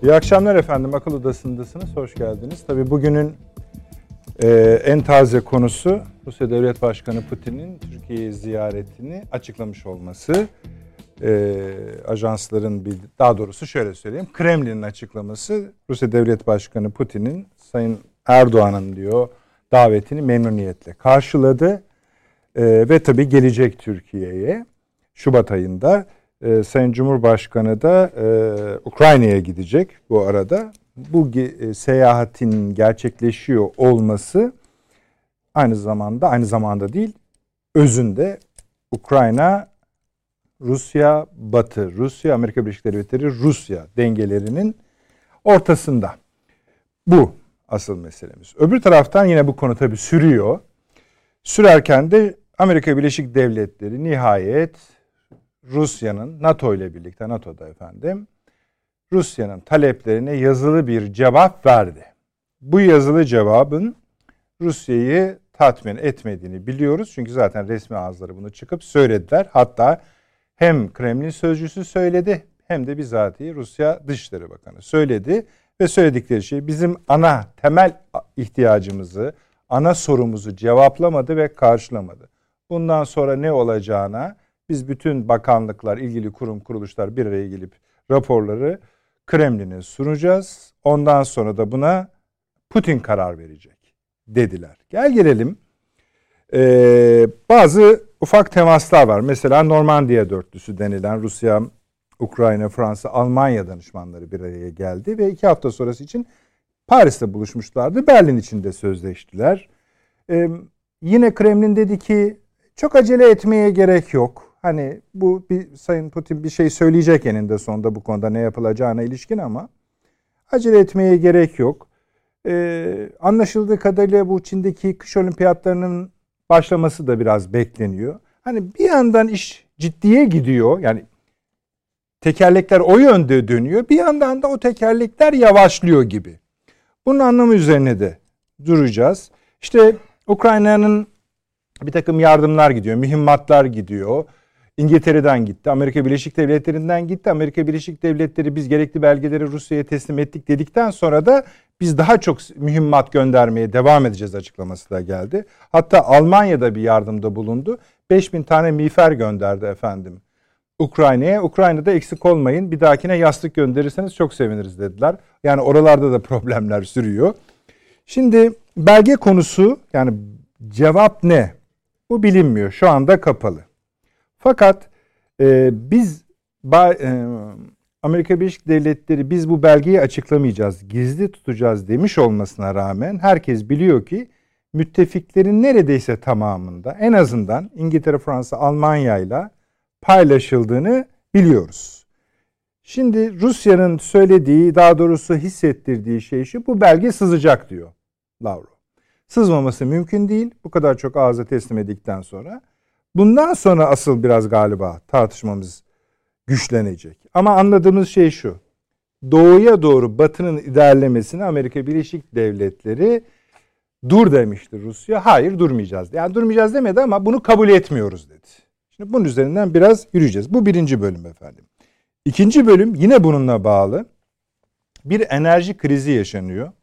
İyi akşamlar efendim. Akıl Odası'ndasınız. Hoş geldiniz. Tabii bugünün en taze konusu Rusya Devlet Başkanı Putin'in Türkiye'ye ziyaretini açıklamış olması. Ajansların daha doğrusu şöyle söyleyeyim. Kremlin'in açıklaması Rusya Devlet Başkanı Putin'in Sayın Erdoğan'ın diyor davetini memnuniyetle karşıladı. Ve tabii gelecek Türkiye'ye Şubat ayında. Sayın Cumhurbaşkanı da Ukrayna'ya gidecek bu arada. Bu seyahatin gerçekleşiyor olması aynı zamanda değil, özünde Ukrayna, Rusya, Batı, Rusya, Amerika Birleşik Devletleri, Rusya dengelerinin ortasında. Bu asıl meselemiz. Öbür taraftan yine bu konu tabii sürüyor. Sürerken de Amerika Birleşik Devletleri nihayet Rusya'nın NATO ile birlikte, NATO'da efendim, Rusya'nın taleplerine yazılı bir cevap verdi. Bu yazılı cevabın Rusya'yı tatmin etmediğini biliyoruz. Çünkü zaten resmi ağızları bunu çıkıp söylediler. Hatta hem Kremlin sözcüsü söyledi hem de bizatihi Rusya Dışişleri Bakanı söyledi. Ve söyledikleri şey bizim temel ihtiyacımızı, ana sorumuzu cevaplamadı ve karşılamadı. Bundan sonra ne olacağına biz bütün bakanlıklar, ilgili kurum, kuruluşlar bir araya gelip raporları Kremlin'e sunacağız. Ondan sonra da buna Putin karar verecek dediler. Gel gelelim. Bazı ufak temaslar var. Mesela Normandiya Dörtlüsü denilen Rusya, Ukrayna, Fransa, Almanya danışmanları bir araya geldi ve 2 hafta sonrası için Paris'te buluşmuşlardı. Berlin için de sözleştiler. Yine Kremlin dedi ki çok acele etmeye gerek yok. Hani bu Sayın Putin bir şey söyleyecek eninde sonunda bu konuda ne yapılacağına ilişkin ama acele etmeye gerek yok. Anlaşıldığı kadarıyla bu Çin'deki kış olimpiyatlarının başlaması da biraz bekleniyor. Hani bir yandan iş ciddiye gidiyor. Yani tekerlekler o yönde dönüyor. Bir yandan da o tekerlekler yavaşlıyor gibi. Bunun anlamı üzerine de duracağız. İşte Ukrayna'nın bir takım yardımlar gidiyor, mühimmatlar gidiyor. İngiltere'den gitti, Amerika Birleşik Devletleri'nden gitti. Amerika Birleşik Devletleri biz gerekli belgeleri Rusya'ya teslim ettik dedikten sonra da biz daha çok mühimmat göndermeye devam edeceğiz açıklaması da geldi. Hatta Almanya'da bir yardımda bulundu. 5.000 tane miğfer gönderdi efendim Ukrayna'ya. Ukrayna'da eksik olmayın, bir dahakine yastık gönderirseniz çok seviniriz dediler. Yani oralarda da problemler sürüyor. Şimdi belge konusu, yani cevap ne? Bu bilinmiyor. Şu anda kapalı. Fakat biz Amerika Birleşik Devletleri biz bu belgeyi açıklamayacağız, gizli tutacağız demiş olmasına rağmen herkes biliyor ki müttefiklerin neredeyse tamamında, en azından İngiltere, Fransa, Almanya ile paylaşıldığını biliyoruz. Şimdi Rusya'nın söylediği, daha doğrusu hissettirdiği şey şu: bu belge sızacak diyor Lavrov. Sızmaması mümkün değil. Bu kadar çok ağza teslim edildikten sonra. Bundan sonra asıl biraz galiba tartışmamız güçlenecek. Ama anladığımız şey şu: doğuya doğru Batı'nın ilerlemesine Amerika Birleşik Devletleri dur demişti Rusya. Hayır, durmayacağız. Yani durmayacağız demedi ama bunu kabul etmiyoruz dedi. Şimdi bunun üzerinden biraz yürüyeceğiz. Bu birinci bölüm efendim. İkinci bölüm yine bununla bağlı. Bir enerji krizi yaşanıyor.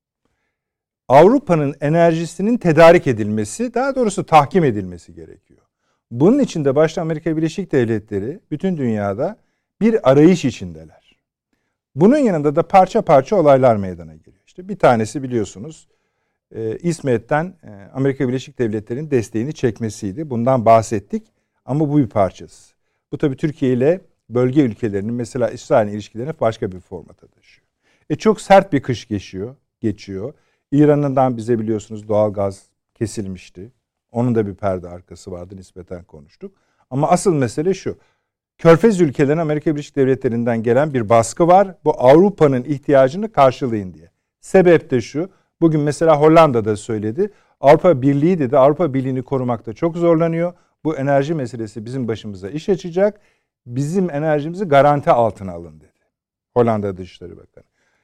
Avrupa'nın enerjisinin tedarik edilmesi, daha doğrusu tahkim edilmesi gerekiyor. Bunun için de başta Amerika Birleşik Devletleri bütün dünyada bir arayış içindeler. Bunun yanında da parça parça olaylar meydana geliyor. İşte bir tanesi biliyorsunuz İsmet'ten Amerika Birleşik Devletleri'nin desteğini çekmesiydi. Bundan bahsettik ama bu bir parçası. Bu tabii Türkiye ile bölge ülkelerinin, mesela İsrail'in ilişkilerini başka bir formata taşıyor. Çok sert bir kış geçiyor. İran'dan bize biliyorsunuz doğalgaz kesilmişti. Onun da bir perde arkası vardı, nispeten konuştuk. Ama asıl mesele şu: Körfez ülkelerine Amerika Birleşik Devletleri'nden gelen bir baskı var. Bu Avrupa'nın ihtiyacını karşılayın diye. Sebep de şu: bugün mesela Hollanda'da söyledi. Avrupa Birliği dedi, Avrupa Birliği'ni korumakta çok zorlanıyor. Bu enerji meselesi bizim başımıza iş açacak. Bizim enerjimizi garanti altına alın dedi Hollanda Dışişleri Bakanı.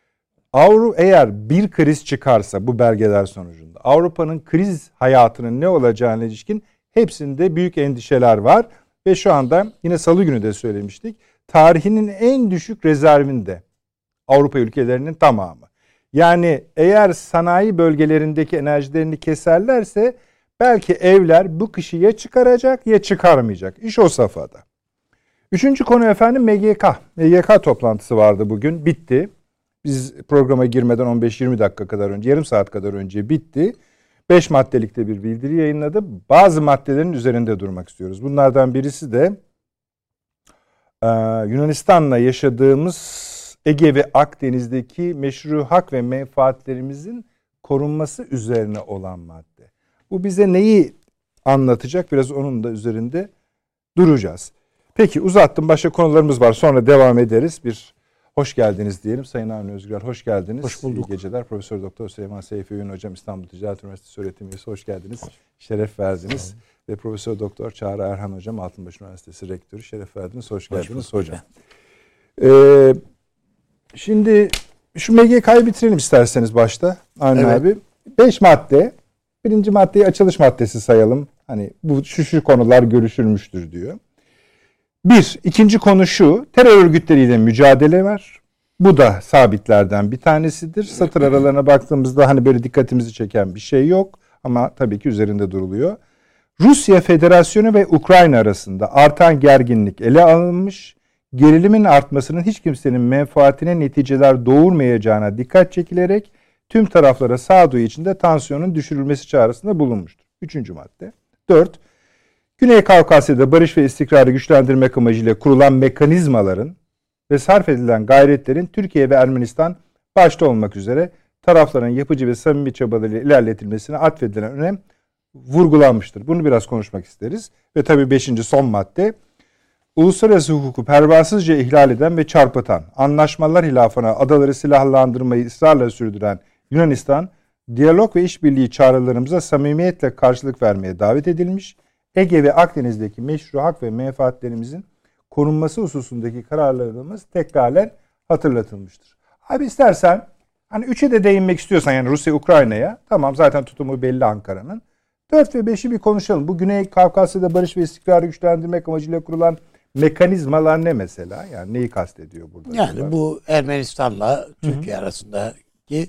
Eğer bir kriz çıkarsa bu belgeler sonucunda Avrupa'nın kriz hayatının ne olacağına ilişkin hepsinde büyük endişeler var. Ve şu anda yine salı günü de söylemiştik, tarihinin en düşük rezervinde Avrupa ülkelerinin tamamı. Yani eğer sanayi bölgelerindeki enerjilerini keserlerse belki evler bu kışı ya çıkaracak ya çıkarmayacak. İş o safhada. Üçüncü konu efendim MGK. MGK toplantısı vardı bugün. Bitti. Biz programa girmeden 15-20 dakika kadar önce, yarım saat kadar önce bitti. 5 maddelikte bir bildiri yayınladı. Bazı maddelerin üzerinde durmak istiyoruz. Bunlardan birisi de Yunanistan'la yaşadığımız Ege ve Akdeniz'deki meşru hak ve menfaatlerimizin korunması üzerine olan madde. Bu bize neyi anlatacak? Biraz onun da üzerinde duracağız. Peki uzattım. Başka konularımız var. Sonra devam ederiz. Bir hoş geldiniz diyelim. Sayın Avni Özgürel hoş geldiniz. Hoş bulduk. İyi geceler. Profesör Doktor Süleyman Seyfi Öğün Hocam İstanbul Ticaret Üniversitesi öğretim üyesi hoş geldiniz. Şeref verdiniz. Ve Profesör Doktor Çağrı Erhan Hocam Altınbaş Üniversitesi Rektörü şeref verdiniz. Hoş geldiniz hocam. Şimdi şu MGK'yı bitirelim isterseniz başta. Avni abi. 5 madde. Birinci maddeyi açılış maddesi sayalım. Hani bu şu konular görüşülmüştür diyor. İkinci konu şu. Terör örgütleriyle mücadele var. Bu da sabitlerden bir tanesidir. Satır aralarına baktığımızda hani böyle dikkatimizi çeken bir şey yok. Ama tabii ki üzerinde duruluyor. Rusya Federasyonu ve Ukrayna arasında artan gerginlik ele alınmış. Gerilimin artmasının hiç kimsenin menfaatine neticeler doğurmayacağına dikkat çekilerek tüm taraflara sağduyu içinde tansiyonun düşürülmesi çağrısında bulunmuştur. Üçüncü madde. 4. Güney Kafkasya'da barış ve istikrarı güçlendirmek amacıyla kurulan mekanizmaların ve sarf edilen gayretlerin Türkiye ve Ermenistan başta olmak üzere tarafların yapıcı ve samimi çabalarıyla ilerletilmesine atfedilen önem vurgulanmıştır. Bunu biraz konuşmak isteriz. Ve tabii 5. son madde. Uluslararası hukuku pervasızca ihlal eden ve çarpıtan, anlaşmalar hilafına adaları silahlandırmayı ısrarla sürdüren Yunanistan, diyalog ve işbirliği çağrılarımıza samimiyetle karşılık vermeye davet edilmiş, Ege ve Akdeniz'deki meşru hak ve menfaatlerimizin korunması hususundaki kararlarımız tekraren hatırlatılmıştır. Abi istersen hani 3'e de değinmek istiyorsan yani Rusya, Ukrayna'ya tamam zaten tutumu belli Ankara'nın. 4 ve 5'i bir konuşalım. Bu Güney Kafkasya'da barış ve istikrarı güçlendirmek amacıyla kurulan mekanizmalar ne mesela? Yani neyi kastediyor burada? Yani bu Ermenistan'la Türkiye arasındaki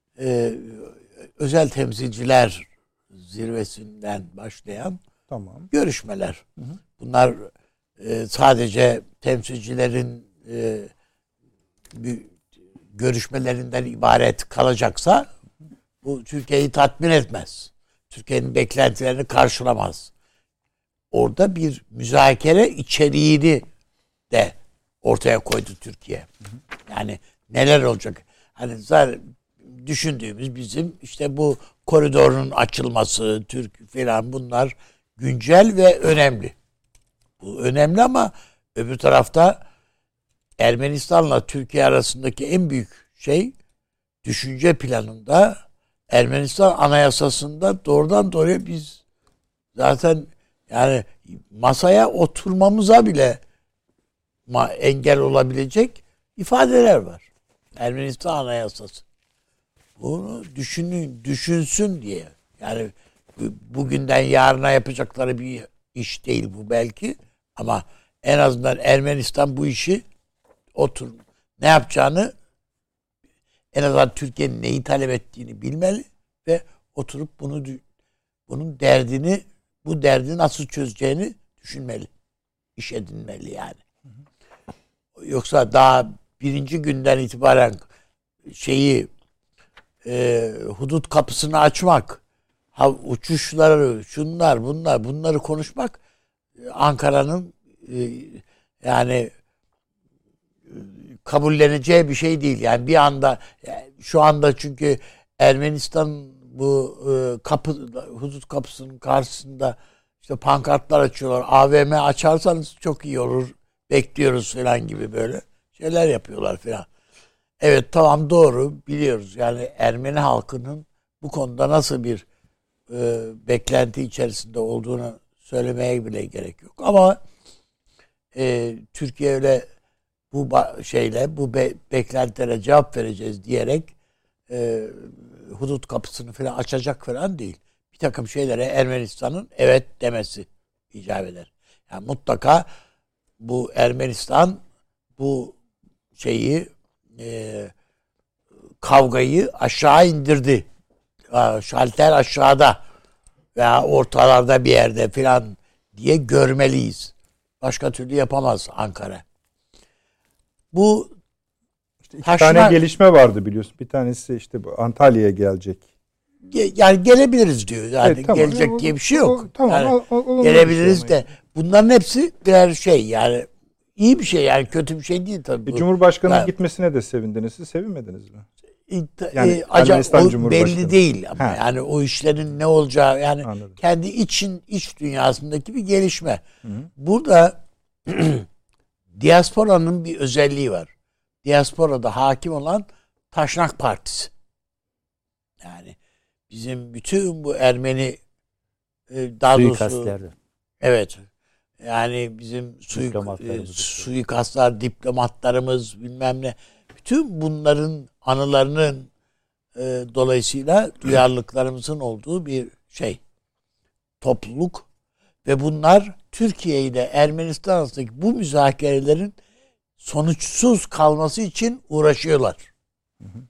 özel temsilciler zirvesinden başlayan görüşmeler. Bunlar sadece temsilcilerin görüşmelerinden ibaret kalacaksa bu Türkiye'yi tatmin etmez. Türkiye'nin beklentilerini karşılamaz. Orada bir müzakere içeriğini de ortaya koydu Türkiye. Yani neler olacak? Hani zaten düşündüğümüz bizim işte bu koridorun açılması, Türk falan bunlar güncel ve önemli. Bu önemli ama öbür tarafta Ermenistan'la Türkiye arasındaki en büyük şey düşünce planında Ermenistan Anayasası'nda doğrudan doğruya biz zaten yani masaya oturmamıza bile engel olabilecek ifadeler var. Ermenistan Anayasası. Bunu düşünsün diye. Yani bugünden yarına yapacakları bir iş değil bu belki. Ama en azından Ermenistan bu işi ne yapacağını en azından Türkiye'nin neyi talep ettiğini bilmeli ve oturup bunun derdini bu derdi nasıl çözeceğini düşünmeli. İş edinmeli yani. Yoksa daha birinci günden itibaren hudut kapısını açmak, uçuşları, şunlar, bunları konuşmak Ankara'nın yani kabulleneceği bir şey değil. Yani bir anda şu anda çünkü Ermenistan bu hudut kapısının karşısında işte pankartlar açıyorlar. AVM açarsanız çok iyi olur. Bekliyoruz falan gibi böyle şeyler yapıyorlar falan. Evet tamam doğru biliyoruz. Yani Ermeni halkının bu konuda nasıl bir beklenti içerisinde olduğunu söylemeye bile gerek yok. Ama Türkiye öyle bu beklentilere cevap vereceğiz diyerek hudut kapısını falan açacak falan değil. Bir takım şeylere Ermenistan'ın evet demesi icap eder. Yani mutlaka bu Ermenistan bu şeyi kavgayı aşağı indirdi. Şalter aşağıda veya ortalarda bir yerde falan diye görmeliyiz. Başka türlü yapamaz Ankara. Bu İşte iki tane gelişme vardı biliyorsun. Bir tanesi işte bu Antalya'ya gelecek. Yani gelebiliriz diyor. Yani evet, tamam. Gelecek diye bir şey yok. Tamam. Yani gelebiliriz de bunların hepsi birer şey yani iyi bir şey yani kötü bir şey değil tabii. Cumhurbaşkanı'nın gitmesine de sevindiniz. Siz sevinmediniz mi? Yani acaba o belli değil ama yani o işlerin ne olacağı yani anladım. Kendi iç dünyasındaki bir gelişme. Hı. Burada diasporanın bir özelliği var. Diasporada hakim olan Taşnak Partisi. Yani bizim bütün bu Ermeni daha doğrusu evet. Yani bizim suikastlar, diplomatlarımız bilmem ne bütün bunların anılarının dolayısıyla duyarlılıklarımızın olduğu bir şey. Topluluk ve bunlar Türkiye ile Ermenistan arasındaki bu müzakerelerin sonuçsuz kalması için uğraşıyorlar. Hı hı.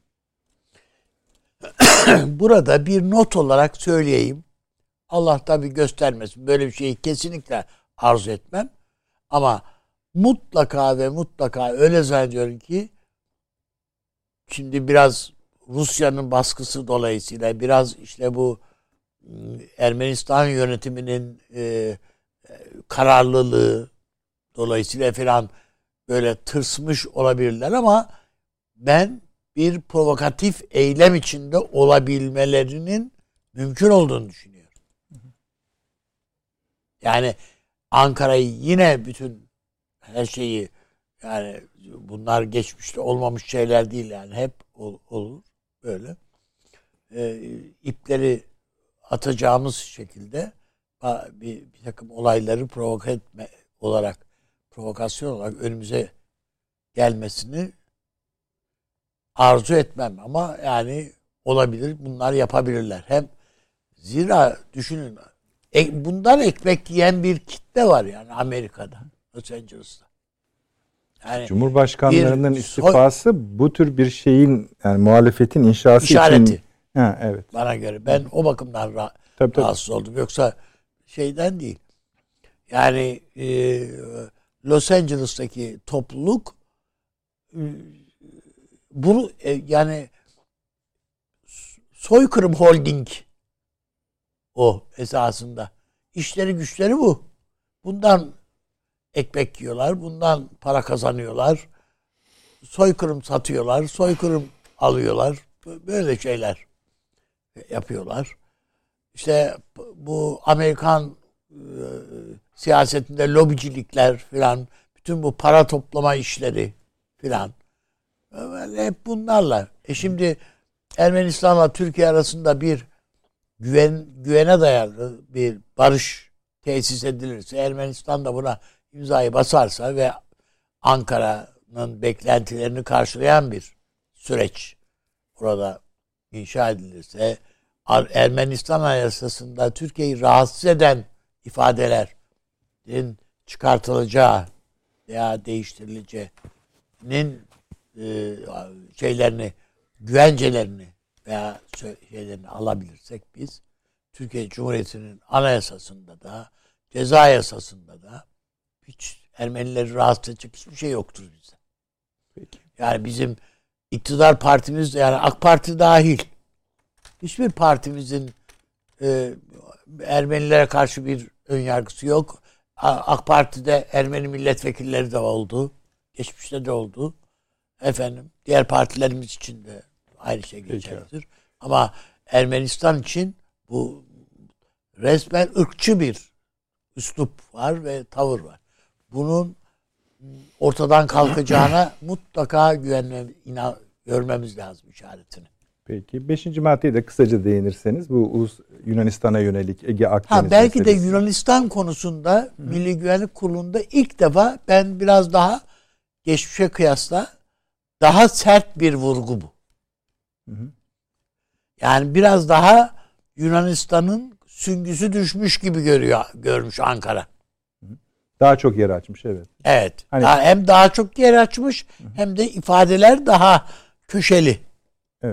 Burada bir not olarak söyleyeyim. Allah tabii göstermesin. Böyle bir şeyi kesinlikle arzu etmem. Ama mutlaka ve mutlaka öyle zannediyorum ki şimdi biraz Rusya'nın baskısı dolayısıyla biraz işte bu Ermenistan yönetiminin kararlılığı dolayısıyla falan böyle tırsmış olabilirler ama ben bir provokatif eylem içinde olabilmelerinin mümkün olduğunu düşünüyorum. Yani Ankara'yı yine bütün her şeyi yani bunlar geçmişte olmamış şeyler değil yani hep olur böyle. İpleri atacağımız şekilde bir takım olayları provokasyon olarak önümüze gelmesini arzu etmem ama yani olabilir. Bunlar yapabilirler. Hem zira düşünün bundan ekmek yiyen bir kitle var yani Amerika'da, Los Angeles'ta. Yani Cumhurbaşkanlarının istifası bu tür bir şeyin yani muhalefetin inşası işareti. için. Ha, evet. Bana göre. Ben o bakımdan rahatsız oldum. Yoksa şeyden değil. Yani Los Angeles'taki topluluk bunu yani soykırım holding o esasında. İşleri güçleri bu. Bundan ekmek yiyorlar. Bundan para kazanıyorlar. Soykırım satıyorlar. Soykırım alıyorlar. Böyle şeyler yapıyorlar. İşte bu Amerikan siyasetinde lobicilikler filan, bütün bu para toplama işleri filan hep bunlarla. Şimdi Ermenistan'la Türkiye arasında bir güvene dayalı bir barış tesis edilirse, Ermenistan da buna imzayı basarsa ve Ankara'nın beklentilerini karşılayan bir süreç burada inşa edilirse, Ermenistan Anayasası'nda Türkiye'yi rahatsız eden ifadelerin çıkartılacağı veya değiştirileceğinin şeylerini, güvencelerini veya şeylerini alabilirsek biz Türkiye Cumhuriyeti'nin anayasasında da ceza yasasında da hiç Ermenileri rahatsız edecek hiçbir şey yoktur bize. Peki. Yani bizim iktidar partimiz yani AK Parti dahil hiçbir partimizin Ermenilere karşı bir önyargısı yok. AK Parti'de Ermeni milletvekilleri de oldu. Geçmişte de oldu. Efendim diğer partilerimiz için de aynı şey geçerlidir. Ama Ermenistan için bu resmen ırkçı bir üslup var ve tavır var. Bunun ortadan kalkacağına mutlaka görmemiz lazım işaretini. Peki 5. maddeyi de kısaca değinirseniz bu Yunanistan'a yönelik Ege Akdeniz belki meselesi. de Yunanistan konusunda Milli Güvenlik Kurulu'nda ilk defa ben biraz daha geçmişe kıyasla daha sert bir vurgu bu. Hı. Yani biraz daha Yunanistan'ın süngüsü düşmüş gibi görmüş Ankara. Daha çok yer açmış evet. Evet. Hem daha çok yer açmış hem de ifadeler daha köşeli. Evet.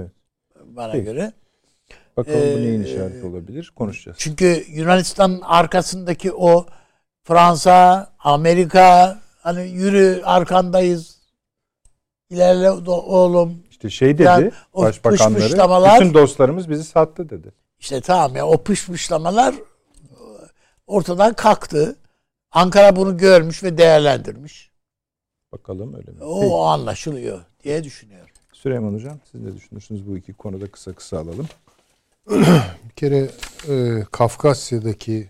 bana Peki. göre. Bakalım bu neyin işareti olabilir? Konuşacağız. Çünkü Yunanistan'ın arkasındaki o Fransa, Amerika, hani yürü arkandayız, ilerle oğlum. İşte şey dedi, Yani o başbakanları, pışpışlamalar, bütün dostlarımız bizi sattı dedi. İşte tamam ya, o pışpışlamalar ortadan kalktı. Ankara bunu görmüş ve değerlendirmiş. Bakalım öyle mi? O anlaşılıyor diye düşünüyorum. Süleyman Hocam, siz ne düşünürsünüz bu iki konuda, kısa alalım. Bir kere Kafkasya'daki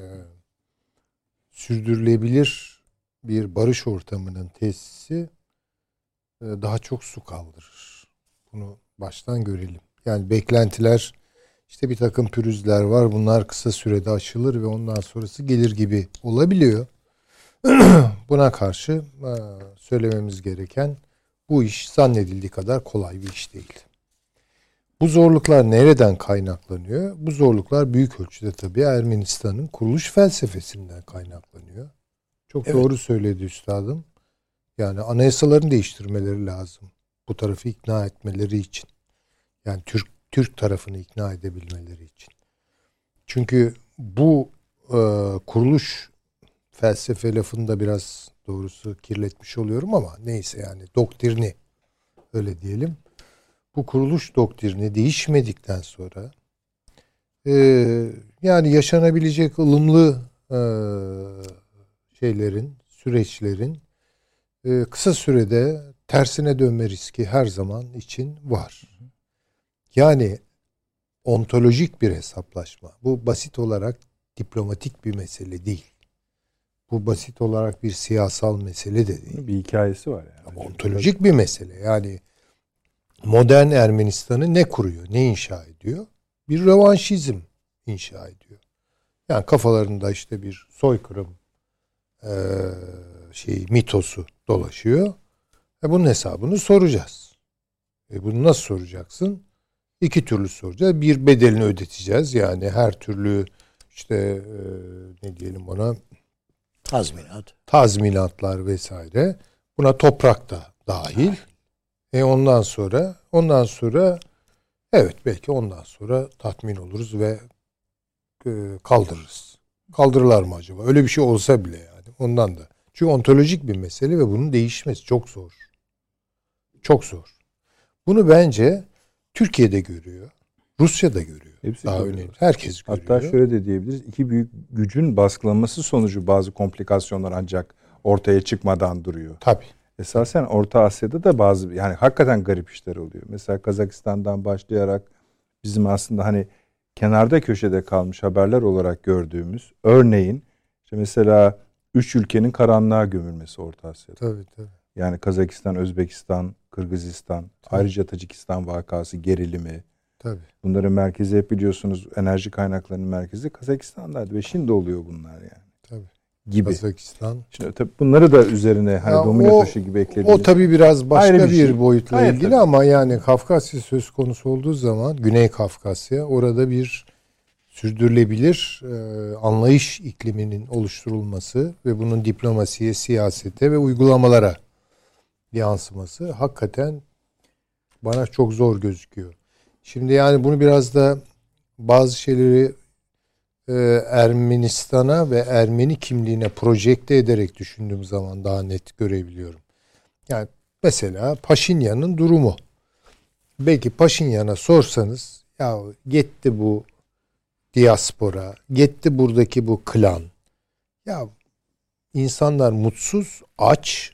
sürdürülebilir bir barış ortamının tesisi daha çok su kaldırır. Bunu baştan görelim. Yani beklentiler, işte bir takım pürüzler var. Bunlar kısa sürede aşılır ve ondan sonrası gelir gibi olabiliyor. Buna karşı söylememiz gereken, bu iş zannedildiği kadar kolay bir iş değil. Bu zorluklar nereden kaynaklanıyor? Bu zorluklar büyük ölçüde tabii Ermenistan'ın kuruluş felsefesinden kaynaklanıyor. Çok doğru söyledi üstadım. Yani anayasalarını değiştirmeleri lazım. Bu tarafı ikna etmeleri için. Yani Türk tarafını ikna edebilmeleri için. Çünkü bu kuruluş felsefe lafını da biraz doğrusu kirletmiş oluyorum ama neyse, yani doktrini öyle diyelim. Bu kuruluş doktrini değişmedikten sonra yani yaşanabilecek ılımlı süreçlerin kısa sürede tersine dönme riski her zaman için var. Yani ontolojik bir hesaplaşma. Bu basit olarak diplomatik bir mesele değil. Bu basit olarak bir siyasal mesele de değil. Bir hikayesi var yani. Ama ontolojik bir mesele. Yani modern Ermenistan'ı ne kuruyor, ne inşa ediyor? Bir rövanşizm inşa ediyor. Yani kafalarında işte bir soykırım mitosu dolaşıyor. Bunun hesabını soracağız. Bunu nasıl soracaksın? İki türlü soracağız. Bir, bedelini ödeteceğiz. Yani her türlü işte ne diyelim ona, tazminatlar vesaire. Buna toprak da dahil. Ondan sonra evet, belki ondan sonra tatmin oluruz ve kaldırırız. Kaldırırlar mı acaba? Öyle bir şey olsa bile yani. Ondan da. Çünkü ontolojik bir mesele ve bunun değişmesi çok zor. Çok zor. Bunu bence Türkiye'de görüyor. Rusya'da görüyor. Hepsi daha görüyor. önemli. Herkes görüyor. Hatta şöyle de diyebiliriz. İki büyük gücün baskılanması sonucu bazı komplikasyonlar ancak ortaya çıkmadan duruyor. Tabii. Esasen Orta Asya'da da bazı, yani hakikaten garip işler oluyor. Mesela Kazakistan'dan başlayarak bizim aslında hani kenarda köşede kalmış haberler olarak gördüğümüz, örneğin işte mesela 3 ülkenin karanlığa gömülmesi Orta Asya'da. Tabii. Yani Kazakistan, Özbekistan, Kırgızistan, ayrıca Tacikistan vakası, gerilimi. Tabii. Bunların merkezi hep biliyorsunuz, enerji kaynaklarının merkezi Kazakistan'daydı ve şimdi oluyor bunlar yani. Tabii. Gibi. Kazakistan. Şimdi tabii bunları da üzerine hani domino taşı gibi eklediğimiz. O tabii biraz başka bir bir şey. boyutla Hayır, ilgili tabii. ama yani Kafkasya söz konusu olduğu zaman, Güney Kafkasya, orada bir sürdürülebilir anlayış ikliminin oluşturulması ve bunun diplomasiye, siyasete ve uygulamalara yansıması hakikaten bana çok zor gözüküyor. Şimdi yani bunu biraz da bazı şeyleri Ermenistan'a ve Ermeni kimliğine projekte ederek düşündüğüm zaman daha net görebiliyorum. Yani mesela Paşinyan'ın durumu. Belki Paşinyan'a sorsanız, ya gitti bu diaspora, gitti buradaki bu klan. Ya insanlar mutsuz, aç,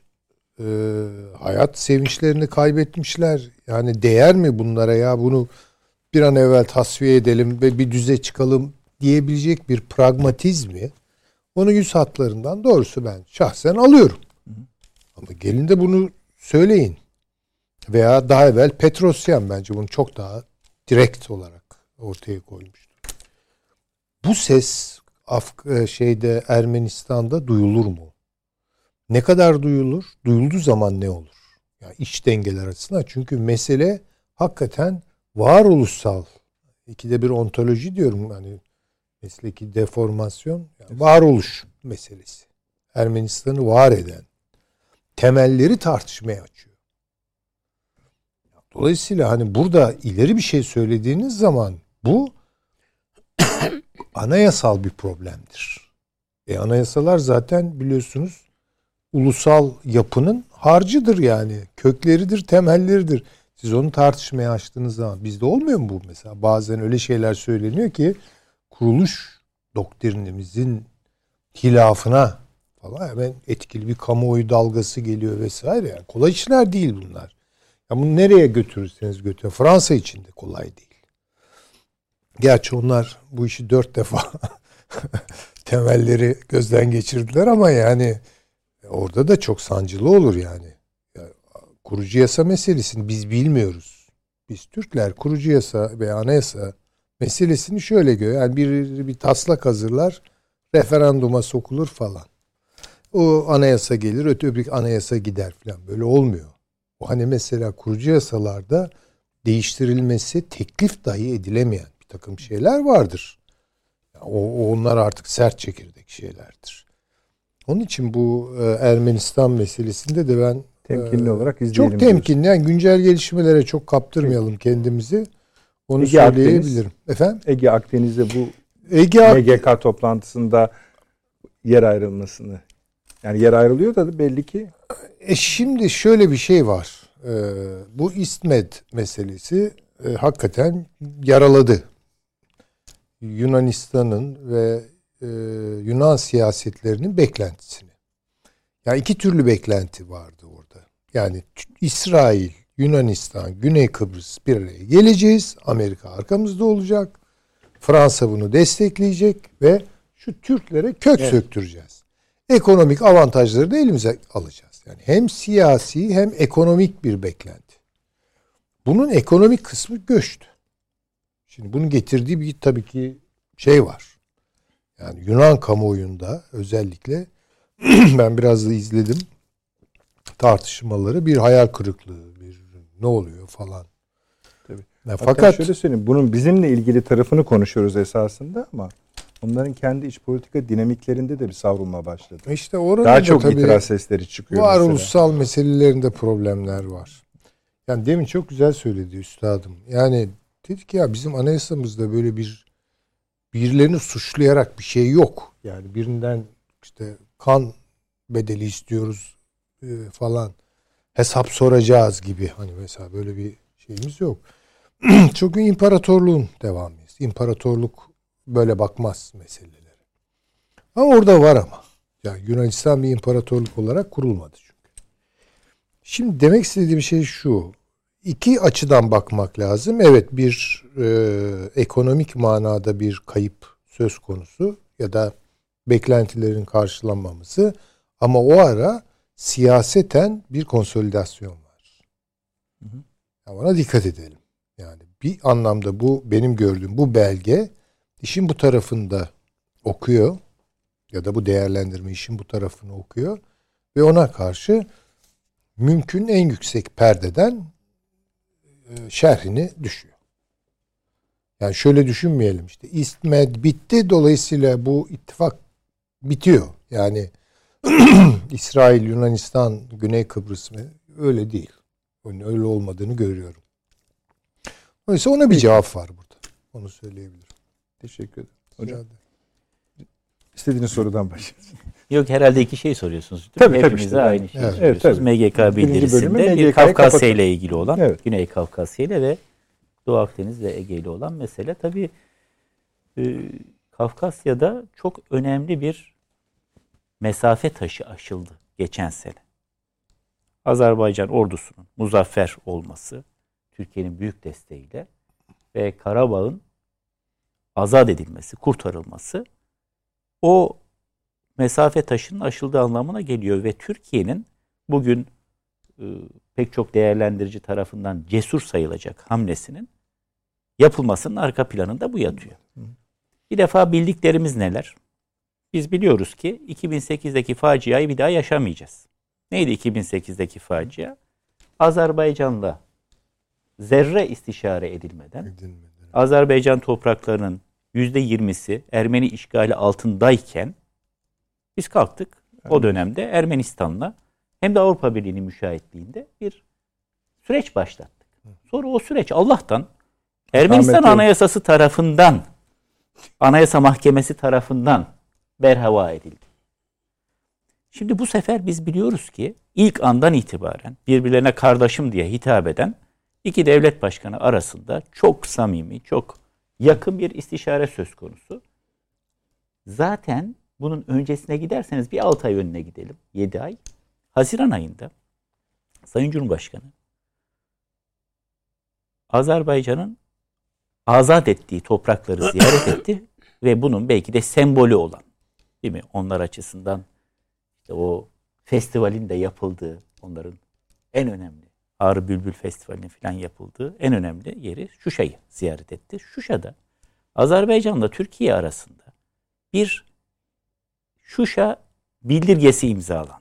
hayat sevinçlerini kaybetmişler. Yani değer mi bunlara, ya bunu bir an evvel tasfiye edelim ve bir düze çıkalım diyebilecek bir pragmatizmi, onun yüz hatlarından doğrusu ben şahsen alıyorum. Ama gelin de bunu söyleyin. Veya daha evvel Petrosyan bence bunu çok daha direkt olarak ortaya koymuştur. Bu ses Ermenistan'da duyulur mu? Ne kadar duyulur? Duyulduğu zaman ne olur? Yani iç dengeler açısından. Çünkü mesele hakikaten varoluşsal. İkide bir ontoloji diyorum, hani mesleki deformasyon. Yani varoluş meselesi. Ermenistan'ı var eden temelleri tartışmaya açıyor. Dolayısıyla hani burada ileri bir şey söylediğiniz zaman bu anayasal bir problemdir. Anayasalar zaten biliyorsunuz ulusal yapının harcıdır yani. Kökleridir, temelleridir. Siz onu tartışmaya açtığınız zaman bizde olmuyor mu bu mesela? Bazen öyle şeyler söyleniyor ki kuruluş doktrinimizin hilafına falan hemen etkili bir kamuoyu dalgası geliyor vesaire. Yani kolay işler değil bunlar. Ya bunu nereye götürürseniz götürün. Fransa için de kolay değil. Gerçi onlar bu işi 4 defa temelleri gözden geçirdiler ama yani orada da çok sancılı olur yani. Kurucu yasa meselesini biz bilmiyoruz. Biz Türkler kurucu yasa ve anayasa meselesini şöyle görüyor. Yani bir taslak hazırlar, referanduma sokulur falan. O anayasa gelir, öteki anayasa gider falan. Böyle olmuyor. O hani mesela kurucu yasalarda değiştirilmesi teklif dahi edilemeyen bir takım şeyler vardır. Onlar artık sert çekirdek şeylerdir. Onun için bu Ermenistan meselesinde de ben temkinli olarak izleyelim. Çok temkinli. Yani güncel gelişmelere çok kaptırmayalım kendimizi. Onu Ege söyleyebilirim. Efendim? Ege Akdeniz'de bu Ege MGK toplantısında yer ayrılmasını, yani yer ayrılıyor da belli ki. Şimdi şöyle bir şey var. Bu İstmed meselesi hakikaten yaraladı. Yunanistan'ın ve Yunan siyasetlerinin beklentisini. Yani iki türlü beklenti vardı orada. Yani İsrail, Yunanistan, Güney Kıbrıs bir araya geleceğiz. Amerika arkamızda olacak. Fransa bunu destekleyecek ve şu Türklere kök söktüreceğiz. Ekonomik avantajları da elimize alacağız. Yani hem siyasi hem ekonomik bir beklenti. Bunun ekonomik kısmı göçtü. Şimdi bunun getirdiği bir tabii ki şey var. Yani Yunan kamuoyunda özellikle ben biraz da izledim tartışmaları, bir hayal kırıklığı, bir ne oluyor falan. Tabii. Fakat şöyle söyleyeyim, bunun bizimle ilgili tarafını konuşuyoruz esasında ama onların kendi iç politika dinamiklerinde de bir savrulma başladı. İşte orada daha çok itiraz sesleri çıkıyor. Varoluşsal meselelerinde problemler var. Yani demin çok güzel söyledi üstadım. Yani dedik ya bizim anayasamızda böyle birilerini suçlayarak bir şey yok. Yani birinden işte kan bedeli istiyoruz falan hesap soracağız gibi hani mesela böyle bir şeyimiz yok. Çünkü imparatorluğun devamıyız. İmparatorluk böyle bakmaz meselelere. Ama orada var ama. Yani Yunanistan bir imparatorluk olarak kurulmadı çünkü. Şimdi demek istediğim şey şu. İki açıdan bakmak lazım. Evet bir ekonomik manada bir kayıp söz konusu ya da beklentilerin karşılanmaması ama o ara siyaseten bir konsolidasyon var. Yani ona dikkat edelim. Yani bir anlamda bu benim gördüğüm bu belge işin bu tarafında okuyor ya da bu değerlendirme işin bu tarafını okuyor ve ona karşı mümkün en yüksek perdeden şerhini düşüyor. Yani şöyle düşünmeyelim işte İstmed bitti dolayısıyla bu ittifak bitiyor. Yani İsrail, Yunanistan, Güney Kıbrıs mı? Öyle değil. Öyle olmadığını görüyorum. Dolayısıyla ona bir cevap var burada. Onu söyleyebilirim. Teşekkür ederim. Hocam. İstediğiniz sorudan başlayalım. Yok herhalde iki şey soruyorsunuz. Tabii Hepimize işte, aynı şeyi evet, soruyorsunuz. MGK bildirisinde bir Kafkasya ile ilgili olan, Güney Kafkasya ile ve Doğu Akdeniz ve Ege ile olan mesele. Tabii Kafkasya'da çok önemli bir mesafe taşı aşıldı geçen sene. Azerbaycan ordusunun muzaffer olması, Türkiye'nin büyük desteğiyle ve Karabağ'ın azat edilmesi, kurtarılması o mesafe taşının aşıldığı anlamına geliyor ve Türkiye'nin bugün pek çok değerlendirici tarafından cesur sayılacak hamlesinin yapılmasının arka planında bu yatıyor. Bir defa bildiklerimiz neler? Biz biliyoruz ki 2008'deki faciayı bir daha yaşamayacağız. Neydi 2008'deki facia? Azerbaycan'la zerre istişare edilmeden Azerbaycan topraklarının %20'si Ermeni işgali altındayken biz kalktık o dönemde Ermenistan'la hem de Avrupa Birliği'nin müşahitliğinde bir süreç başlattık. Sonra o süreç Allah'tan Ermenistan Anayasası tarafından, Anayasa Mahkemesi tarafından berhava edildi. Şimdi bu sefer biz biliyoruz ki ilk andan itibaren birbirlerine kardeşim diye hitap eden iki devlet başkanı arasında çok samimi, çok yakın bir istişare söz konusu. Zaten bunun öncesine giderseniz bir 6 ay önüne gidelim. 7 ay. Haziran ayında Sayın Cumhurbaşkanı Azerbaycan'ın azat ettiği toprakları ziyaret etti ve bunun belki de sembolü olan, değil mi? Onlar açısından işte o festivalin de yapıldığı, onların en önemli Ağrı Bülbül Festivali'nin falan yapıldığı en önemli yeri Şuşa'yı ziyaret etti. Şuşa'da Azerbaycan'la Türkiye arasında bir Şuşa bildirgesi imzalandı.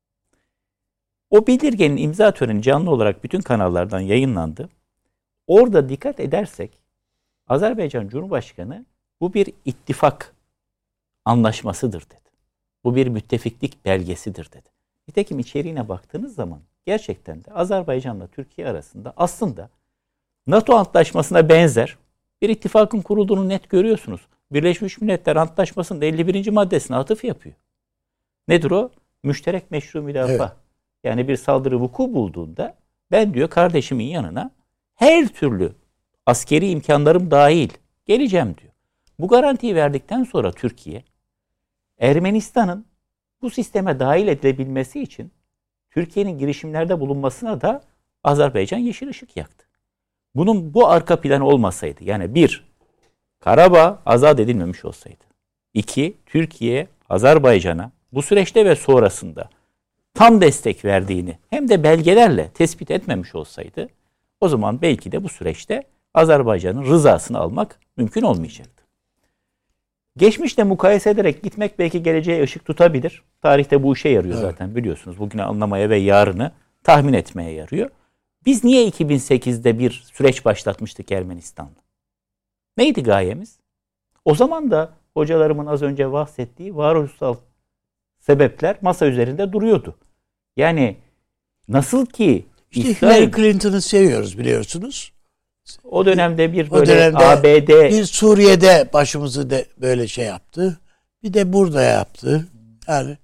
O bildirgenin imza töreni canlı olarak bütün kanallardan yayınlandı. Orada dikkat edersek Azerbaycan Cumhurbaşkanı bu bir ittifak anlaşmasıdır dedi. Bu bir müttefiklik belgesidir dedi. Nitekim içeriğine baktığınız zaman gerçekten de Azerbaycan'la Türkiye arasında aslında NATO antlaşmasına benzer bir ittifakın kurulduğunu net görüyorsunuz. Birleşmiş Milletler Antlaşması'nın 51. maddesine atıf yapıyor. Nedir o? Müşterek meşru müdafaa. Evet. Yani bir saldırı vuku bulduğunda ben diyor kardeşimin yanına her türlü askeri imkanlarım dahil geleceğim diyor. Bu garantiyi verdikten sonra Türkiye, Ermenistan'ın bu sisteme dahil edilebilmesi için Türkiye'nin girişimlerde bulunmasına da Azerbaycan yeşil ışık yaktı. Bunun bu arka planı olmasaydı, yani bir, Karabağ azat edilmemiş olsaydı, iki, Türkiye, Azerbaycan'a bu süreçte ve sonrasında tam destek verdiğini hem de belgelerle tespit etmemiş olsaydı, o zaman belki de bu süreçte Azerbaycan'ın rızasını almak mümkün olmayacaktı. Geçmişle mukayese ederek gitmek belki geleceğe ışık tutabilir. Tarihte bu işe yarıyor zaten biliyorsunuz. Bugünü anlamaya ve yarını tahmin etmeye yarıyor. Biz niye 2008'de bir süreç başlatmıştık Ermenistan'la? Neydi gayemiz? O zaman da hocalarımın az önce bahsettiği varoluşsal sebepler masa üzerinde duruyordu. Yani nasıl ki İşte Hillary Clinton'ı seviyoruz biliyorsunuz. O dönemde bir böyle ABD bir Suriye'de başımızı de böyle şey yaptı. Bir de burada yaptı. Yani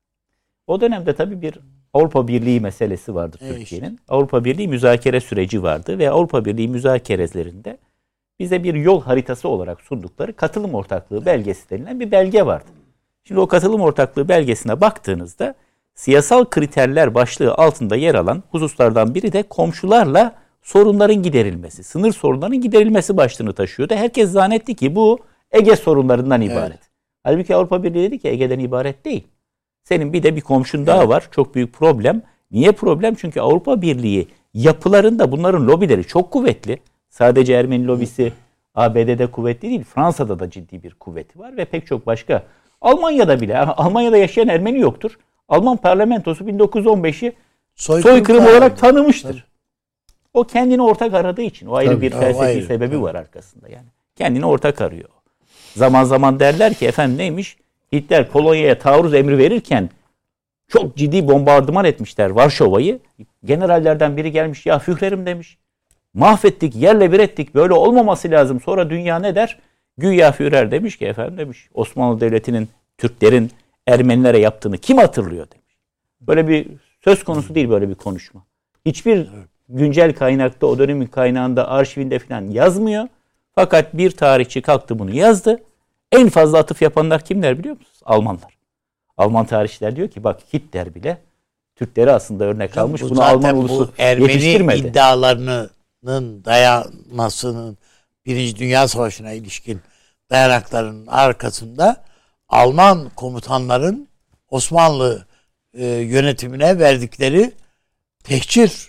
o dönemde tabii bir Avrupa Birliği meselesi vardı Türkiye'nin. İşte. Avrupa Birliği müzakere süreci vardı ve Avrupa Birliği müzakerelerinde bize bir yol haritası olarak sundukları katılım ortaklığı belgesi denilen bir belge vardı. Şimdi o katılım ortaklığı belgesine baktığınızda siyasal kriterler başlığı altında yer alan hususlardan biri de komşularla sorunların giderilmesi, sınır sorunlarının giderilmesi başlığını taşıyordu. Herkes zannetti ki bu Ege sorunlarından ibaret. Evet. Halbuki Avrupa Birliği dedi ki Ege'den ibaret değil. Senin bir de bir komşun daha var. Çok büyük problem. Niye problem? Çünkü Avrupa Birliği yapılarında bunların lobileri çok kuvvetli. Sadece Ermeni lobisi ABD'de kuvvetli değil. Fransa'da da ciddi bir kuvveti var ve pek çok başka. Almanya'da bile. Almanya'da yaşayan Ermeni yoktur. Alman parlamentosu 1915'i soykırım olarak tanımıştır. Tabii. O kendini ortak aradığı için. O ayrı tabii, bir felsefi sebebi var arkasında yani. Kendini ortak arıyor. Zaman zaman derler ki efendim neymiş? Hitler Polonya'ya taarruz emri verirken çok ciddi bombardıman etmişler Varşova'yı. Generallerden biri gelmiş ya Führerim demiş. Mahvettik, yerle bir ettik. Böyle olmaması lazım. Sonra dünya ne der? Güya Führer demiş ki efendim demiş. Osmanlı Devleti'nin Türklerin Ermenilere yaptığını kim hatırlıyor demiş. Böyle bir söz konusu değil böyle bir konuşma. Hiçbir güncel kaynakta o dönemin kaynağında arşivinde falan yazmıyor. Fakat bir tarihçi kalktı bunu yazdı. En fazla atıf yapanlar kimler biliyor musunuz? Almanlar. Alman tarihçiler diyor ki bak Hitler bile Türkleri aslında örnek almış. Bunu Alman ulusu yetiştirmedi. Ermeni iddialarının dayanmasının Birinci Dünya Savaşı'na ilişkin dayanaklarının arkasında Alman komutanların Osmanlı yönetimine verdikleri tehcir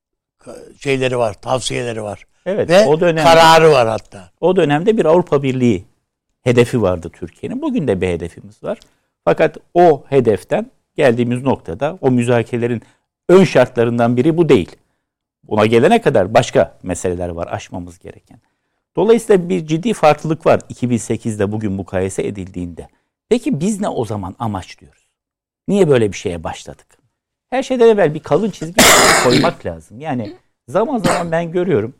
şeyleri var, tavsiyeleri var. Evet, ve o dönemde, kararı var hatta. O dönemde bir Avrupa Birliği hedefi vardı Türkiye'nin. Bugün de bir hedefimiz var. Fakat o hedeften geldiğimiz noktada o müzakerelerin ön şartlarından biri bu değil. Buna gelene kadar başka meseleler var aşmamız gereken. Dolayısıyla bir ciddi farklılık var 2008'de bugün mukayese edildiğinde. Peki biz ne o zaman amaçlıyoruz? Niye böyle bir şeye başladık? Her şeyden evvel bir kalın çizgi koymak lazım. Yani zaman zaman ben görüyorum.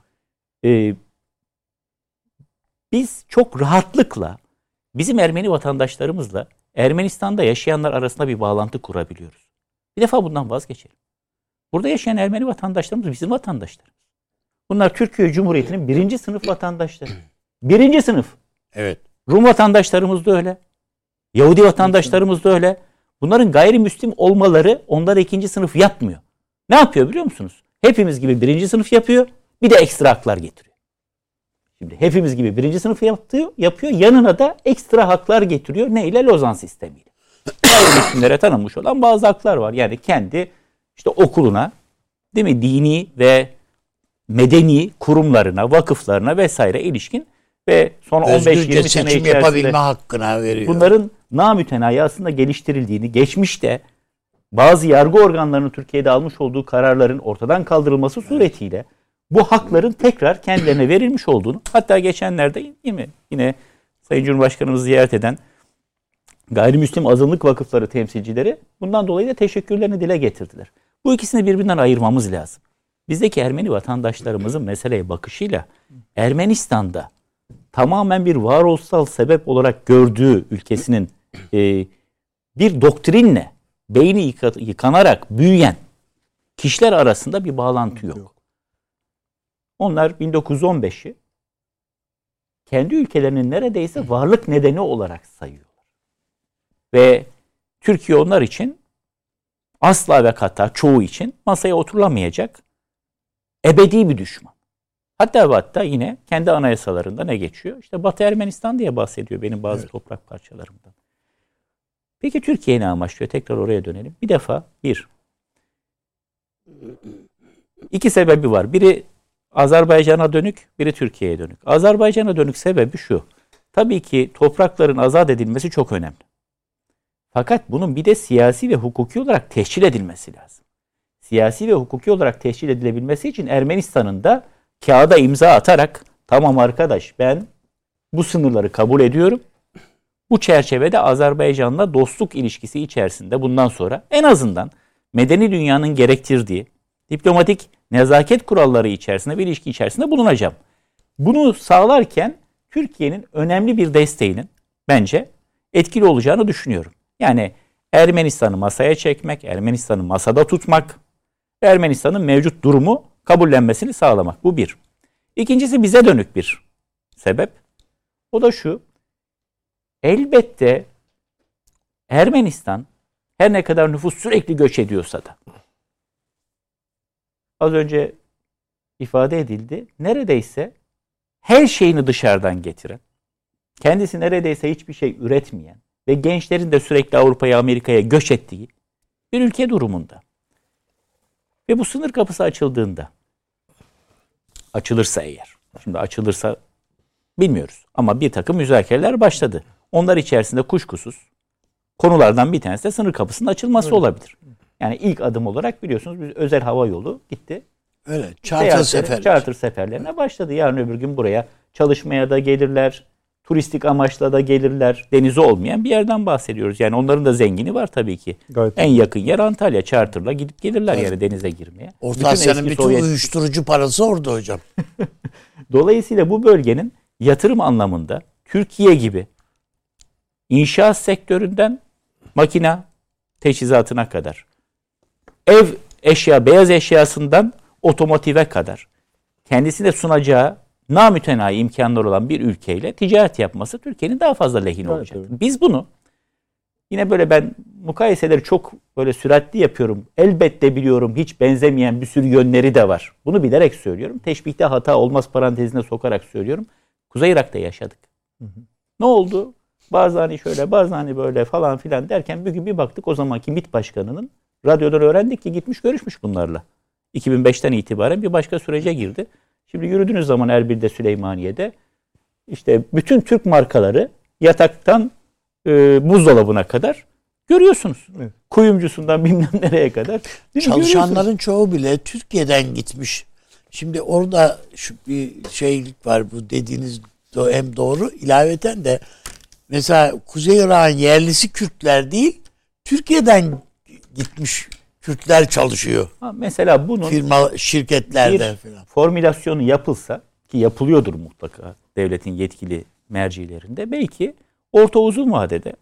Biz çok rahatlıkla bizim Ermeni vatandaşlarımızla Ermenistan'da yaşayanlar arasında bir bağlantı kurabiliyoruz. Bir defa bundan vazgeçelim. Burada yaşayan Ermeni vatandaşlarımız bizim vatandaşlarımız. Bunlar Türkiye Cumhuriyeti'nin 1. sınıf vatandaşları. 1. sınıf. Evet. Rum vatandaşlarımız da öyle. Yahudi vatandaşlarımız da öyle. Bunların gayrimüslim olmaları onları 2. sınıf yapmıyor. Ne yapıyor biliyor musunuz? Hepimiz gibi 1. sınıf yapıyor. Bir de ekstra haklar getiriyor. Şimdi hepimiz gibi 1. sınıf yapıyor. Yanına da ekstra haklar getiriyor. Neyle? Lozan sistemiyle. Gayrimüslimlere tanınmış olan bazı haklar var. Yani kendi işte okuluna, değil mi, dini ve medeni kurumlarına, vakıflarına vesaire ilişkin ve son 15-20 sene içerisinde yapabilme hakkına veriyor. Bunların namütenayi aslında geliştirildiğini, geçmişte bazı yargı organlarının Türkiye'de almış olduğu kararların ortadan kaldırılması suretiyle bu hakların tekrar kendilerine verilmiş olduğunu, hatta geçenlerde yine Sayın Cumhurbaşkanımızı ziyaret eden gayrimüslim azınlık vakıfları temsilcileri bundan dolayı da teşekkürlerini dile getirdiler. Bu ikisini birbirinden ayırmamız lazım. Bizdeki Ermeni vatandaşlarımızın meseleye bakışıyla Ermenistan'da tamamen bir varoluşsal sebep olarak gördüğü ülkesinin bir doktrinle beyni yıkanarak büyüyen kişiler arasında bir bağlantı yok. Onlar 1915'i kendi ülkelerinin neredeyse varlık nedeni olarak sayıyorlar. Ve Türkiye onlar için asla ve kata çoğu için masaya oturulamayacak ebedi bir düşman. Hatta yine kendi anayasalarında ne geçiyor? İşte Batı Ermenistan diye bahsediyor benim bazı toprak parçalarımdan. Peki Türkiye ne amaçlıyor? Tekrar oraya dönelim. Bir defa iki sebebi var. Biri Azerbaycan'a dönük, biri Türkiye'ye dönük. Azerbaycan'a dönük sebebi şu. Tabii ki toprakların azat edilmesi çok önemli. Fakat bunun bir de siyasi ve hukuki olarak tescil edilmesi lazım. Siyasi ve hukuki olarak tescil edilebilmesi için Ermenistan'ın da kağıda imza atarak tamam arkadaş ben bu sınırları kabul ediyorum. Bu çerçevede Azerbaycan'la dostluk ilişkisi içerisinde bundan sonra en azından medeni dünyanın gerektirdiği diplomatik nezaket kuralları içerisinde bir ilişki içerisinde bulunacağım. Bunu sağlarken Türkiye'nin önemli bir desteğinin bence etkili olacağını düşünüyorum. Yani Ermenistan'ı masaya çekmek, Ermenistan'ı masada tutmak, Ermenistan'ın mevcut durumu kabullenmesini sağlamak. Bu bir. İkincisi bize dönük bir sebep. O da şu. Elbette Ermenistan her ne kadar nüfus sürekli göç ediyorsa da az önce ifade edildi. Neredeyse her şeyini dışarıdan getiren, kendisi neredeyse hiçbir şey üretmeyen ve gençlerin de sürekli Avrupa'ya, Amerika'ya göç ettiği bir ülke durumunda. Ve bu sınır kapısı açıldığında, açılırsa eğer, şimdi açılırsa bilmiyoruz ama bir takım müzakereler başladı. Onlar içerisinde kuşkusuz konulardan bir tanesi de sınır kapısının açılması olabilir. Yani ilk adım olarak biliyorsunuz biz özel hava yolu gitti. Öyle. Charter seferlerine başladı. Yarın öbür gün buraya çalışmaya da gelirler. Turistik amaçla da gelirler. Denizi olmayan bir yerden bahsediyoruz. Yani onların da zengini var tabii ki. Gayet en yakın yer Antalya. Charter'la gidip gelirler yani denize girmeye. Orta Asya'nın bütün uyuşturucu parası orada hocam. Dolayısıyla bu bölgenin yatırım anlamında Türkiye gibi inşaat sektöründen makina teçhizatına kadar, ev eşya, beyaz eşyasından otomotive kadar kendisine sunacağı namütenayi imkanlar olan bir ülkeyle ticaret yapması Türkiye'nin daha fazla lehine olacak. Biz bunu yine böyle ben mukayeseleri çok böyle süratli yapıyorum. Elbette biliyorum hiç benzemeyen bir sürü yönleri de var. Bunu bilerek söylüyorum. Teşbihte hata olmaz parantezine sokarak söylüyorum. Kuzey Irak'ta yaşadık. Ne oldu? Bazı hani şöyle, bazı hani böyle falan filan derken bir gün bir baktık o zamanki MİT Başkanı'nın radyodan öğrendik ki gitmiş görüşmüş bunlarla. 2005'ten itibaren bir başka sürece girdi. Şimdi yürüdüğünüz zaman Erbil'de, Süleymaniye'de işte bütün Türk markaları yataktan buzdolabına kadar görüyorsunuz. Evet. Kuyumcusundan bilmem nereye kadar. Çalışanların çoğu bile Türkiye'den gitmiş. Şimdi orada şu bir şeylik var bu dediğiniz hem doğru. İlaveten de mesela Kuzey Irak'ın yerlisi Kürtler değil, Türkiye'den gitmiş Kürtler çalışıyor. Mesela bunun Şirketlerde falan. Formülasyonu yapılsa, ki yapılıyordur mutlaka devletin yetkili mercilerinde, belki orta uzun vadede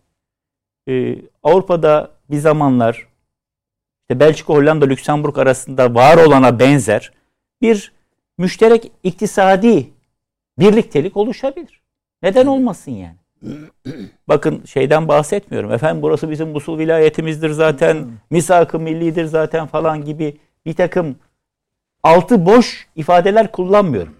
Avrupa'da bir zamanlar işte Belçika, Hollanda, Lüksemburg arasında var olana benzer bir müşterek iktisadi birliktelik oluşabilir. Neden olmasın yani? Bakın şeyden bahsetmiyorum. Efendim burası bizim Musul vilayetimizdir zaten, misak-ı millidir zaten falan gibi bir takım altı boş ifadeler kullanmıyorum.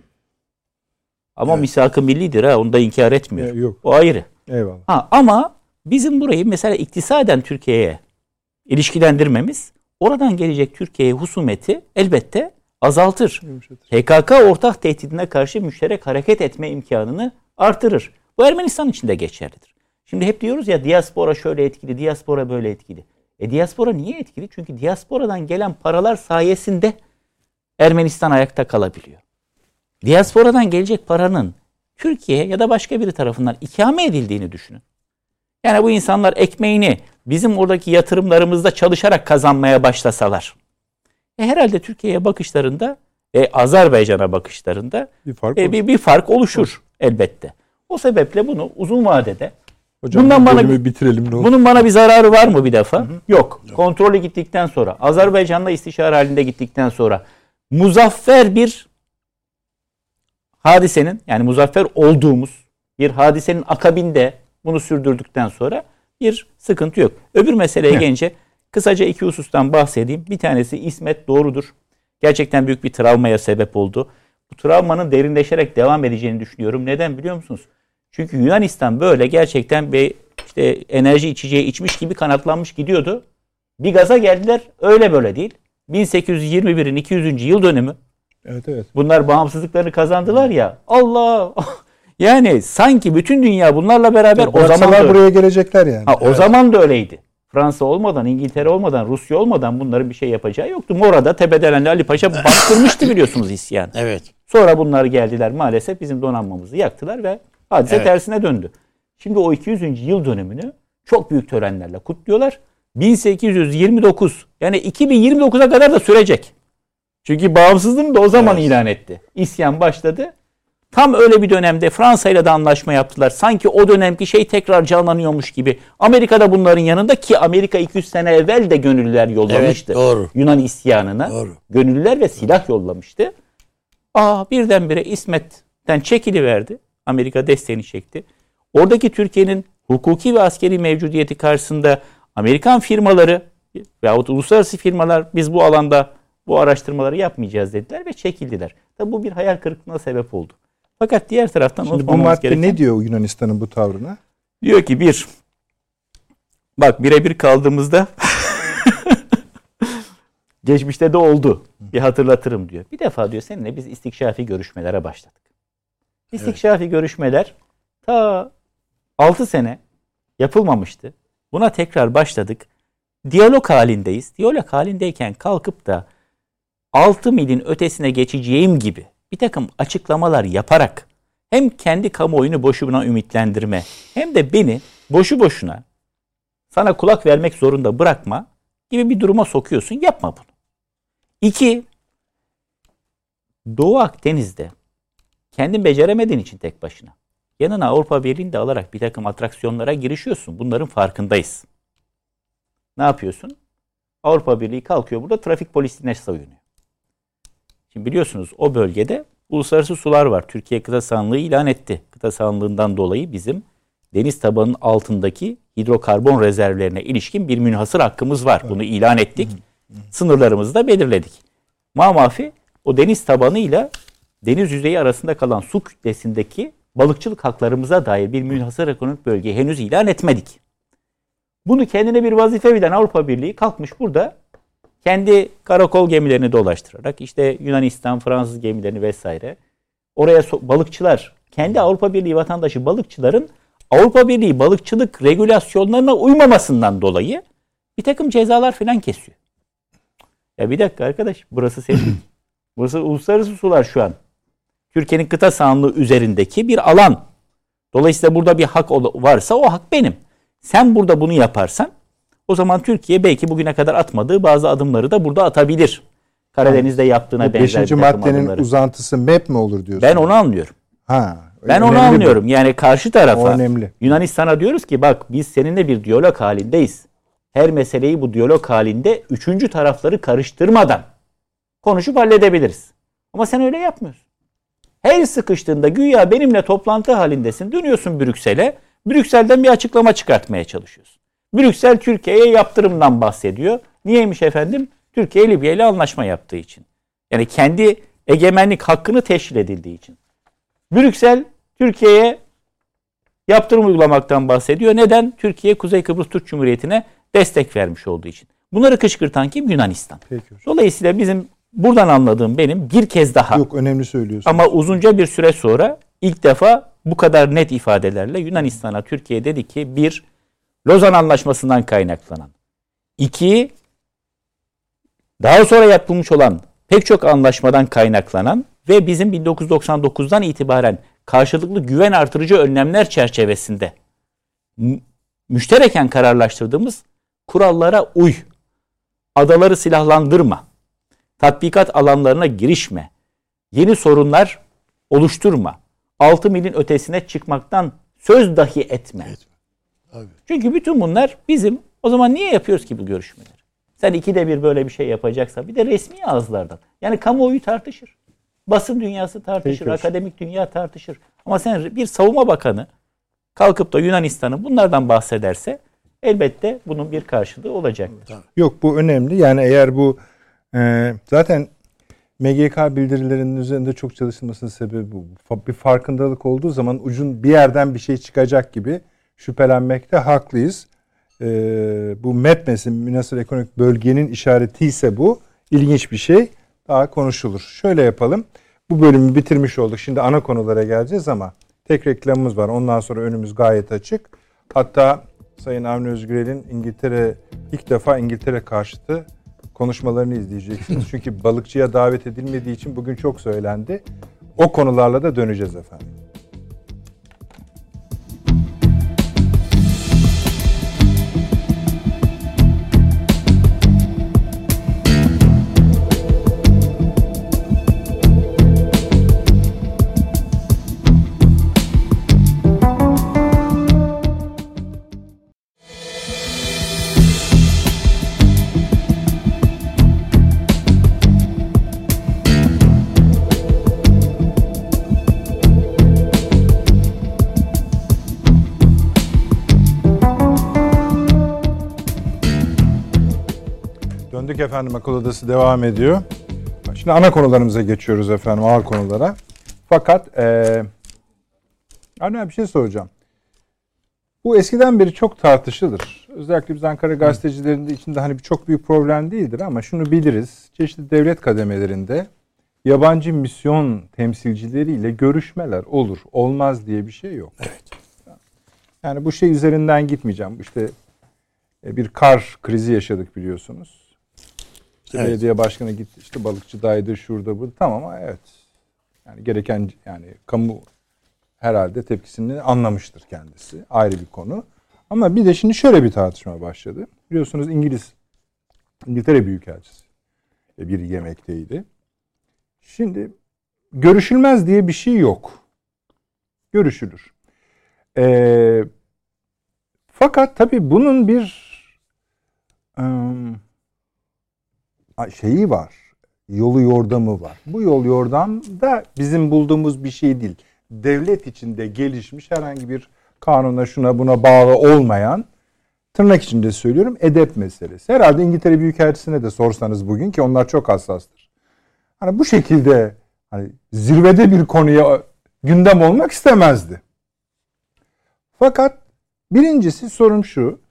Ama misak-ı millidir, onu da inkar etmiyorum. Yok. O ayrı. Eyvallah. Ama bizim burayı mesela iktisaden Türkiye'ye ilişkilendirmemiz oradan gelecek Türkiye'ye husumeti elbette azaltır. PKK ortak tehdidine karşı müşterek hareket etme imkanını artırır. Bu Ermenistan için de geçerlidir. Şimdi hep diyoruz ya, diaspora şöyle etkili, diaspora böyle etkili. Diaspora niye etkili? Çünkü diasporadan gelen paralar sayesinde Ermenistan ayakta kalabiliyor. Diasporadan gelecek paranın Türkiye ya da başka biri tarafından ikame edildiğini düşünün. Yani bu insanlar ekmeğini bizim oradaki yatırımlarımızda çalışarak kazanmaya başlasalar, herhalde Türkiye'ye bakışlarında Azerbaycan'a bakışlarında bir fark oluşur elbette. O sebeple bunu uzun vadede Hocam bitirelim. Bunun bana bir zararı var mı bir defa? Yok. Kontrolü gittikten sonra, Azerbaycan'la istişare halinde gittikten sonra muzaffer bir hadisenin, yani muzaffer olduğumuz bir hadisenin akabinde bunu sürdürdükten sonra bir sıkıntı yok. Öbür meseleye gelince kısaca iki husustan bahsedeyim. Bir tanesi İsmet, doğrudur. Gerçekten büyük bir travmaya sebep oldu. Bu travmanın derinleşerek devam edeceğini düşünüyorum. Neden biliyor musunuz? Çünkü Yunanistan böyle gerçekten bir enerji içeceği içmiş gibi kanatlanmış gidiyordu. Bir gaza geldiler, öyle böyle değil. 1821'in 200. yıl dönümü. Evet. Bunlar bağımsızlıklarını kazandılar ya. Allah! Yani sanki bütün dünya bunlarla beraber o zaman da buraya gelecekler yani. O zaman da öyleydi. Fransa olmadan, İngiltere olmadan, Rusya olmadan bunların bir şey yapacağı yoktu. Mora'da Tepedelen'de Ali Paşa bastırmıştı biliyorsunuz isyan. Evet. Sonra bunlar geldiler, maalesef bizim donanmamızı yaktılar ve hadise tersine döndü. Şimdi o 200. yıl dönümünü çok büyük törenlerle kutluyorlar. 1829, yani 2029'a kadar da sürecek. Çünkü bağımsızlığını da o zaman ilan etti. İsyan başladı. Tam öyle bir dönemde Fransa ile de anlaşma yaptılar. Sanki o dönemki şey tekrar canlanıyormuş gibi. Amerika da bunların yanında, ki Amerika 200 sene evvel de gönüllüler yollamıştı. Evet, doğru. Yunan isyanına. Doğru. Gönüllüler ve silah yollamıştı. Birdenbire İsmet'ten çekiliverdi. Amerika desteğini çekti. Oradaki Türkiye'nin hukuki ve askeri mevcudiyeti karşısında Amerikan firmaları veyahut uluslararası firmalar biz bu alanda bu araştırmaları yapmayacağız dediler ve çekildiler. Tabi bu bir hayal kırıklığına sebep oldu. Fakat diğer taraftan şimdi bu madde ne diyor Yunanistan'ın bu tavrına? Diyor ki birebir kaldığımızda geçmişte de oldu. Bir hatırlatırım diyor. Bir defa diyor seninle biz istikşafi görüşmelere başladık. İstikşafi görüşmeler ta 6 sene yapılmamıştı. Buna tekrar başladık. Diyalog halindeyiz. Diyalog halindeyken kalkıp da 6 milin ötesine geçeceğim gibi bir takım açıklamalar yaparak hem kendi kamuoyunu boşuna ümitlendirme hem de beni boşu boşuna sana kulak vermek zorunda bırakma gibi bir duruma sokuyorsun. Yapma bunu. 2. Doğu Akdeniz'de kendin beceremediğin için tek başına yanına Avrupa Birliği'ni de alarak bir takım atraksiyonlara girişiyorsun. Bunların farkındayız. Ne yapıyorsun? Avrupa Birliği kalkıyor burada trafik polisine savunuyor. Şimdi biliyorsunuz o bölgede uluslararası sular var. Türkiye kıta sahanlığı ilan etti. Kıta sahanlığından dolayı bizim deniz tabanının altındaki hidrokarbon rezervlerine ilişkin bir münhasır hakkımız var. Bunu ilan ettik. Sınırlarımızı da belirledik. Mamafi o deniz tabanıyla deniz yüzeyi arasında kalan su kütlesindeki balıkçılık haklarımıza dair bir münhasır ekonomik bölgeyi henüz ilan etmedik. Bunu kendine bir vazife bilen Avrupa Birliği kalkmış burada kendi karakol gemilerini dolaştırarak işte Yunanistan, Fransız gemilerini vesaire oraya balıkçılar, kendi Avrupa Birliği vatandaşı balıkçıların Avrupa Birliği balıkçılık regülasyonlarına uymamasından dolayı bir takım cezalar falan kesiyor. Ya bir dakika arkadaş, burası senin. Burası uluslararası sular şu an. Türkiye'nin kıta sahanlığı üzerindeki bir alan. Dolayısıyla burada bir hak varsa o hak benim. Sen burada bunu yaparsan O zaman Türkiye belki bugüne kadar atmadığı bazı adımları da burada atabilir. Karadeniz'de yaptığına benzer bir takım maddenin adımları. uzantısı MEP mi olur diyorsun? Ben onu anlıyorum. Ben onu önemli anlıyorum. bu. Yani karşı tarafa önemli. Yunanistan'a diyoruz ki bak biz seninle bir diyalog halindeyiz. Her meseleyi bu diyalog halinde üçüncü tarafları karıştırmadan konuşup halledebiliriz. Ama sen öyle yapmıyorsun. Her sıkıştığında güya benimle toplantı halindesin. Dönüyorsun Brüksel'e. Brüksel'den bir açıklama çıkartmaya çalışıyorsun. Brüksel Türkiye'ye yaptırımdan bahsediyor. Niyeymiş efendim? Türkiye Libya ile anlaşma yaptığı için. Yani kendi egemenlik hakkını teşkil edildiği için. Brüksel Türkiye'ye yaptırım uygulamaktan bahsediyor. Neden? Türkiye Kuzey Kıbrıs Türk Cumhuriyeti'ne destek vermiş olduğu için. Bunları kışkırtan kim? Yunanistan. Peki. Dolayısıyla bizim buradan anladığım benim bir kez daha. Yok, önemli söylüyorsun. Ama uzunca bir süre sonra ilk defa bu kadar net ifadelerle Yunanistan'a Türkiye dedi ki bir, Lozan Anlaşması'ndan kaynaklanan. İki, daha sonra yapılmış olan pek çok anlaşmadan kaynaklanan ve bizim 1999'dan itibaren karşılıklı güven artırıcı önlemler çerçevesinde müştereken kararlaştırdığımız kurallara uy, adaları silahlandırma, tatbikat alanlarına girişme, yeni sorunlar oluşturma, 6 milin ötesine çıkmaktan söz dahi etme. Abi. Çünkü bütün bunlar bizim, o zaman niye yapıyoruz ki bu görüşmeleri? Sen ikide bir böyle bir şey yapacaksan bir de resmi ağızlardan. Yani kamuoyu tartışır. Basın dünyası tartışır. Peki. Akademik dünya tartışır. Ama sen bir savunma bakanı kalkıp da Yunanistan'ın bunlardan bahsederse elbette bunun bir karşılığı olacaktır. Yok, bu önemli. Yani eğer bu zaten MGK bildirilerinin üzerinde çok çalışılmasının sebebi bu. Bir farkındalık olduğu zaman ucun bir yerden bir şey çıkacak gibi şüphelenmekte haklıyız. Bu MEP mesela Münhasır Ekonomik Bölgenin işareti ise bu. İlginç bir şey. Daha konuşulur. Şöyle yapalım. Bu bölümü bitirmiş olduk. Şimdi ana konulara geleceğiz ama tek reklamımız var. Ondan sonra önümüz gayet açık. Hatta Sayın Avni Özgürel'in ilk defa İngiltere karşıtı konuşmalarını izleyeceksiniz. Çünkü balıkçıya davet edilmediği için bugün çok söylendi. O konularla da döneceğiz efendim. Döndük efendim, akıl odası devam ediyor. Şimdi ana konularımıza geçiyoruz efendim, ağır konulara. Fakat bir şey soracağım. Bu eskiden beri çok tartışılır. Özellikle biz Ankara gazetecilerinde içinde hani çok büyük problem değildir ama şunu biliriz. Çeşitli devlet kademelerinde yabancı misyon temsilcileriyle görüşmeler olur. Olmaz diye bir şey yok. Evet. Yani bu şey üzerinden gitmeyeceğim. İşte bir kar krizi yaşadık biliyorsunuz. İşte evet. Belediye başkanı gitti, işte balıkçıdaydı, şurada bu. Tamam ama evet. Yani gereken, yani kamu herhalde tepkisini anlamıştır kendisi. Ayrı bir konu. Ama bir de şimdi şöyle bir tartışma başladı. Biliyorsunuz İngiltere Büyükelçisi bir yemekteydi. Şimdi görüşülmez diye bir şey yok. Görüşülür. Fakat tabii bunun bir şeyi var. Yolu yordamı var. Bu yol yordam da bizim bulduğumuz bir şey değil. Devlet içinde gelişmiş herhangi bir kanuna şuna buna bağlı olmayan, tırnak içinde söylüyorum, edep meselesi. Herhalde İngiltere Büyükelçisi'ne de sorsanız bugün, ki onlar çok hassastır. Hani bu şekilde hani zirvede bir konuya gündem olmak istemezdi. Fakat birincisi sorum şu.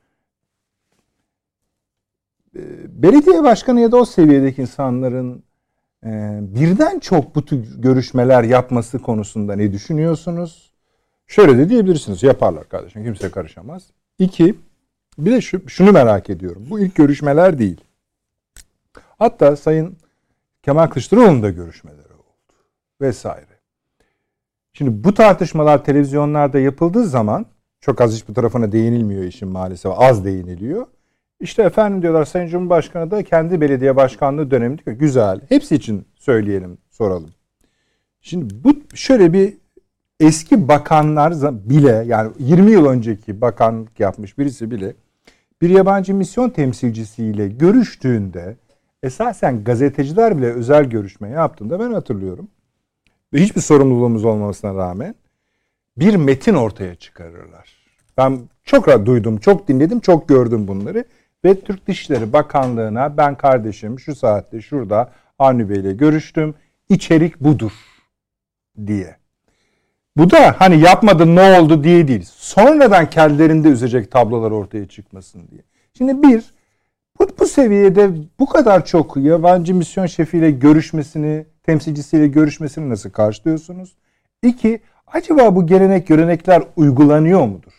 Belediye başkanı ya da o seviyedeki insanların birden çok bu tür görüşmeler yapması konusunda ne düşünüyorsunuz? Şöyle de diyebilirsiniz. Yaparlar kardeşim. Kimse karışamaz. 2. Bir de şunu merak ediyorum. Bu ilk görüşmeler değil. Hatta Sayın Kemal Kılıçdaroğlu'nun da görüşmeleri oldu. Vesaire. Şimdi bu tartışmalar televizyonlarda yapıldığı zaman çok az hiç bu tarafına değinilmiyor işin maalesef. Az değiniliyor. İşte efendim diyorlar, Sayın Cumhurbaşkanı da kendi belediye başkanlığı döneminde diyor. Güzel. Hepsi için söyleyelim, soralım. Şimdi bu şöyle bir eski bakanlar bile, yani 20 yıl önceki bakanlık yapmış birisi bile bir yabancı misyon temsilcisiyle görüştüğünde, esasen gazeteciler bile özel görüşme yaptığında ben hatırlıyorum. Ve hiçbir sorumluluğumuz olmamasına rağmen bir metin ortaya çıkarırlar. Ben çok rahat duydum, çok dinledim, çok gördüm bunları. Ve Türk Dışişleri Bakanlığı'na ben kardeşim şu saatte şurada Avni Bey'le görüştüm. İçerik budur diye. Bu da hani yapmadın ne oldu diye değil. Sonradan kendilerinde üzecek tablolar ortaya çıkmasın diye. Şimdi bu seviyede bu kadar çok yabancı misyon şefiyle görüşmesini, temsilcisiyle görüşmesini nasıl karşılıyorsunuz? 2, acaba bu görenekler uygulanıyor mudur?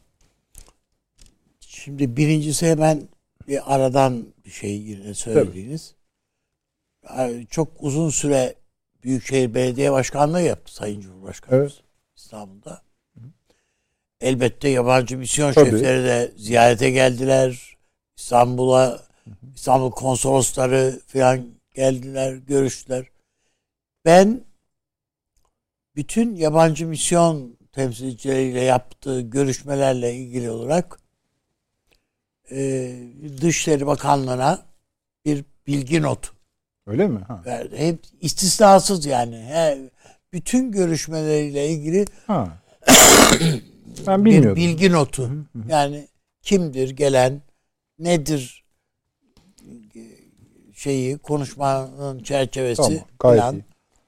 Şimdi birincisi hemen bir aradan bir şey yine söylediğiniz. Yani çok uzun süre Büyükşehir Belediye Başkanlığı yaptı Sayın Cumhurbaşkanımız. Evet. İstanbul'da. Elbette yabancı misyon şefleri de ziyarete geldiler. İstanbul konsolosları falan geldiler, görüştüler. Ben bütün yabancı misyon temsilcileriyle yaptığı görüşmelerle ilgili olarak Dışişleri Bakanlığı'na bir bilgi notu. Öyle mi? Verdi. Hep istisnasız yani. Bütün görüşmeleriyle ilgili ben bilmiyordum. Bir bilgi notu. Yani kimdir gelen, nedir konuşmanın çerçevesi falan.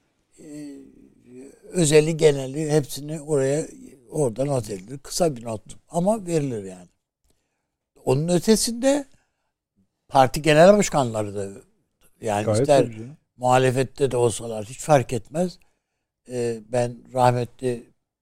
Özeli geneli hepsini orada not edilir. Kısa bir not ama verilir yani. Onun ötesinde parti genel başkanları da yani gayet ister muhalefette de olsalar hiç fark etmez. Ben rahmetli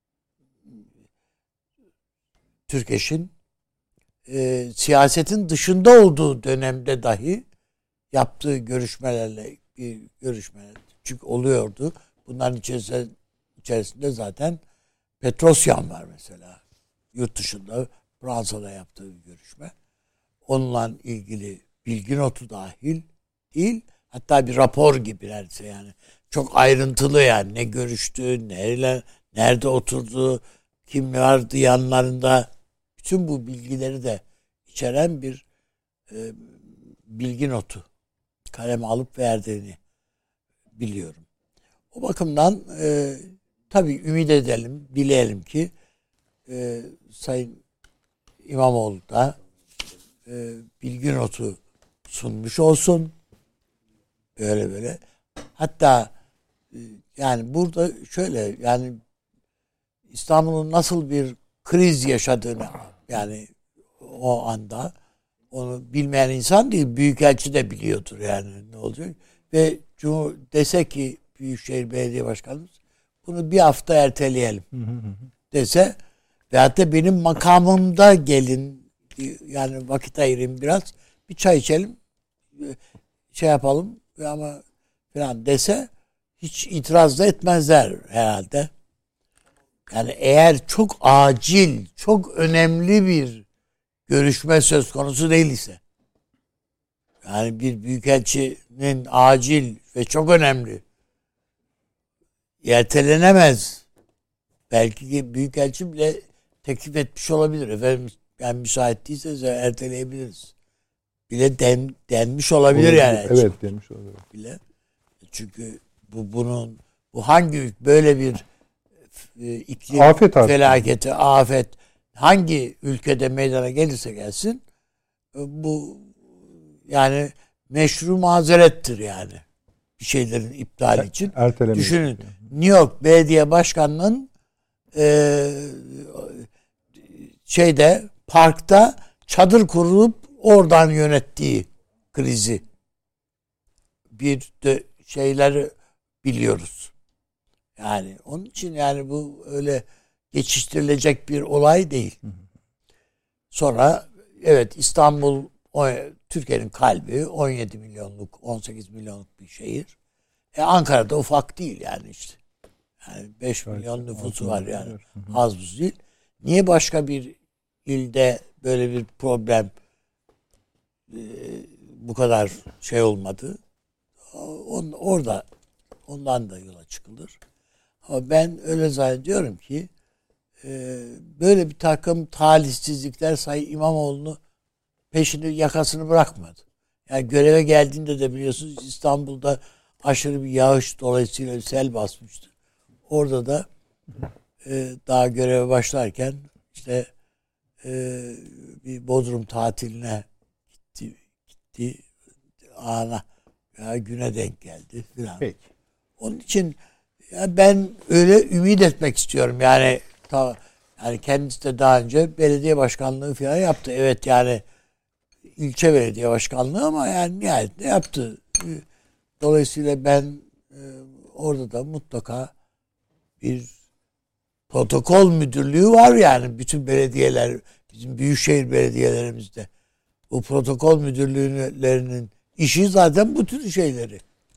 Türkeş'in siyasetin dışında olduğu dönemde dahi yaptığı görüşmeler çünkü oluyordu. Bunların içerisinde zaten Petrosyan var mesela. Yurt dışında Fransa'da yaptığı bir görüşme. Onunla ilgili bilgi notu dahil değil. Hatta bir rapor gibi neredeyse yani. Çok ayrıntılı yani. Ne görüştü, nerede oturdu, kim vardı yanlarında. Bütün bu bilgileri de içeren bir bilgi notu kaleme alıp verdiğini biliyorum. O bakımdan tabii ümit edelim, dileyelim ki Sayın İmamoğlu da bilgi notu sunmuş olsun. Böyle. Hatta yani burada şöyle yani İstanbul'un nasıl bir kriz yaşadığını yani o anda onu bilmeyen insan değil, büyükelçi de biliyordur yani ne olacak. Ve dese ki Büyükşehir Belediye Başkanımız bunu bir hafta erteleyelim dese ve hatta benim makamımda gelin yani vakit ayırayım biraz bir çay içelim yapalım ama falan dese hiç itiraz da etmezler herhalde. Yani eğer çok acil, çok önemli bir görüşme söz konusu değil ise yani bir büyükelçinin acil ve çok önemli ertelenemez. Belki büyükelçi bile teklif etmiş olabilir. Efendim yani müsait değilse erteleyebiliriz. Bile denmiş olabilir yani. Evet denmiş olabilir. Bile. Çünkü bu hangi böyle bir iklim felaketi, afet hangi ülkede meydana gelirse gelsin bu yani meşru mazerettir yani bir şeylerin iptali için. Düşünün New York Belediye Başkanı'nın parkta çadır kurup oradan yönettiği krizi bir de şeyleri biliyoruz. Yani onun için yani bu öyle geçiştirilecek bir olay değil. Sonra evet İstanbul Türkiye'nin kalbi 17 milyonluk 18 milyonluk bir şehir. Ankara'da ufak değil yani işte. Yani 5 milyon nüfusu var yani. Az buz değil. Niye başka bir ilde böyle bir problem bu kadar şey olmadı. Ondan da yola çıkılır. Ama ben öyle zannediyorum ki böyle bir takım talihsizlikler Sayın İmamoğlu'nu peşini yakasını bırakmadı. Yani göreve geldiğinde de biliyorsunuz İstanbul'da aşırı bir yağış dolayısıyla sel basmıştı. Orada da daha göreve başlarken işte bir Bodrum tatiline gitti ana ya güne denk geldi filan. Peki. Onun için ya ben öyle ümit etmek istiyorum. Yani yani kendisi de daha önce belediye başkanlığı falan yaptı. Evet yani ilçe belediye başkanlığı ama yani nihayetinde yaptı. Dolayısıyla ben orada da mutlaka bir protokol müdürlüğü var yani bütün belediyeler, bizim büyükşehir belediyelerimizde. Bu protokol müdürlüklerinin işi zaten bu tür şeyleri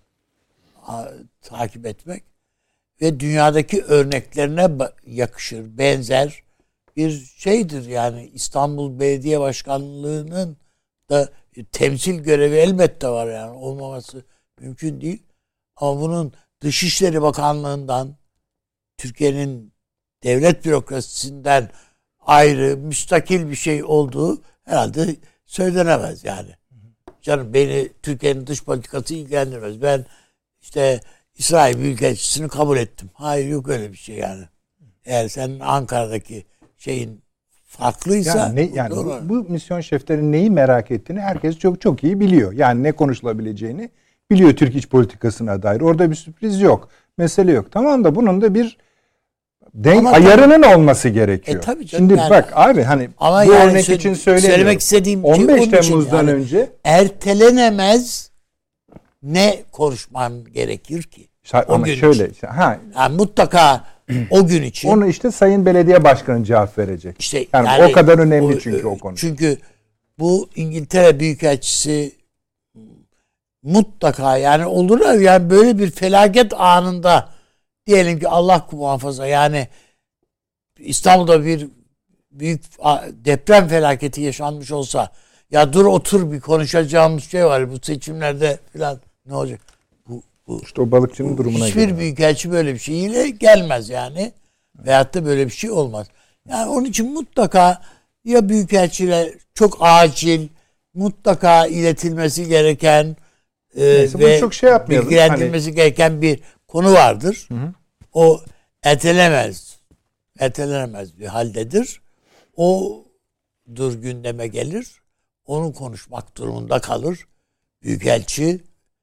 takip etmek ve dünyadaki örneklerine yakışır, benzer bir şeydir. Yani İstanbul Belediye Başkanlığı'nın da temsil görevi elbette var yani olmaması mümkün değil. Ama bunun Dışişleri Bakanlığı'ndan, Türkiye'nin devlet bürokrasisinden ayrı, müstakil bir şey olduğu herhalde söylenemez yani. Canım beni Türkiye'nin dış politikası ilgilendirmez. Ben işte İsrail Büyükelçisi'ni kabul ettim. Hayır yok öyle bir şey yani. Eğer senin Ankara'daki şeyin farklıysa yani bu misyon şeflerinin neyi merak ettiğini herkes çok çok iyi biliyor. Yani ne konuşulabileceğini biliyor Türk iç politikasına dair. Orada bir sürpriz yok. Mesele yok. Tamam da bunun da bir ayarının olması gerekiyor. Tabii şimdi yani, bak abi hani bu yani örnek için söylemek istediğim 15 Temmuz'dan yani, önce ertelenemez ne konuşman gerekir ki? Ama şöyle yani mutlaka o gün için. Onu işte Sayın Belediye Başkanı cevap verecek. İşte yani o kadar önemli çünkü o konu. Çünkü bu İngiltere Büyükelçisi mutlaka yani olur yani böyle bir felaket anında diyelim ki Allah muhafaza yani İstanbul'da bir büyük deprem felaketi yaşanmış olsa ya dur otur bir konuşacağımız şey var bu seçimlerde falan ne olacak? Bu işte o balıkçının durumuna hiçbir göre. Büyükelçi böyle bir şeyle gelmez yani. Veyahut da böyle bir şey olmaz. Yani onun için mutlaka ya büyükelçiler çok acil mutlaka iletilmesi gereken ve çok şey bilgilendirilmesi gereken bir konu vardır. Hı. O ertelenemez bir haldedir. Odur gündeme gelir. Onu konuşmak durumunda kalır. Büyükelçi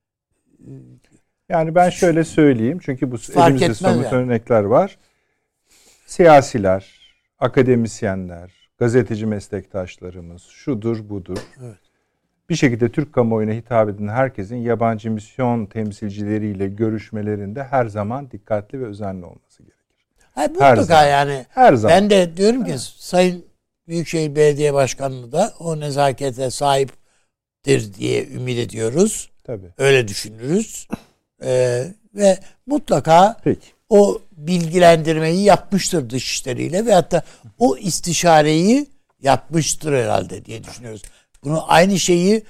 yani ben şöyle söyleyeyim çünkü bu elimizde somut örnekler var. Siyasiler, akademisyenler, gazeteci meslektaşlarımız, şudur budur. Evet. Bir şekilde Türk kamuoyuna hitap eden herkesin yabancı misyon temsilcileriyle görüşmelerinde her zaman dikkatli ve özenli olması gerekir. Mutlaka yani. Her zaman. Ben de diyorum ki Sayın Büyükşehir Belediye Başkanı da o nezakete sahiptir diye ümit ediyoruz. Tabii. Öyle düşünürüz. Ve mutlaka o bilgilendirmeyi yapmıştır dışişleriyle ve hatta o istişareyi yapmıştır herhalde diye düşünüyoruz. Bunu aynı şeyi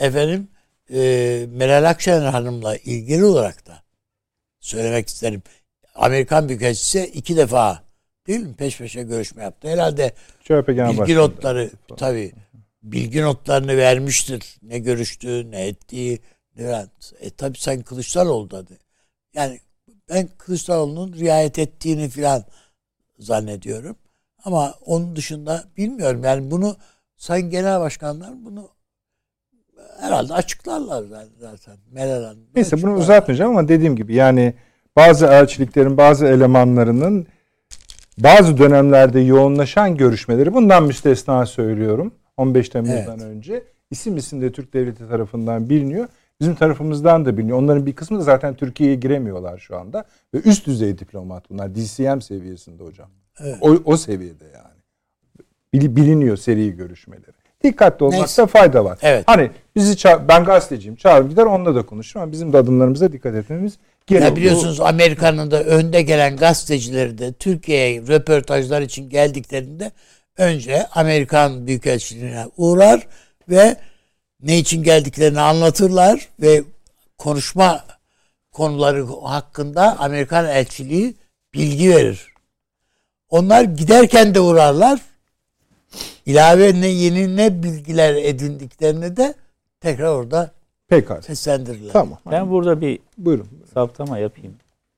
Meral Akşener Hanım'la ilgili olarak da söylemek isterim. Amerikan Büyükelçisi 2 defa değil mi peş peşe görüşme yaptı. Herhalde bilgi notları tabii bilgi notlarını vermiştir. Ne görüştüğü, ne ettiği. Tabii sen Kılıçdaroğlu dedi. Yani ben Kılıçdaroğlu'nun riayet ettiğini filan zannediyorum. Ama onun dışında bilmiyorum. Yani bunu Sayın Genel Başkanlar bunu herhalde açıklarlar zaten. Meral Hanım. Neyse bunu uzatmayacağım ama dediğim gibi yani bazı elçiliklerin bazı elemanlarının bazı dönemlerde yoğunlaşan görüşmeleri bundan müstesna söylüyorum. 15 Temmuz'dan önce isim de Türk Devleti tarafından biliniyor. Bizim tarafımızdan da biliniyor. Onların bir kısmı da zaten Türkiye'ye giremiyorlar şu anda. Ve üst düzey diplomat bunlar. DCM seviyesinde hocam. Evet. O seviyede yani. Biliniyor seri görüşmeleri. Dikkatli olmakta fayda var. Evet. Hani ben gazeteciyim. Çağırıp gider onunla da konuşurum ama bizim de adımlarımıza dikkat etmemiz gerekiyor. Ya biliyorsunuz Amerika'nın da önde gelen gazetecileri de Türkiye'ye röportajlar için geldiklerinde önce Amerikan Büyükelçiliğine uğrar ve ne için geldiklerini anlatırlar ve konuşma konuları hakkında Amerikan elçiliği bilgi verir. Onlar giderken de uğrarlar. İlave yeni ne bilgiler edindiklerini de tekrar orada Pekala. seslendirirler. Tamam. Ben burada bir Buyurun. saptama yapayım.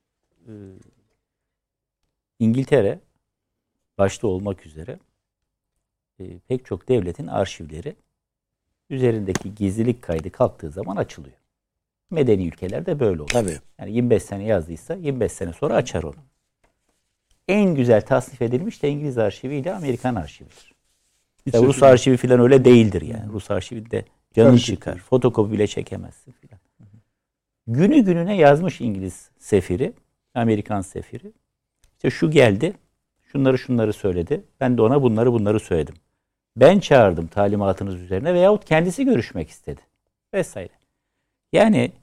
İngiltere başta olmak üzere pek çok devletin arşivleri üzerindeki gizlilik kaydı kalktığı zaman açılıyor. Medeni ülkelerde böyle olur. Tabii. Yani 25 sene yazdıysa 25 sene sonra açar onu. En güzel tasnif edilmiş de İngiliz arşivi ile Amerikan arşividir. Ya Rus arşivi falan öyle değildir yani. Rus arşivinde canın çıkar. Fotokopi bile çekemezsin filan. Günü gününe yazmış İngiliz sefiri, Amerikan sefiri. İşte şu geldi, şunları söyledi. Ben de ona bunları söyledim. Ben çağırdım talimatınız üzerine veyahut kendisi görüşmek istedi. Vesaire. Yani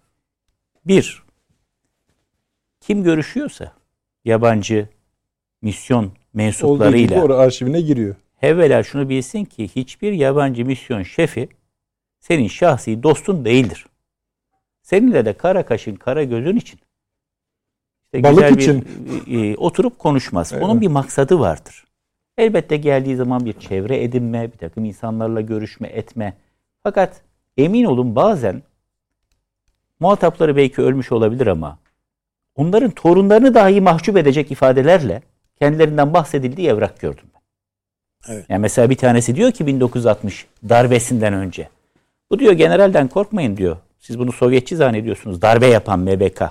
kim görüşüyorsa yabancı misyon mensuplarıyla olduğu gibi arşivine giriyor. evvela şunu bilsin ki hiçbir yabancı misyon şefi senin şahsi dostun değildir. Seninle de kara kaşın kara gözün için işte balık güzel için oturup konuşmaz. Evet. Onun bir maksadı vardır. Elbette geldiği zaman bir çevre edinme, bir takım insanlarla görüşme, etme. Fakat emin olun bazen muhatapları belki ölmüş olabilir ama onların torunlarını dahi mahcup edecek ifadelerle kendilerinden bahsedildiği evrak gördüm ben. Evet. Yani mesela bir tanesi diyor ki 1960 darbesinden önce. Bu diyor generalden korkmayın diyor. Siz bunu Sovyetçi zannediyorsunuz. Darbe yapan MBK.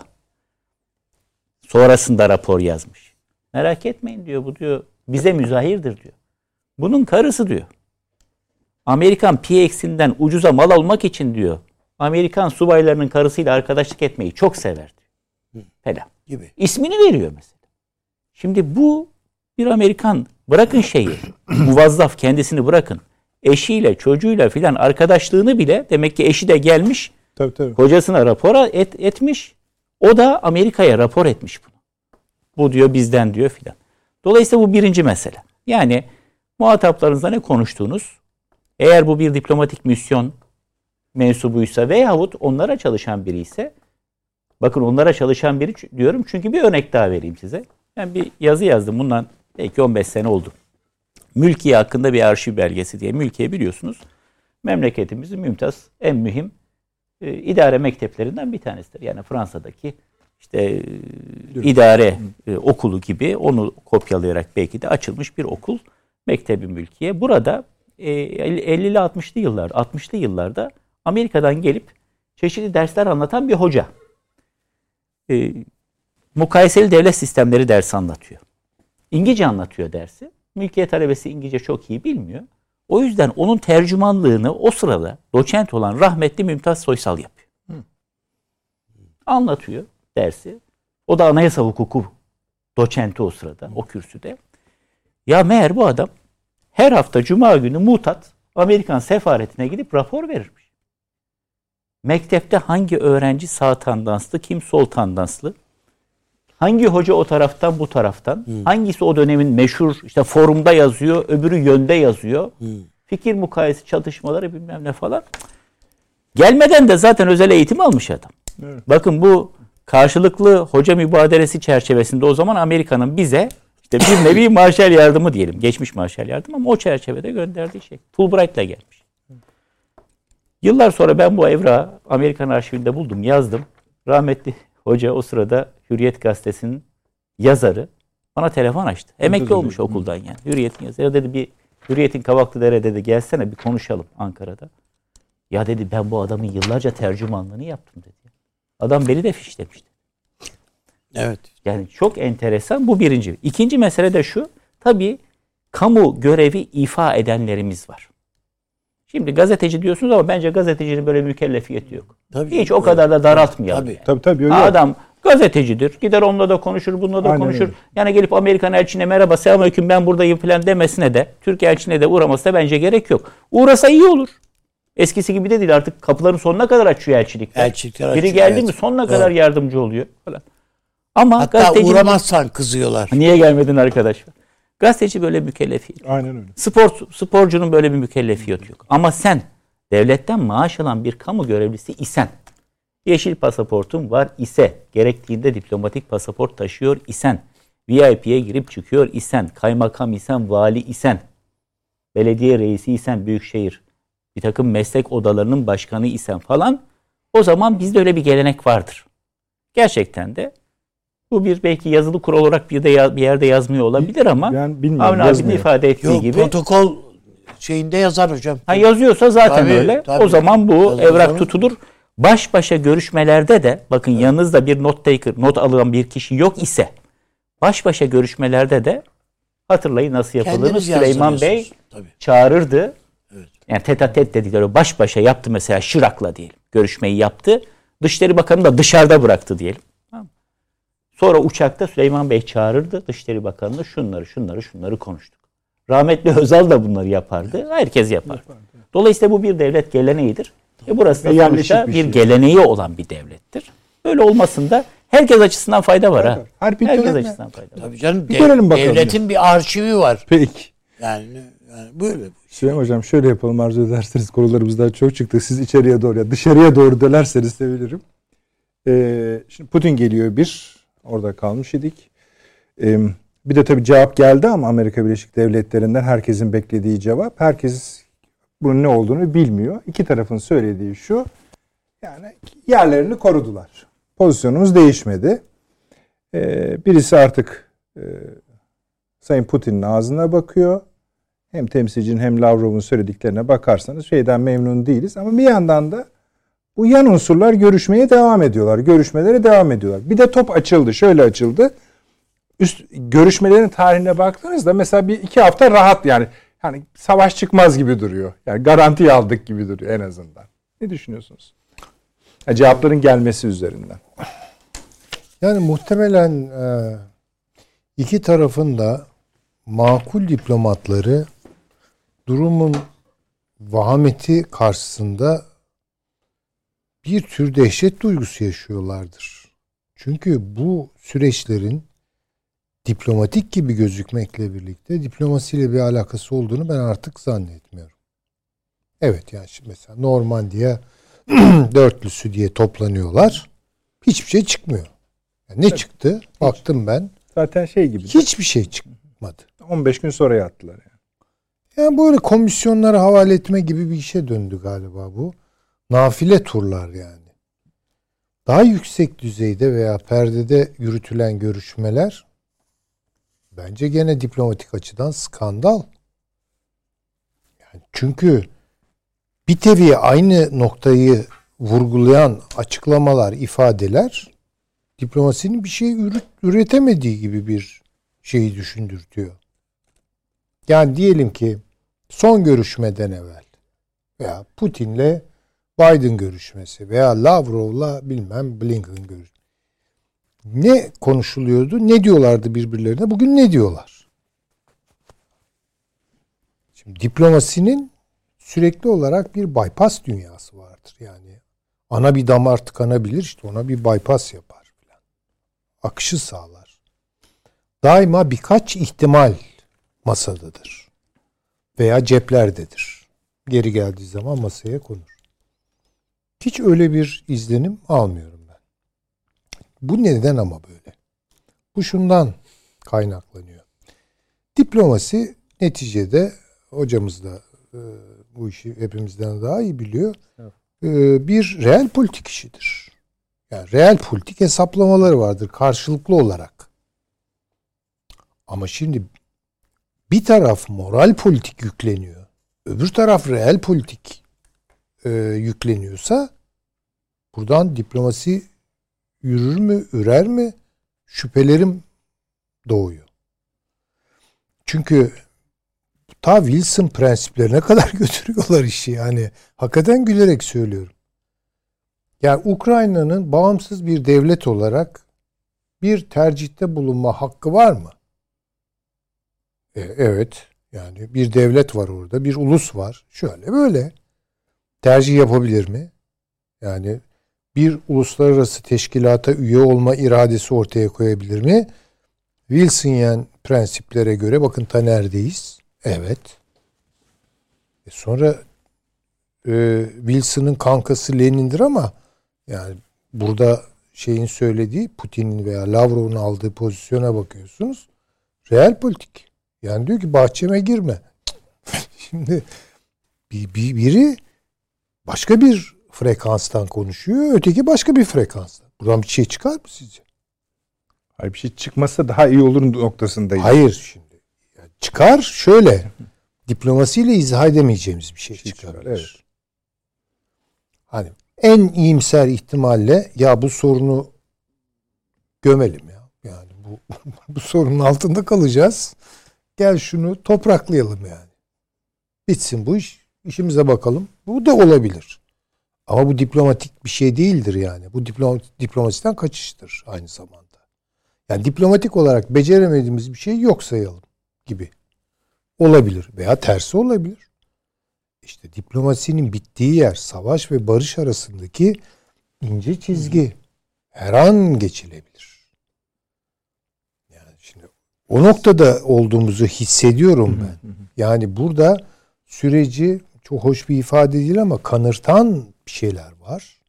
Sonrasında rapor yazmış. Merak etmeyin diyor. Bu diyor bize müzahirdir diyor. Bunun karısı diyor. Amerikan PX'inden ucuza mal almak için diyor. Amerikan subaylarının karısıyla arkadaşlık etmeyi çok sever diyor. Falan. Gibi. İsmini veriyor mesela. Şimdi bu bir Amerikan, bırakın şeyi, muvazzaf kendisini bırakın. Eşiyle, çocuğuyla filan arkadaşlığını bile demek ki eşi de gelmiş. Tabii. Kocasına rapor etmiş. O da Amerika'ya rapor etmiş bunu. Bu diyor bizden diyor filan. Dolayısıyla bu birinci mesele. Yani muhataplarınızla ne konuştuğunuz, eğer bu bir diplomatik misyon mensubuysa veyahut onlara çalışan biri ise, bakın onlara çalışan biri diyorum çünkü bir örnek daha vereyim size. Ben bir yazı yazdım bundan belki 15 sene oldu. Mülkiye hakkında bir arşiv belgesi diye. Mülkiye biliyorsunuz memleketimizin mümtaz en mühim idare mekteplerinden bir tanesidir. Yani Fransa'daki işte idare okulu gibi onu kopyalayarak belki de açılmış bir okul. Mektebi Mülkiye. Burada 50'li 60'lı yıllarda Amerika'dan gelip çeşitli dersler anlatan bir hoca. Mukayeseli devlet sistemleri dersi anlatıyor. İngilizce anlatıyor dersi. Mülkiye talebesi İngilizce çok iyi bilmiyor. O yüzden onun tercümanlığını o sırada doçent olan rahmetli Mümtaz Soysal yapıyor. Anlatıyor dersi. O da anayasa hukuku doçenti o sırada, o kürsüde. Ya meğer bu adam her hafta Cuma günü mutat Amerikan sefaretine gidip rapor verirmiş. Mektepte hangi öğrenci sağ tandanslı, kim sol tandanslı? Hangi hoca o taraftan bu taraftan? Hangisi o dönemin meşhur işte forumda yazıyor, öbürü yönde yazıyor. Fikir mukayese çatışmaları bilmem ne falan. Gelmeden de zaten özel eğitim almış adam. Evet. Bakın bu karşılıklı hoca mübadelesi çerçevesinde o zaman Amerika'nın bize işte bir nevi Marshall yardımı diyelim. Geçmiş Marshall yardım ama o çerçevede gönderdiği şey. Fulbright'la gelmiş. Yıllar sonra ben bu evrağı Amerikan arşivinde buldum, yazdım. Rahmetli hoca o sırada Hürriyet Gazetesi'nin yazarı bana telefon açtı. Emekli olmuş okuldan yani. Hürriyet'in yazarı. Dedi bir Hürriyet'in Kavaklıdere dedi gelsene bir konuşalım Ankara'da. Ya dedi ben bu adamın yıllarca tercümanlığını yaptım dedi. Adam beni de fişlemişti. Evet. Yani çok enteresan bu birinci. İkinci mesele de şu. Tabii kamu görevi ifa edenlerimiz var. Şimdi gazeteci diyorsunuz ama bence gazetecinin böyle mükellefiyeti yok. Tabii, hiç o kadar da daraltmayalım. Tabii. Yani. Tabii. Öyle. Adam gazetecidir. Gider onunla da konuşur, bununla da konuşur. Öyle. Yani gelip Amerikan elçine merhaba, selamünaleyküm ben buradayım falan demesine de, Türkiye elçine de uğramasına bence gerek yok. Uğrasa iyi olur. Eskisi gibi de değil artık kapıların sonuna kadar açıyor elçilikler. Biri geldi mi sonuna kadar yardımcı oluyor falan. Ama hatta uğramazsan kızıyorlar. Niye gelmedin arkadaş? Gazeteci böyle mükellefiyet. Aynen öyle. Sporcunun böyle bir mükellefiyeti yok. Ama sen devletten maaş alan bir kamu görevlisi isen, yeşil pasaportun var ise, gerektiğinde diplomatik pasaport taşıyor isen, VIP'ye girip çıkıyor isen, kaymakam isen, vali isen, belediye reisi isen, büyükşehir, bir takım meslek odalarının başkanı isen falan, o zaman bizde öyle bir gelenek vardır. Gerçekten de bu bir belki yazılı kural olarak bir yerde yazmıyor olabilir ama ben bilmiyorum, Avni abinin ifade ettiği Yok, gibi protokol şeyinde yazar hocam. yazıyorsa zaten Tabii, öyle. tabii. O zaman bu Yazılır evrak sonra. tutulur. Baş başa görüşmelerde de bakın yanınızda bir not alan bir kişi yok ise baş başa görüşmelerde de hatırlayın nasıl yapıldığını Kendiniz Süleyman Bey yazdırıyorsunuz. Tabii. çağırırdı. Evet. Yani tete dedikleri baş başa yaptı mesela Şirak'la diyelim. Görüşmeyi yaptı. Dışişleri Bakanı da dışarıda bıraktı diyelim. Sonra uçakta Süleyman Bey çağırırdı. Dışişleri Bakanı'na şunları konuştuk. Rahmetli Özal da bunları yapardı. Herkes yapar. Dolayısıyla bu bir devlet geleneğidir. Burası da sonuçta bir geleneği olan bir devlettir. Böyle olmasında herkes açısından fayda var ha. Herkes açısından fayda var. Tabii canım. Görelim bakalım. Devletin bir arşivi var. Peki. Yani böyle. Süleyman Hocam şöyle yapalım, arzu ederseniz, konularımızdan çok çıktı. Siz içeriye doğru ya dışarıya doğru dönerseniz sevinirim. Şimdi Putin geliyor orada kalmış idik. Bir de tabii cevap geldi ama Amerika Birleşik Devletleri'nden herkesin beklediği cevap. Herkes bunun ne olduğunu bilmiyor. İki tarafın söylediği şu. Yani yerlerini korudular. Pozisyonumuz değişmedi. Birisi artık Sayın Putin'in ağzına bakıyor. Hem temsilcinin hem Lavrov'un söylediklerine bakarsanız şeyden memnun değiliz. Ama bir yandan da bu yan unsurlar görüşmeye devam ediyorlar. Görüşmelere devam ediyorlar. Bir de top açıldı. Şöyle açıldı. Görüşmelerin tarihine baktığınızda mesela 2 hafta rahat yani savaş çıkmaz gibi duruyor. Yani garanti aldık gibi duruyor en azından. Ne düşünüyorsunuz? Cevapların gelmesi üzerinden. Yani muhtemelen iki tarafın da makul diplomatları durumun vahameti karşısında bir tür dehşet duygusu yaşıyorlardır. Çünkü bu süreçlerin diplomatik gibi gözükmekle birlikte diplomasiyle bir alakası olduğunu ben artık zannetmiyorum. Evet yani şimdi mesela Normandiya dörtlüsü diye toplanıyorlar. Hiçbir şey çıkmıyor. Yani ne çıktı? Baktım ben. Zaten gibi. Hiçbir şey çıkmadı. 15 gün sonra yattılar yani. Yani böyle komisyonlara havale etme gibi bir işe döndü galiba bu. Nafile turlar yani. Daha yüksek düzeyde veya perdede yürütülen görüşmeler bence gene diplomatik açıdan skandal. Yani çünkü bir teviye aynı noktayı vurgulayan açıklamalar, ifadeler diplomasinin bir şey üretemediği gibi bir şeyi düşündürtüyor. Yani diyelim ki son görüşmeden evvel veya Putin'le Biden görüşmesi veya Lavrov'la Blinken görüşmesi. Ne konuşuluyordu? Ne diyorlardı birbirlerine? Bugün ne diyorlar? Şimdi diplomasinin sürekli olarak bir bypass dünyası vardır. Yani ana bir damar tıkanabilir, işte ona bir bypass yapar falan. Akışı sağlar. Daima birkaç ihtimal masadadır. Veya ceplerdedir. Geri geldiği zaman masaya konur. Hiç öyle bir izlenim almıyorum ben. Bu neden ama böyle? Bu şundan kaynaklanıyor. Diplomasi neticede hocamız da bu işi hepimizden daha iyi biliyor. Evet. Bir reel politik işidir. Yani reel politik hesaplamaları vardır karşılıklı olarak. Ama şimdi bir taraf moral politik yükleniyor. Öbür taraf reel politik yükleniyorsa buradan diplomasi yürür mü, ürer mi? Şüphelerim doğuyor. Çünkü ta Wilson prensiplerine kadar götürüyorlar işi yani. Hakikaten gülerek söylüyorum. Yani Ukrayna'nın bağımsız bir devlet olarak bir tercihte bulunma hakkı var mı? Evet. Yani bir devlet var orada. Bir ulus var. Şöyle böyle. Tercih yapabilir mi? Yani bir uluslararası teşkilata üye olma iradesi ortaya koyabilir mi? Wilsonian prensiplere göre bakın ta neredeyiz? Evet. Sonra Wilson'ın kankası Lenin'dir ama yani burada şeyin söylediği, Putin'in veya Lavrov'un aldığı pozisyona bakıyorsunuz. Real politik. Yani diyor ki bahçeme girme. Şimdi biri başka bir frekanstan konuşuyor, öteki başka bir frekanstan. Buradan bir şey çıkar mı sizce? Hayır, bir şey çıkmasa daha iyi olur noktasındayız. Hayır şimdi. Yani çıkar şöyle. Diplomasiyle izah edemeyeceğimiz bir şey çıkabilir. Evet. Hani en iyimser ihtimalle ya bu sorunu gömelim ya. Yani bu sorunun altında kalacağız. Gel şunu topraklayalım yani. Bitsin bu iş. İşimize bakalım. Bu da olabilir. Ama bu diplomatik bir şey değildir yani. Bu diplomasiden kaçıştır aynı zamanda. Yani diplomatik olarak beceremediğimiz bir şey yok sayalım gibi. Olabilir veya tersi olabilir. İşte diplomasinin bittiği yer savaş ve barış arasındaki ince çizgi. Her an geçilebilir. Yani şimdi o noktada olduğumuzu hissediyorum ben. Yani burada süreci çok hoş bir ifade değil ama kanırtan bir şeyler var.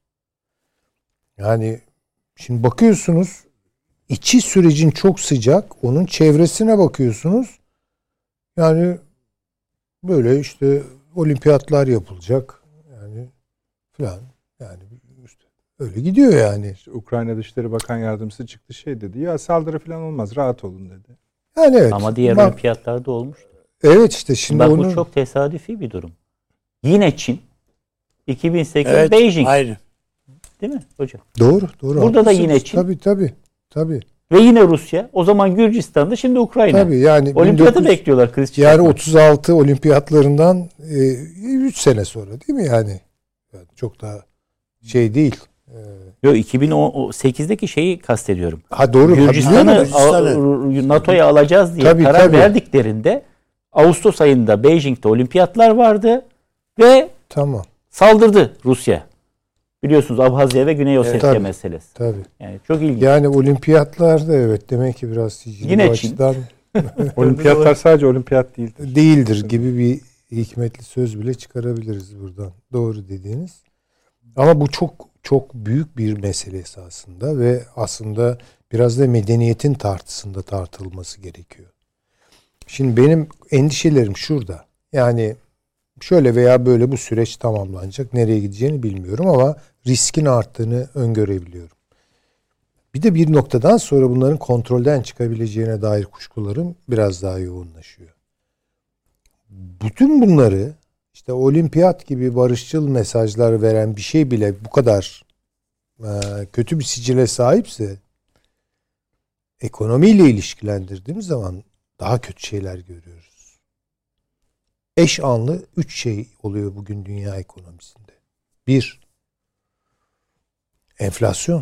Yani şimdi bakıyorsunuz içi sürecin çok sıcak, onun çevresine bakıyorsunuz. Yani böyle işte olimpiyatlar yapılacak yani falan yani işte öyle gidiyor yani. İşte Ukrayna Dışişleri Bakan Yardımcısı çıktı şey dedi. Ya saldırı falan olmaz, rahat olun dedi. Yani evet. Ama diğer olimpiyatlarda olmuştu. Evet işte şimdi bak, onu... bu çok tesadüfi bir durum. Yine Çin 2008 evet, Beijing. Aynı. Değil mi hocam? Doğru. Burada da yine Çin. Tabii. Ve yine Rusya. O zaman Gürcistan'da, şimdi Ukrayna. Tabii yani Olimpiyatı bekliyorlar kriz çıkartmak. Yani 36 olimpiyatlarından 3 sene sonra değil mi yani? Yani çok da şey değil. Yok, 2018'deki şeyi kastediyorum. Ha doğru. Gürcistan'ı NATO'ya alacağız diye karar verdiklerinde Ağustos ayında Beijing'de olimpiyatlar vardı ve saldırdı Rusya. Biliyorsunuz Abhazya ve Güney Ossetya meselesi. Tabii. Yani çok ilginç. Yani olimpiyatlarda evet demek ki biraz sicili yine açıdan olimpiyatlar sadece olimpiyat değildir. Değildir gibi bir hikmetli söz bile çıkarabiliriz buradan. Doğru dediğiniz. Ama bu çok büyük bir mesele esasında ve aslında biraz da medeniyetin tartısında tartılması gerekiyor. Şimdi benim endişelerim şurada. Yani şöyle veya böyle bu süreç tamamlanacak. Nereye gideceğini bilmiyorum ama riskin arttığını öngörebiliyorum. Bir de bir noktadan sonra bunların kontrolden çıkabileceğine dair kuşkularım biraz daha yoğunlaşıyor. Bütün bunları işte olimpiyat gibi barışçıl mesajlar veren bir şey bile bu kadar kötü bir sicile sahipse ekonomiyle ilişkilendirdiğimiz zaman daha kötü şeyler görüyoruz. Eş anlı 3 şey oluyor bugün dünya ekonomisinde. 1. Enflasyon.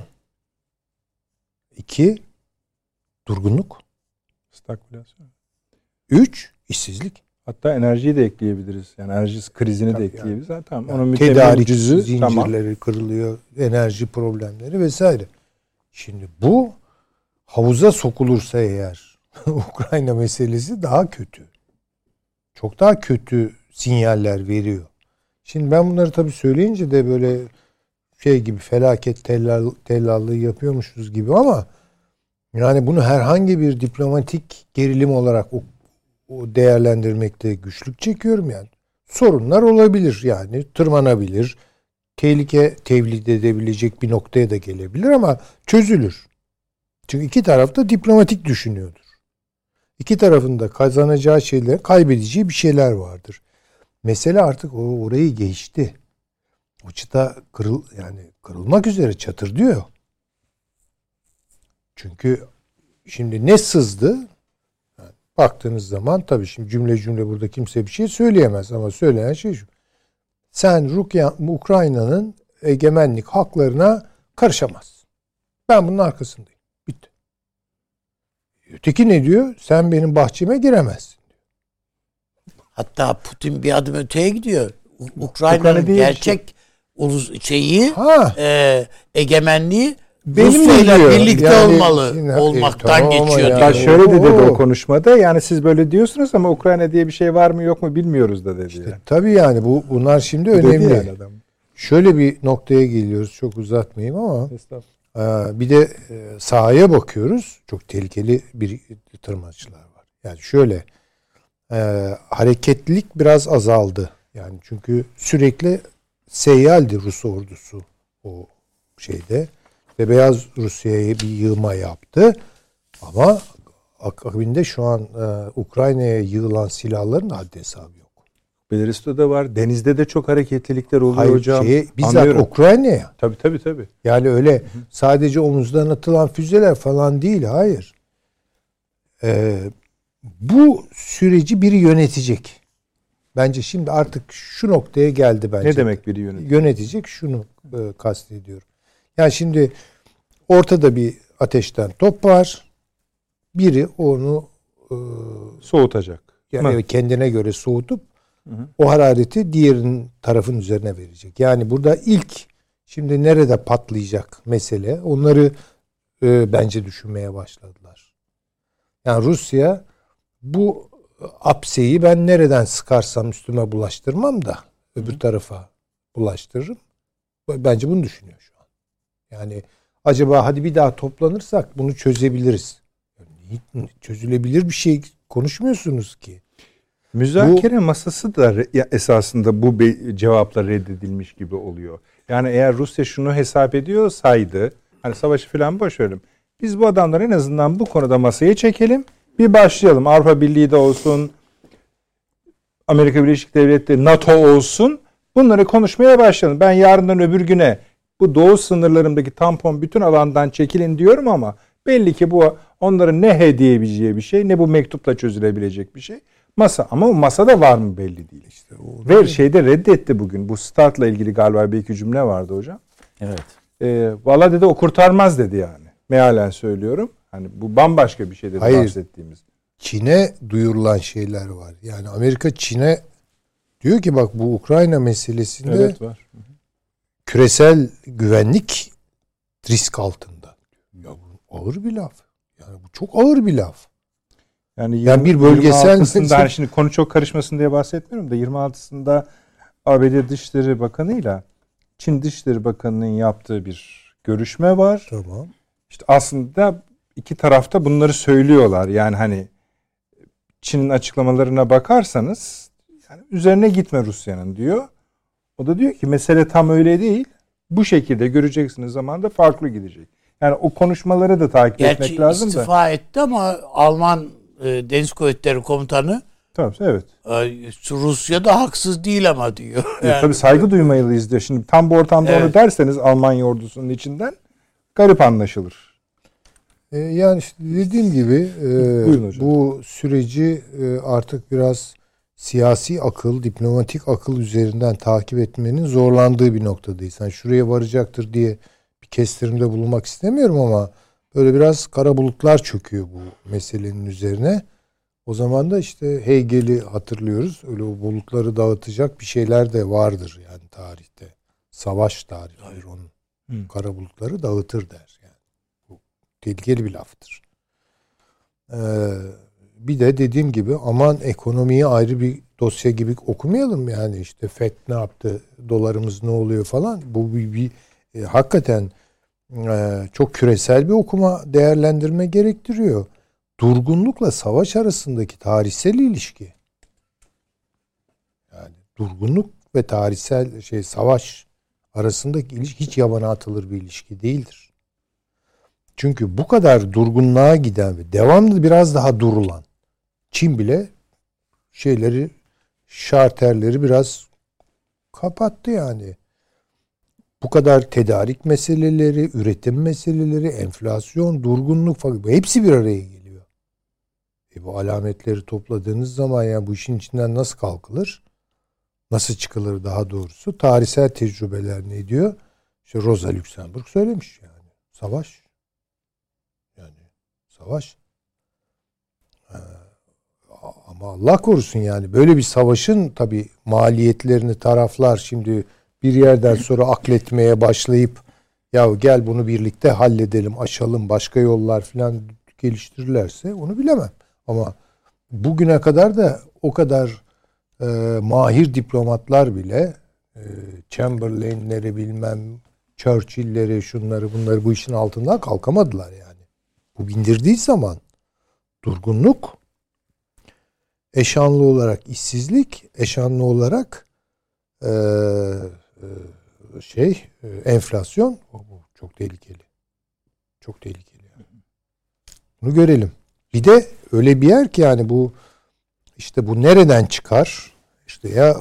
2. Durgunluk. Stagflasyon. 3. İşsizlik. Hatta enerjiyi de ekleyebiliriz. Yani enerji krizini de ekleyebiliriz. Yani. Tamam. Onun tedarik zincirleri kırılıyor. Enerji problemleri vesaire. Şimdi bu havuza sokulursa eğer Ukrayna meselesi daha kötü. Çok daha kötü sinyaller veriyor. Şimdi ben bunları tabii söyleyince de böyle şey gibi felaket tellallığı yapıyormuşuz gibi ama yani bunu herhangi bir diplomatik gerilim olarak o değerlendirmekte güçlük çekiyorum yani. Sorunlar olabilir yani tırmanabilir. Tehlike tevlid edebilecek bir noktaya da gelebilir ama çözülür. Çünkü iki taraf da diplomatik düşünüyordur. İki tarafın da kazanacağı şeyler, kaybedeceği bir şeyler vardır. Mesele artık orayı geçti. O çıta kırılmak üzere çatır diyor. Çünkü şimdi ne sızdı? Yani baktığınız zaman tabii şimdi cümle burada kimse bir şey söyleyemez ama söylenen şey şu. Sen Ukrayna'nın egemenlik haklarına karışamazsın. Ben bunun arkasındayım. Bitti. Öteki ne diyor? Sen benim bahçeme giremezsin. Hatta Putin bir adım öteye gidiyor. Ukrayna'nın gerçek ulus egemenliği Rusya ile birlikte Yani olmalı yine- olmaktan tamam ama geçiyor yani- diyor. Ya şöyle de dedi Oo. o konuşmada, yani siz böyle diyorsunuz ama Ukrayna diye bir şey var mı yok mu bilmiyoruz da dedi. Yani. Tabii yani bunlar şimdi Dedi önemli. yani adam. Şöyle bir noktaya geliyoruz. Çok uzatmayayım ama Estağfurullah. bir de sahaya bakıyoruz. Çok tehlikeli bir tırmanışlar var. Yani şöyle hareketlilik biraz azaldı. Yani çünkü sürekli seyyaldi Rus ordusu o şeyde. Ve Beyaz Rusya'ya bir yığma yaptı. Ama akabinde şu an Ukrayna'ya yığılan silahların haddi hesabı yok. Belaristo'da var. Denizde de çok hareketlilikler oluyor Hayır, hocam. bizzat Anlıyorum. Ukrayna'ya. Tabii. Yani öyle sadece omuzdan atılan füzeler falan değil. Hayır. Bu süreci biri yönetecek. Bence şimdi artık şu noktaya geldi bence. Ne demek biri yönetiyor? Yönetecek şunu kastediyorum. Yani şimdi ortada bir ateşten top var. Biri onu Soğutacak. yani kendine göre soğutup o harareti diğerinin tarafın üzerine verecek. Yani burada ilk şimdi nerede patlayacak mesele, onları bence düşünmeye başladılar. Yani Rusya bu apseyi ben nereden sıkarsam üstüme bulaştırmam da öbür tarafa bulaştırırım. Bence bunu düşünüyor şu an. Yani acaba hadi bir daha toplanırsak bunu çözebiliriz. Yani çözülebilir bir şey konuşmuyorsunuz ki. Müzakere masası da esasında bu cevapla reddedilmiş gibi oluyor. Yani eğer Rusya şunu hesap ediyorsaydı, hani savaşı falan boş verelim. Biz bu adamları en azından bu konuda masaya çekelim. Bir başlayalım. Avrupa Birliği de olsun, Amerika Birleşik Devletleri, NATO olsun. Bunları konuşmaya başlayalım. Ben yarından öbür güne bu doğu sınırlarımdaki tampon bütün alandan çekilin diyorum ama belli ki bu onların ne hediye edeceği bir şey, ne bu mektupla çözülebilecek bir şey. Masa, ama o masada var mı belli değil. İşte ve şeyde reddetti bugün. Bu Start'la ilgili galiba bir iki cümle vardı hocam. Evet. Valla dedi o kurtarmaz dedi yani. Mealen söylüyorum. Hani bu bambaşka bir şey dedi bahsettiğimiz. Çin'e duyurulan şeyler var. Yani Amerika Çin'e diyor ki bak bu Ukrayna meselesinde Evet, var. Küresel güvenlik risk altında. Ya bu ağır bir laf. Yani bu çok ağır bir laf. Yani bir bölgesel 26'sında hani şimdi konu çok karışmasın diye bahsetmiyorum da 26'sında ABD Dışişleri Bakanı'yla Çin Dışişleri Bakanı'nın yaptığı bir görüşme var. Tamam. İşte aslında iki tarafta bunları söylüyorlar. Yani hani Çin'in açıklamalarına bakarsanız yani üzerine gitme Rusya'nın diyor. O da diyor ki mesele tam öyle değil. Bu şekilde göreceksiniz zamanda farklı gidecek. Yani o konuşmaları da takip etmek lazım da. Gerçi istifa etti ama Alman Deniz Kuvvetleri Komutanı Tamam, evet. Rusya da haksız değil ama diyor. Yani, Tabii saygı duymalıyız diyor. Şimdi tam bu ortamda onu derseniz Almanya ordusunun içinden garip anlaşılır. Yani işte dediğim gibi bu süreci artık biraz siyasi akıl, diplomatik akıl üzerinden takip etmenin zorlandığı bir noktadayız. Yani şuraya varacaktır diye bir kestirimde bulunmak istemiyorum ama böyle biraz kara bulutlar çöküyor bu meselenin üzerine. O zaman da işte Hegel'i hatırlıyoruz. Öyle o bulutları dağıtacak bir şeyler de vardır yani tarihte. Savaş tarihidir onun. Kara bulutları dağıtır der. Yani bu tehlikeli bir laftır. Bir de dediğim gibi aman ekonomiyi ayrı bir dosya gibi okumayalım yani işte FED ne yaptı, dolarımız ne oluyor falan. Bu hakikaten çok küresel bir okuma, değerlendirme gerektiriyor. Durgunlukla savaş arasındaki tarihsel ilişki. Yani durgunluk ve tarihsel savaş arasındaki ilişki hiç yabana atılır bir ilişki değildir. Çünkü bu kadar durgunluğa giden ve devamlı biraz daha durulan Çin bile şarterleri biraz kapattı yani. Bu kadar tedarik meseleleri, üretim meseleleri, enflasyon, durgunluk falan hepsi bir araya geliyor. Bu alametleri topladığınız zaman ya bu işin içinden nasıl kalkılır? Nasıl çıkılır daha doğrusu? Tarihsel tecrübeler ne diyor? İşte Rosa Luxemburg söylemiş yani. Savaş. Yani savaş. Ama Allah korusun yani böyle bir savaşın tabii maliyetlerini taraflar şimdi bir yerden sonra akletmeye başlayıp Ya gel bunu birlikte halledelim, aşalım, başka yollar falan geliştirirlerse onu bilemem. Ama bugüne kadar da o kadar mahir diplomatlar bile Chamberlain'leri bilmem Churchill'leri şunları bunları bu işin altından kalkamadılar yani. Bu bindirdiği zaman durgunluk, eşanlı olarak işsizlik, eşanlı olarak enflasyon çok tehlikeli. Çok tehlikeli yani. Bunu görelim. Bir de öyle bir yer ki yani bu işte bu nereden çıkar? İşte ya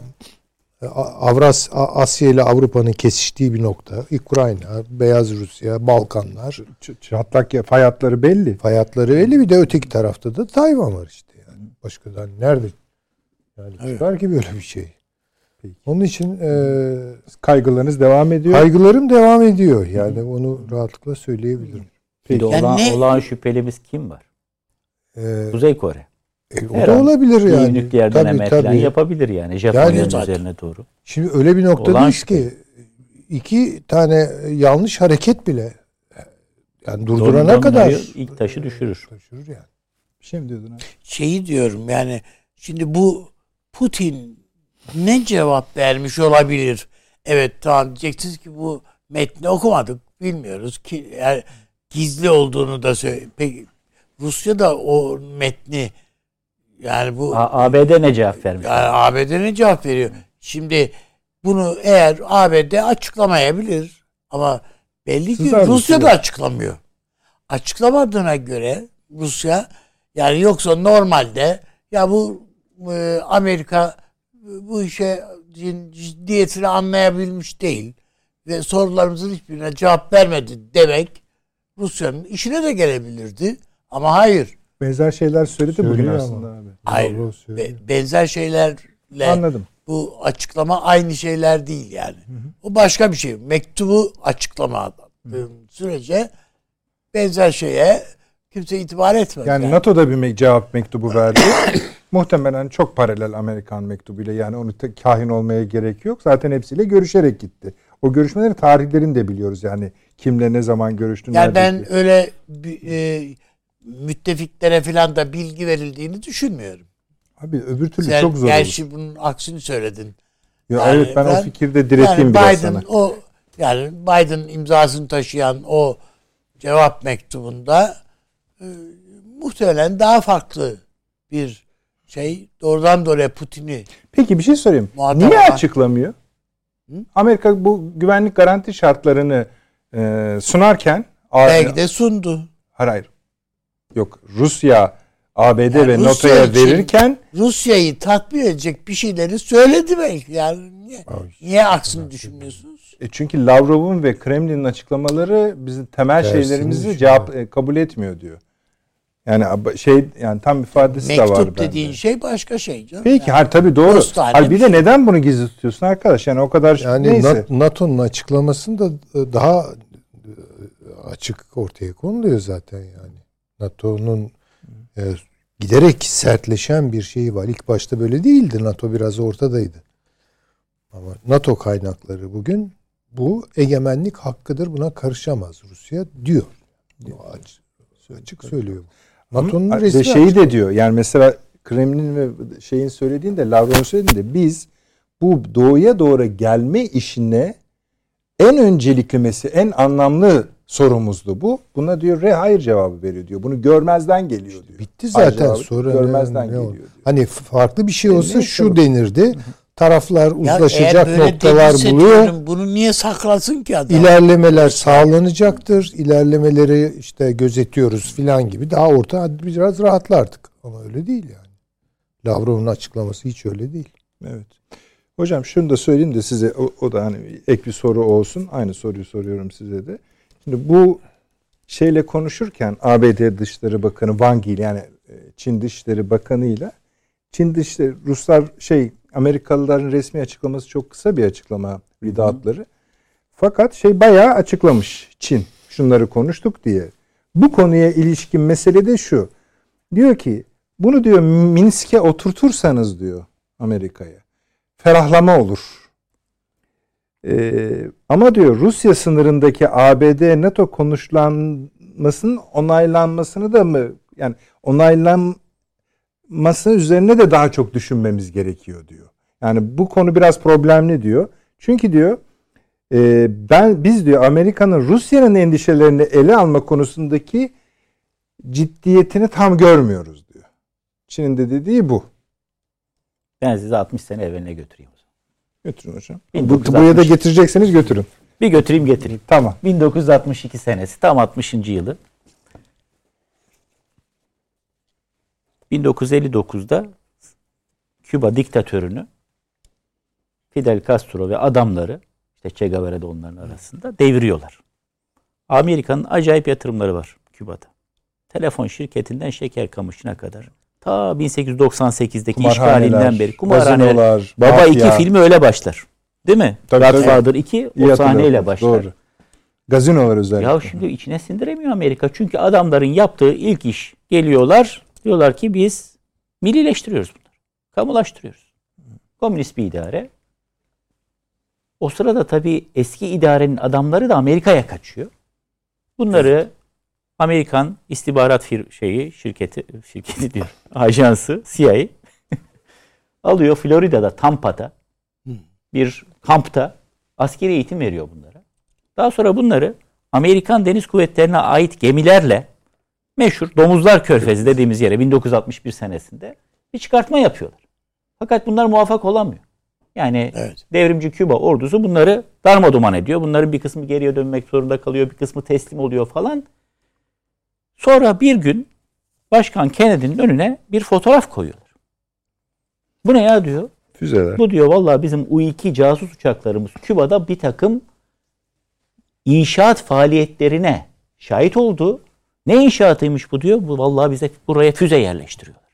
Asya ile Avrupa'nın kesiştiği bir nokta. Ukrayna, Beyaz Rusya, Balkanlar. Çatlak fay hatları belli. Fay hatları belli. Bir de öteki tarafta da Tayvan var işte yani. Başkadan nerede? Yani çıkar ki böyle bir şey. Peki. Onun için kaygılarınız devam ediyor. Kaygılarım devam ediyor. Yani onu rahatlıkla söyleyebilirim. Bir de olağan şüphelimiz kim var? Kuzey Kore. O da olabilir yani. Nükleer deneme falan yapabilir yani. Japonya'nın üzerine doğru. Şimdi öyle bir noktadayız ki iki tane yanlış hareket bile yani durdurana kadar ilk taşı düşürür. Düşürür yani. Bir şey mi diyordun abi? Şeyi diyorum yani şimdi bu Putin ne cevap vermiş olabilir? Evet tamam diyeceksiniz ki bu metni okumadık. Bilmiyoruz ki yani gizli olduğunu da söyle. Peki Rusya da o metni yani bu ABD ne cevap vermiş? Yani ABD ne cevap veriyor? Şimdi bunu eğer ABD açıklamayabilir ama belli ki Rusya da açıklamıyor. Açıklamadığına göre Rusya yani yoksa normalde ya bu Amerika bu işe ciddiyetini anlayabilmiş değil ve sorularımızın hiçbirine cevap vermedi demek Rusya'nın işine de gelebilirdi ama hayır. Benzer şeyler söyledi bugün aslında abi. Hayır. Benzer şeylerle anladım. Bu açıklama aynı şeyler değil yani. O başka bir şey. Mektubu açıklama sürece benzer şeye kimse itibar etmez. Yani NATO'da bir cevap mektubu verdi. Muhtemelen çok paralel Amerikan mektubuyla yani onu kahin olmaya gerek yok. Zaten hepsiyle görüşerek gitti. O görüşmelerin tarihlerini de biliyoruz yani kimle ne zaman görüştüğünü. Yani ben öyle müttefiklere falan da bilgi verildiğini düşünmüyorum. Abi öbür türlü sen, çok zor gerçi olur. Bunun aksini söyledin. Ya yani evet ben o fikirde diretliyim yani biraz sana. Biden imzasını taşıyan o cevap mektubunda muhtemelen daha farklı bir şey doğrudan doğruya Putin'i. Peki bir şey sorayım. Niye açıklamıyor? Amerika bu güvenlik garanti şartlarını sunarken belki de sundu. Hayır. Yok Rusya ABD ve NATO'ya verirken Rusya'yı tatmin edecek bir şeyleri söyledi belki. Yani niye aksini düşünmüyorsunuz? Çünkü Lavrov'un ve Kremlin'in açıklamaları bizim temel şeylerimizi kabul etmiyor diyor. Yani yani tam ifadesi de var bende. Mektup dediğin şey başka şey canım. Peki yani. Tabii doğru. Hayır bir de neden bunu gizli tutuyorsun arkadaş? Yani o kadar yani neyse. NATO'nun açıklamasında daha açık ortaya konuluyor zaten yani. NATO'nun giderek sertleşen bir şeyi var. İlk başta böyle değildi. NATO biraz ortadaydı. Ama NATO kaynakları bugün bu egemenlik hakkıdır. Buna karışamaz Rusya diyor. Açık söylüyor. NATO'nun resmi şeyi de diyor. Yani mesela Kremlin ve şeyin söylediğinde, Lavrov'un söylediğinde biz bu doğuya doğru gelme işine en önceliklemesi, en anlamlı sorumuzdu bu. Buna diyor hayır cevabı veriyor diyor. Bunu görmezden geliyor diyor. Bitti zaten sonra görmezden geliyor diyor. Hani farklı bir şey olsa şu denirdi. Taraflar uzlaşacak noktalar buluyor. Bunu niye saklasın ki adam? İlerlemeler sağlanacaktır. İlerlemeleri işte gözetiyoruz filan gibi. Daha biraz rahatlardık. Ama öyle değil yani. Lavrov'un açıklaması hiç öyle değil. Evet. Hocam şunu da söyleyeyim de size o da hani ek bir soru olsun. Aynı soruyu soruyorum size de. Şimdi bu şeyle konuşurken ABD Dışişleri Bakanı Wang Yi yani Çin Dışişleri Bakanı ile Çin Dışişleri Ruslar Amerikalıların resmi açıklaması çok kısa bir açıklama ridaatları. Fakat bayağı açıklamış Çin. Şunları konuştuk diye. Bu konuya ilişkin mesele de şu. Diyor ki bunu diyor Minsk'e oturtursanız diyor Amerika'ya ferahlama olur. Ama diyor Rusya sınırındaki ABD NATO konuşlanmasının onaylanmasını da mı, yani onaylanması üzerine de daha çok düşünmemiz gerekiyor diyor. Yani bu konu biraz problemli diyor. Çünkü diyor biz diyor Amerika'nın Rusya'nın endişelerini ele alma konusundaki ciddiyetini tam görmüyoruz diyor. Çin'in de dediği bu. Ben sizi 60 sene evveline götüreyim. Götürün hocam. 1960. Buraya da getirecekseniz götürün. Bir götüreyim getireyim. Tamam. 1962 senesi, tam 60. yılı. 1959'da Küba diktatörünü Fidel Castro ve adamları, işte Che Guevara da onların arasında, deviriyorlar. Amerika'nın acayip yatırımları var Küba'da. Telefon şirketinden şeker kamışına kadar. Ta 1898'deki işgalinden beri. Kumarhaneler. Baba mafya. 2 filmi öyle başlar. Değil mi? Godfather 2 o sahneyle başlar. Doğru. Gazinolar özellikle. Ya şimdi içine sindiremiyor Amerika. Çünkü adamların yaptığı ilk iş, geliyorlar diyorlar ki biz millileştiriyoruz bunları. Kamulaştırıyoruz. Komünist bir idare. O sırada tabii eski idarenin adamları da Amerika'ya kaçıyor. Bunları Amerikan istihbarat şirketi diyor, ajansı CIA alıyor Florida'da, Tampa'da bir kampta askeri eğitim veriyor bunlara. Daha sonra bunları Amerikan Deniz Kuvvetleri'ne ait gemilerle meşhur Domuzlar Körfezi dediğimiz yere 1961 senesinde bir çıkartma yapıyorlar. Fakat bunlar muvaffak olamıyor. Yani devrimci Küba ordusu bunları darmaduman ediyor. Bunların bir kısmı geriye dönmek zorunda kalıyor, bir kısmı teslim oluyor falan. Sonra bir gün Başkan Kennedy'nin önüne bir fotoğraf koyuyorlar. Bu ne ya diyor. Füzeler. Bu diyor vallahi bizim U-2 casus uçaklarımız Küba'da bir takım inşaat faaliyetlerine şahit oldu. Ne inşaatıymış bu diyor. Bu vallahi bize buraya füze yerleştiriyorlar.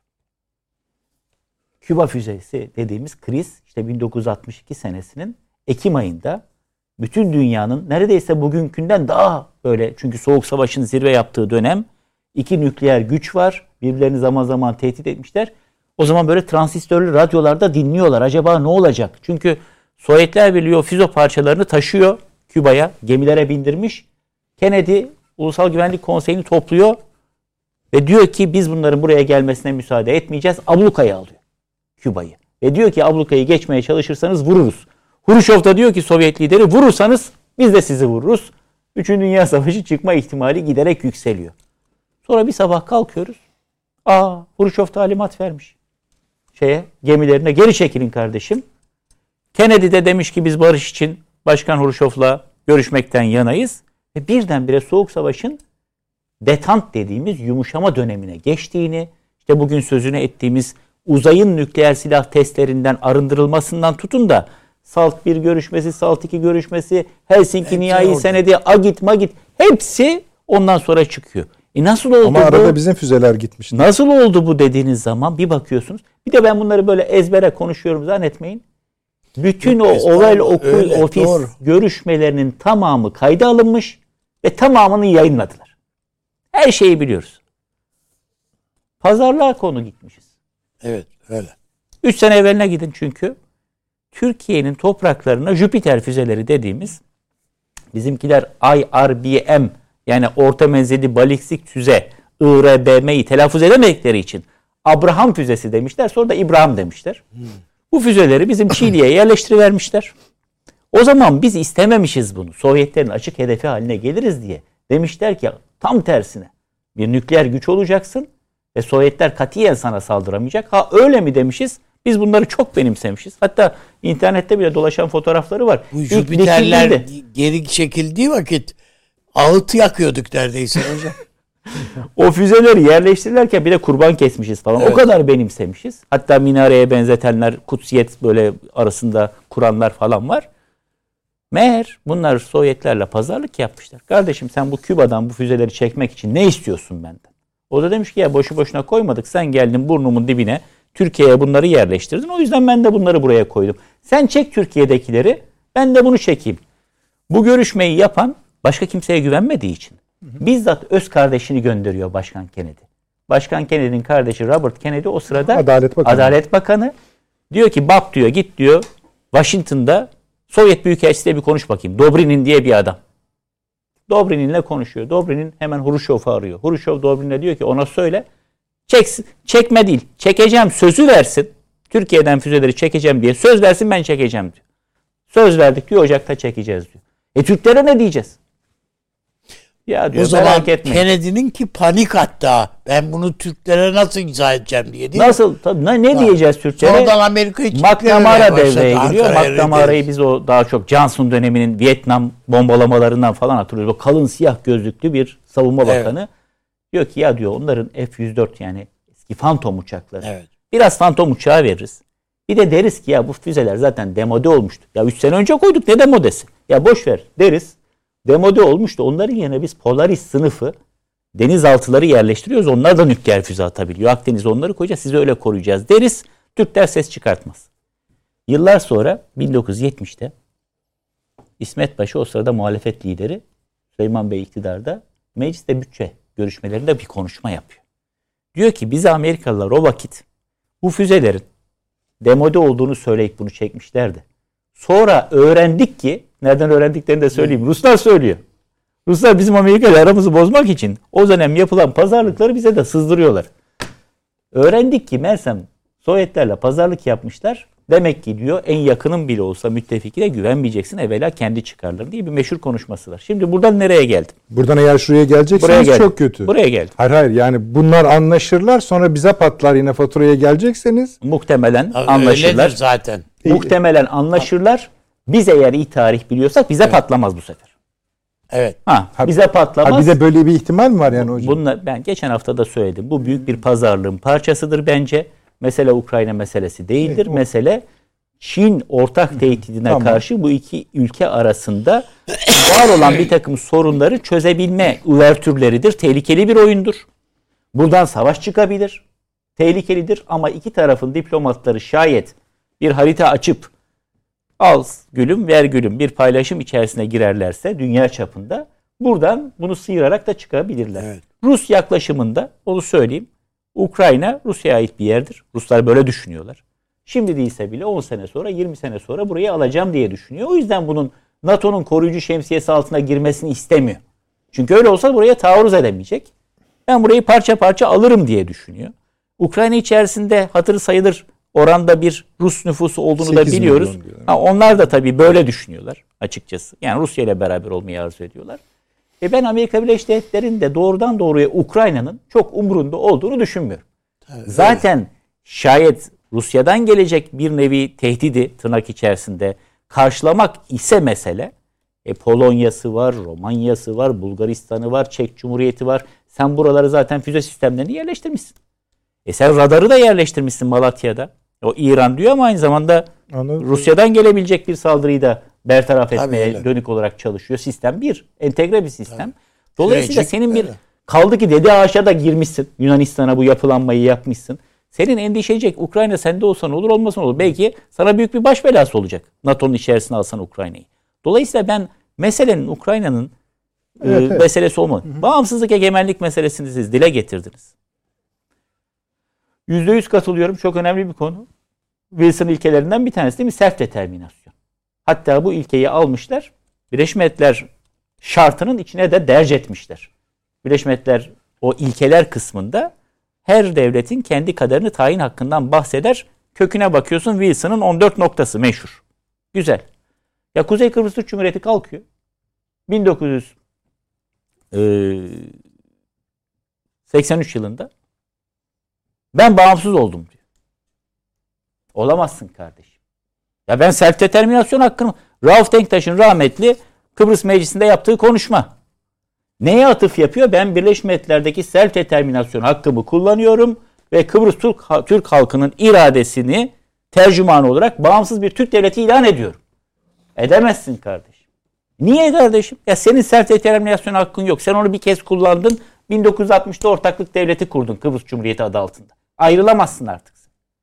Küba füzesi dediğimiz kriz işte 1962 senesinin Ekim ayında bütün dünyanın neredeyse bugünkünden daha böyle, çünkü Soğuk Savaş'ın zirve yaptığı dönem, iki nükleer güç var. Birbirlerini zaman zaman tehdit etmişler. O zaman böyle transistörlü radyolarda dinliyorlar. Acaba ne olacak? Çünkü Sovyetler Birliği o füze parçalarını taşıyor Küba'ya, gemilere bindirmiş. Kennedy Ulusal Güvenlik Konseyi'ni topluyor ve diyor ki biz bunların buraya gelmesine müsaade etmeyeceğiz. Ablukaya alıyor Küba'yı. Ve diyor ki ablukayı geçmeye çalışırsanız vururuz. Hruşov da diyor ki Sovyet lideri, vurursanız biz de sizi vururuz. Üçüncü Dünya Savaşı çıkma ihtimali giderek yükseliyor. Sonra bir sabah kalkıyoruz. Hruşov talimat vermiş. Gemilerine geri çekilin kardeşim. Kennedy de demiş ki biz barış için Başkan Hruşov'la görüşmekten yanayız. Ve birdenbire Soğuk Savaş'ın detant dediğimiz yumuşama dönemine geçtiğini, işte bugün sözünü ettiğimiz uzayın nükleer silah testlerinden arındırılmasından tutun da SALT 1 görüşmesi, SALT 2 görüşmesi, Helsinki Nihai Senedi, Agit, Magit hepsi ondan sonra çıkıyor. Nasıl oldu Ama bu? arada bizim füzeler gitmişti. Nasıl oldu bu dediğiniz zaman bir bakıyorsunuz. Bir de ben bunları böyle ezbere konuşuyorum zannetmeyin. Bütün o Oval Ofis görüşmelerinin tamamı kayda alınmış ve tamamını yayınladılar. Her şeyi biliyoruz. Pazarlığa konu gitmişiz. Evet, öyle. 3 sene evveline gidin çünkü. Türkiye'nin topraklarına Jüpiter füzeleri dediğimiz, bizimkiler IRBM yani orta menzilli balistik füze IRBM'yi telaffuz edemedikleri için Abraham füzesi demişler. Sonra da İbrahim demişler. Bu füzeleri bizim Çiğli'ye yerleştirivermişler. O zaman biz istememişiz bunu. Sovyetlerin açık hedefi haline geliriz diye. Demişler ki tam tersine. Bir nükleer güç olacaksın ve Sovyetler katiyen sana saldıramayacak. Öyle mi demişiz? Biz bunları çok benimsemişiz. Hatta internette bile dolaşan fotoğrafları var. Bu Jüpiterler geri çekildiği vakit ağıt yakıyorduk neredeyse hocam. O füzeleri yerleştirirlerken bir de kurban kesmişiz falan. Evet. O kadar benimsemişiz. Hatta minareye benzetenler, kutsiyet böyle arasında kuranlar falan var. Meğer bunlar Sovyetlerle pazarlık yapmışlar. Kardeşim sen bu Küba'dan bu füzeleri çekmek için ne istiyorsun benden? O da demiş ki ya boşu boşuna koymadık. Sen geldin burnumun dibine Türkiye'ye bunları yerleştirdin. O yüzden ben de bunları buraya koydum. Sen çek Türkiye'dekileri, ben de bunu çekeyim. Bu görüşmeyi yapan başka kimseye güvenmediği için bizzat öz kardeşini gönderiyor Başkan Kennedy. Başkan Kennedy'nin kardeşi Robert Kennedy o sırada Adalet Bakanı. Diyor ki Bob diyor git diyor Washington'da Sovyet Büyükelçisi'yle bir konuş bakayım. Dobrinin diye bir adam. Dobrin'inle konuşuyor. Dobrinin hemen Hruşçov'u arıyor. Hruşçov Dobrin'e diyor ki ona söyle. Çekme değil. Çekeceğim sözü versin. Türkiye'den füzeleri çekeceğim diye söz versin, ben çekeceğim diyor. Söz verdik diyor, Ocak'ta çekeceğiz diyor. Türklere ne diyeceğiz? Ya diyor, o zaman merak etmeyin. Kennedy'nin ki panik hatta. Ben bunu Türklere nasıl izah edeceğim diye değil nasıl? Tabii, ne diyeceğiz Türklere? Sonradan Amerika'yı McNamara devreye giriyor. McNamara'yı biz o daha çok Johnson döneminin Vietnam bombalamalarından falan hatırlıyoruz. O kalın siyah gözlüklü bir savunma bakanı. Diyor ki ya diyor onların F-104 yani eski Phantom uçakları. Evet. Biraz Phantom uçağı veririz. Bir de deriz ki ya bu füzeler zaten demode olmuştu. Ya 3 sene önce koyduk, ne demodesi? Ya boş ver deriz. Demode olmuştu. Onların yerine biz Polaris sınıfı denizaltıları yerleştiriyoruz. Onlar da nükleer füze atabiliyor. Akdeniz'e onları koyacağız. Sizi öyle koruyacağız deriz. Türkler ses çıkartmaz. Yıllar sonra 1970'te İsmet Paşa o sırada muhalefet lideri, Süleyman Bey iktidarda, mecliste bütçe görüşmelerinde bir konuşma yapıyor. Diyor ki bize Amerikalılar o vakit bu füzelerin demode olduğunu söyleyip bunu çekmişlerdi. Sonra öğrendik ki, nereden öğrendiklerini de söyleyeyim. Ruslar söylüyor. Ruslar bizim Amerika ile aramızı bozmak için o dönem yapılan pazarlıkları bize de sızdırıyorlar. Öğrendik ki meğersem Sovyetlerle pazarlık yapmışlar. Demek ki diyor en yakının bile olsa müttefikine güvenmeyeceksin. Evvela kendi çıkarları diye bir meşhur konuşması var. Şimdi buradan nereye geldim? Buradan eğer şuraya gelecekseniz çok kötü. Buraya geldim. Hayır yani bunlar anlaşırlar sonra bize patlar yine faturaya gelecekseniz. Muhtemelen anlaşırlar. Öyledir zaten. Muhtemelen anlaşırlar. Biz eğer iyi tarih biliyorsak bize patlamaz bu sefer. Evet. Bize patlamaz. Bir de böyle bir ihtimal mi var yani hocam? Bununla, ben geçen hafta da söyledim. Bu büyük bir pazarlığın parçasıdır bence. Mesele Ukrayna meselesi değildir. Evet, mesele Çin ortak tehdidine karşı bu iki ülke arasında var olan bir takım sorunları çözebilme üvertürleridir. Tehlikeli bir oyundur. Buradan savaş çıkabilir. Tehlikelidir ama iki tarafın diplomatları şayet bir harita açıp al gülüm ver gülüm bir paylaşım içerisine girerlerse dünya çapında buradan bunu sıyırarak da çıkabilirler. Evet. Rus yaklaşımında onu söyleyeyim. Ukrayna Rusya'ya ait bir yerdir. Ruslar böyle düşünüyorlar. Şimdi değilse bile 10 sene sonra 20 sene sonra burayı alacağım diye düşünüyor. O yüzden bunun NATO'nun koruyucu şemsiyesi altına girmesini istemiyor. Çünkü öyle olsa buraya taarruz edemeyecek. Ben burayı parça parça alırım diye düşünüyor. Ukrayna içerisinde hatırı sayılır oranda bir Rus nüfusu olduğunu da biliyoruz. Onlar da tabii böyle düşünüyorlar açıkçası. Yani Rusya ile beraber olmayı arzu ediyorlar. Ben Amerika Birleşik Devletleri'nin de doğrudan doğruya Ukrayna'nın çok umurunda olduğunu düşünmüyorum. Evet, zaten şayet Rusya'dan gelecek bir nevi tehdidi tırnak içerisinde karşılamak ise mesele, Polonya'sı var, Romanya'sı var, Bulgaristan'ı var, Çek Cumhuriyeti var. Sen buraları zaten füze sistemlerini yerleştirmişsin. Sen radarı da yerleştirmişsin Malatya'da. O İran diyor ama aynı zamanda Rusya'dan gelebilecek bir saldırıyı da bertaraf etmeye dönük olarak çalışıyor. Sistem bir. Entegre bir sistem. Dolayısıyla senin bir kaldı ki Dede Ağaç'a da girmişsin. Yunanistan'a bu yapılanmayı yapmışsın. Senin endişe edecek Ukrayna sende olsa ne olur olmasa ne olur. Belki sana büyük bir baş belası olacak. NATO'nun içerisine alsan Ukrayna'yı. Dolayısıyla ben meselenin Ukrayna'nın meselesi olmadı. Bağımsızlık egemenlik meselesini siz dile getirdiniz. %100 katılıyorum. Çok önemli bir konu. Wilson ilkelerinden bir tanesi değil mi? Self determinasyon. Hatta bu ilkeyi almışlar. Birleşmiş Milletler şartının içine de derc etmişler. Birleşmiş Milletler o ilkeler kısmında her devletin kendi kaderini tayin hakkından bahseder. Köküne bakıyorsun Wilson'ın 14 noktası meşhur. Güzel. Ya Kuzey Kıbrıs Türk Cumhuriyeti kalkıyor. 1983 yılında ben bağımsız oldum diyor. Olamazsın kardeşim. Ya ben self determinasyon hakkını Rauf Denktaş'ın rahmetli Kıbrıs Meclisi'nde yaptığı konuşma. Neye atıf yapıyor? Ben Birleşmiş Milletler'deki self determinasyon hakkımı kullanıyorum ve Kıbrıs Türk halkının iradesini tercümanı olarak bağımsız bir Türk devleti ilan ediyorum. Edemezsin kardeşim. Niye kardeşim? Ya senin self determinasyon hakkın yok. Sen onu bir kez kullandın. 1960'da ortaklık devleti kurdun Kıbrıs Cumhuriyeti adı altında. Ayrılamazsın artık.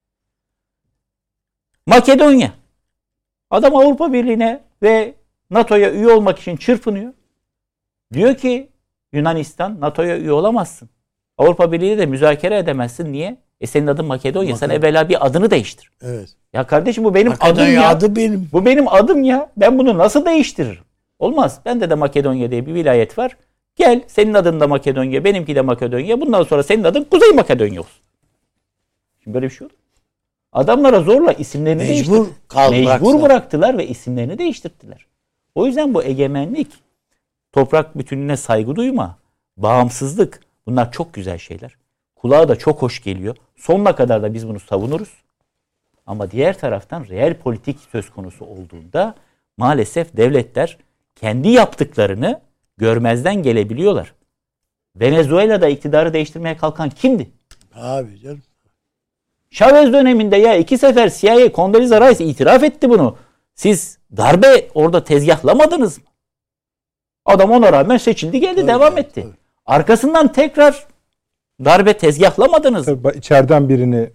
Makedonya. Adam Avrupa Birliği'ne ve NATO'ya üye olmak için çırpınıyor. Diyor ki Yunanistan NATO'ya üye olamazsın. Avrupa Birliği'yle de müzakere edemezsin. Niye? Senin adın Makedonya. Sen evvela bir adını değiştir. Evet. Ya kardeşim bu benim adım Makedonya ya. adı benim. Bu benim adım ya. Ben bunu nasıl değiştiririm? Olmaz. Bende de Makedonya diye bir vilayet var. Gel senin adın da Makedonya, benimki de Makedonya. Bundan sonra senin adın Kuzey Makedonya olsun. Şimdi böyle bir şey olur. Adamlara zorla isimlerini mecbur bıraktılar ve isimlerini değiştirdiler. O yüzden bu egemenlik, toprak bütünlüğüne saygı duyma, bağımsızlık, bunlar çok güzel şeyler. Kulağa da çok hoş geliyor. Sonuna kadar da biz bunu savunuruz. Ama diğer taraftan reel politik söz konusu olduğunda maalesef devletler kendi yaptıklarını görmezden gelebiliyorlar. Venezuela'da iktidarı değiştirmeye kalkan kimdi? Abi canım. Chavez döneminde ya 2 sefer CIA, Condoleezza Rice itiraf etti bunu. Siz darbe orada tezgahlamadınız mı? Adam ona rağmen seçildi, geldi, devam etti. Tabii. Arkasından tekrar darbe tezgahlamadınız mı? Tabii içeriden birini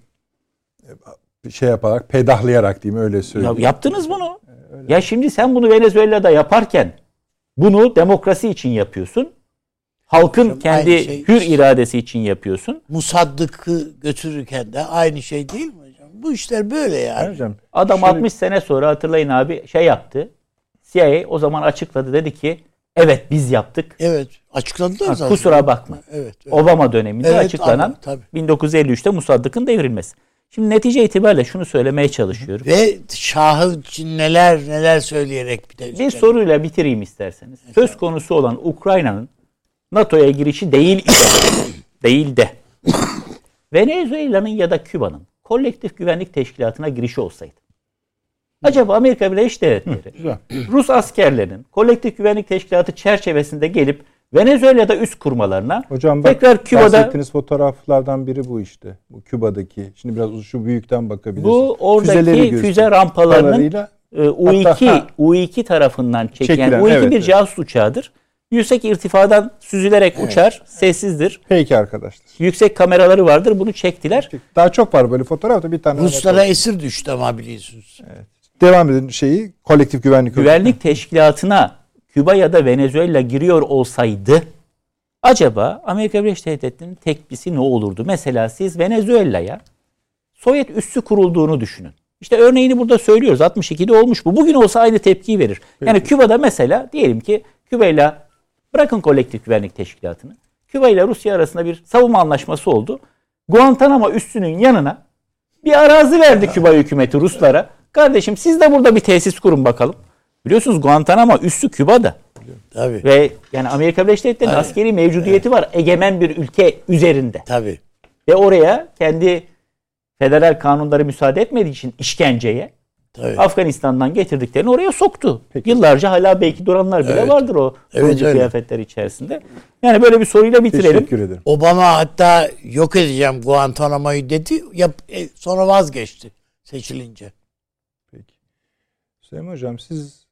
şey yaparak, peydahlayarak diyeyim, öyle söyleyeyim. Ya yaptınız bunu. Öyle. Ya şimdi sen bunu Venezuela'da yaparken bunu demokrasi için yapıyorsun. Halkın hocam, kendi hür iradesi için yapıyorsun. Musaddık'ı götürürken de aynı şey değil mi hocam? Bu işler böyle yani. Hocam, adam 60 sene sonra hatırlayın abi şey yaptı. CIA o zaman açıkladı, dedi ki evet biz yaptık. Evet, açıkladılar zaten. Kusura bakma. Evet. Obama döneminde açıklanan 1953'te Musaddık'ın devrilmesi. Şimdi netice itibariyle şunu söylemeye çalışıyorum. Ve Şah'ı için neler söyleyerek bir soruyla bitireyim isterseniz. Söz konusu olan Ukrayna'nın NATO'ya girişi değil de Venezuela'nın ya da Küba'nın Kolektif Güvenlik Teşkilatı'na girişi olsaydı, acaba Amerika Birleşik Devletleri Rus askerlerinin Kolektif Güvenlik Teşkilatı çerçevesinde gelip Venezuela'da üs kurmalarına, hocam bak, tekrar Küba'da bahsettiğiniz fotoğraflardan biri bu işte. Bu Küba'daki. Şimdi biraz şu büyükten bakabilirsiniz. Bu oradaki füze rampalarının U-2 tarafından çekilen U-2 evet, bir casus uçağıdır. Yüksek irtifadan süzülerek uçar. Sessizdir. Peki arkadaşlar. Yüksek kameraları vardır. Bunu çektiler. Daha çok var böyle fotoğrafta, bir tane. Ruslara esir düştü ama biliyorsunuz. Evet. Devam edin şeyi. Kolektif Güvenlik Teşkilatı'na Küba ya da Venezuela giriyor olsaydı acaba Amerika Birleşik Devletleri'nin tepkisi ne olurdu? Mesela siz Venezuela'ya Sovyet üssü kurulduğunu düşünün. İşte örneğini burada söylüyoruz. 62'de olmuş bu. Bugün olsa aynı tepkiyi verir. Peki. Yani Küba'da mesela diyelim ki Küba'yla bırakın Kolektif Güvenlik Teşkilatı'nı. Küba ile Rusya arasında bir savunma anlaşması oldu. Guantanamo üssünün yanına bir arazi verdi Küba hükümeti Ruslara. Kardeşim siz de burada bir tesis kurun bakalım. Biliyorsunuz Guantanamo üssü Küba'da. Tabii. Ve yani Amerika Birleşik Devletleri'nin askeri mevcudiyeti var egemen bir ülke üzerinde. Tabii. Ve oraya kendi federal kanunları müsaade etmediği için işkenceye Afganistan'dan getirdiklerini oraya soktu. Peki. Yıllarca hala belki duranlar bile vardır o kıyafetler içerisinde. Yani böyle bir soruyla bitirelim. Teşekkür ederim. Obama hatta yok edeceğim Guantanamo'yu dedi. Sonra vazgeçti seçilince. Peki. Süleyman Hocam siz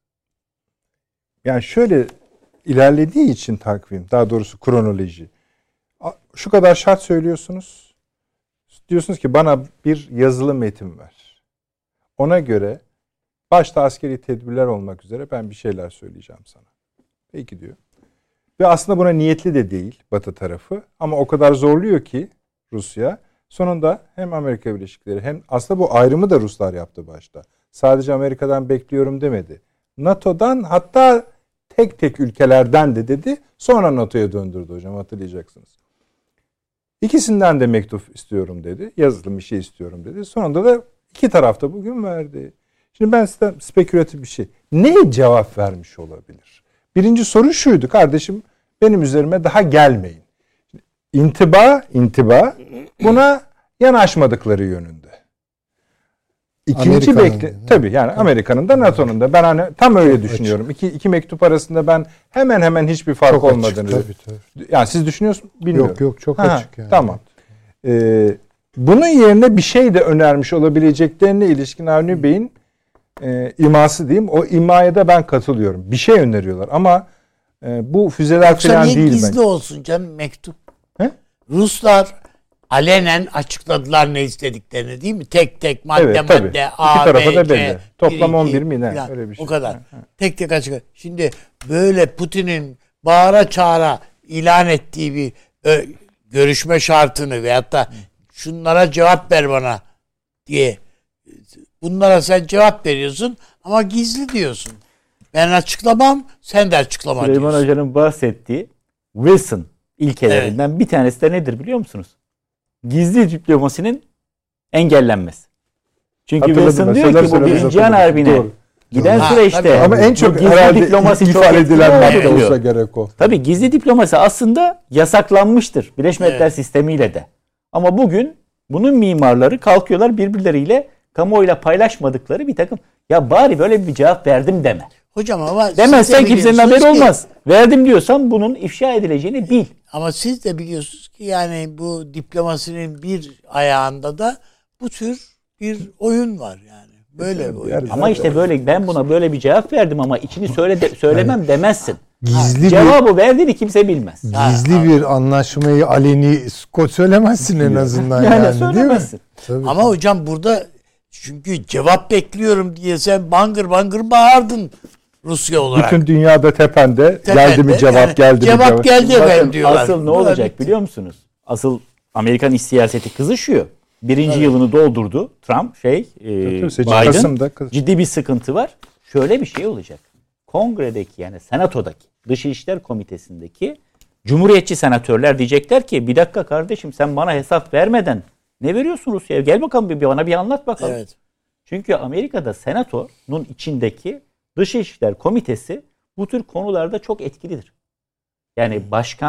yani şöyle ilerlediği için takvim, daha doğrusu kronoloji. Şu kadar şart söylüyorsunuz. Diyorsunuz ki bana bir yazılı metin ver. Ona göre başta askeri tedbirler olmak üzere ben bir şeyler söyleyeceğim sana. Peki diyor. Ve aslında buna niyetli de değil Batı tarafı. Ama o kadar zorluyor ki Rusya. Sonunda hem Amerika Birleşik Devletleri hem aslında bu ayrımı da Ruslar yaptı başta. Sadece Amerika'dan bekliyorum demedi. NATO'dan, hatta tek tek ülkelerden de dedi. Sonra NATO'ya döndürdü hocam, hatırlayacaksınız. İkisinden de mektup istiyorum dedi. Yazılı bir şey istiyorum dedi. Sonunda da iki tarafta bugün verdi. Şimdi ben size spekülatif bir şey. Neye cevap vermiş olabilir? Birinci soru şuydu: kardeşim benim üzerime daha gelmeyin. İntiba buna yanaşmadıkları yönünde. İkinci tabii yani Amerika'nın da NATO'nun da, ben hani tam öyle çok düşünüyorum. İki mektup arasında ben hemen hiçbir fark çok olmadığını. Açık, tabii. Yani siz düşünüyorsunuz, bilmiyorum. Yok çok açık yani. Tamam. Bunun yerine bir şey de önermiş olabileceklerine ilişkin Avni Bey'in iması diyeyim. O imaya da ben katılıyorum. Bir şey öneriyorlar ama bu füzeler falan değil. Yoksa gizli olsun canım mektup. He? Ruslar alenen açıkladılar ne istediklerini, değil mi? Tek tek madde A, B, tarafa da belli. Toplam 1, 2, 11 mi ne? Falan. Öyle bir şey. O kadar. Tek tek açıkladı. Şimdi böyle Putin'in bağıra çağıra ilan ettiği bir görüşme şartını veyahut da şunlara cevap ver bana diye Bunlara sen cevap veriyorsun ama gizli diyorsun. Ben açıklamam, sen de açıklama Süleyman diyorsun. Hoca'nın bahsettiği Wilson ilkelerinden bir tanesi de nedir biliyor musunuz? Gizli diplomasinin engellenmesi. Çünkü Wilson diyor ki bu Birinci Cihan Harbi'ne giden süreçte ama en çok gizli herhalde diplomasi çok ifade etkili edilen madde olabiliyor. olsa gerek o. Tabii gizli diplomasi aslında yasaklanmıştır Birleşmiş Milletler sistemiyle de. Ama bugün bunun mimarları kalkıyorlar birbirleriyle kamuoyuyla paylaşmadıkları bir takım. Ya bari böyle bir cevap verdim deme. Hocam ama Demezsen kimsenin haberi olmaz. Verdim diyorsan bunun ifşa edileceğini bil. Ama siz de biliyorsunuz ki yani bu diplomasinin bir ayağında da bu tür bir oyun var yani. Böyle bir oyun. Ama işte böyle ben buna böyle bir cevap verdim ama içini söylemem demezsin. Gizli Cevabı verdiğini kimse bilmez. Gizli bir anlaşmayı aleni söylemezsin en azından Yani yani değil mi? söylemezsin. Tabii. Ama hocam burada çünkü cevap bekliyorum diye sen bangır bangır bağırdın Rusya olarak. Bütün dünyada tepende geldi mi cevap yani geldi mi cevap geldi Bakın, efendim diyorlar. asıl ne olacak biliyor musunuz? Asıl Amerikan iç siyaseti kızışıyor. Birinci yılını doldurdu Trump Biden. Kasım'da Ciddi bir sıkıntı var. Şöyle bir şey olacak. Kongredeki yani senatodaki Dışişler Komitesi'ndeki Cumhuriyetçi senatörler diyecekler ki bir dakika kardeşim sen bana hesap vermeden ne veriyorsun Rusya'ya? Gel bakalım bana bir anlat bakalım. Evet. Çünkü Amerika'da senatonun içindeki Dışişler Komitesi bu tür konularda çok etkilidir. Yani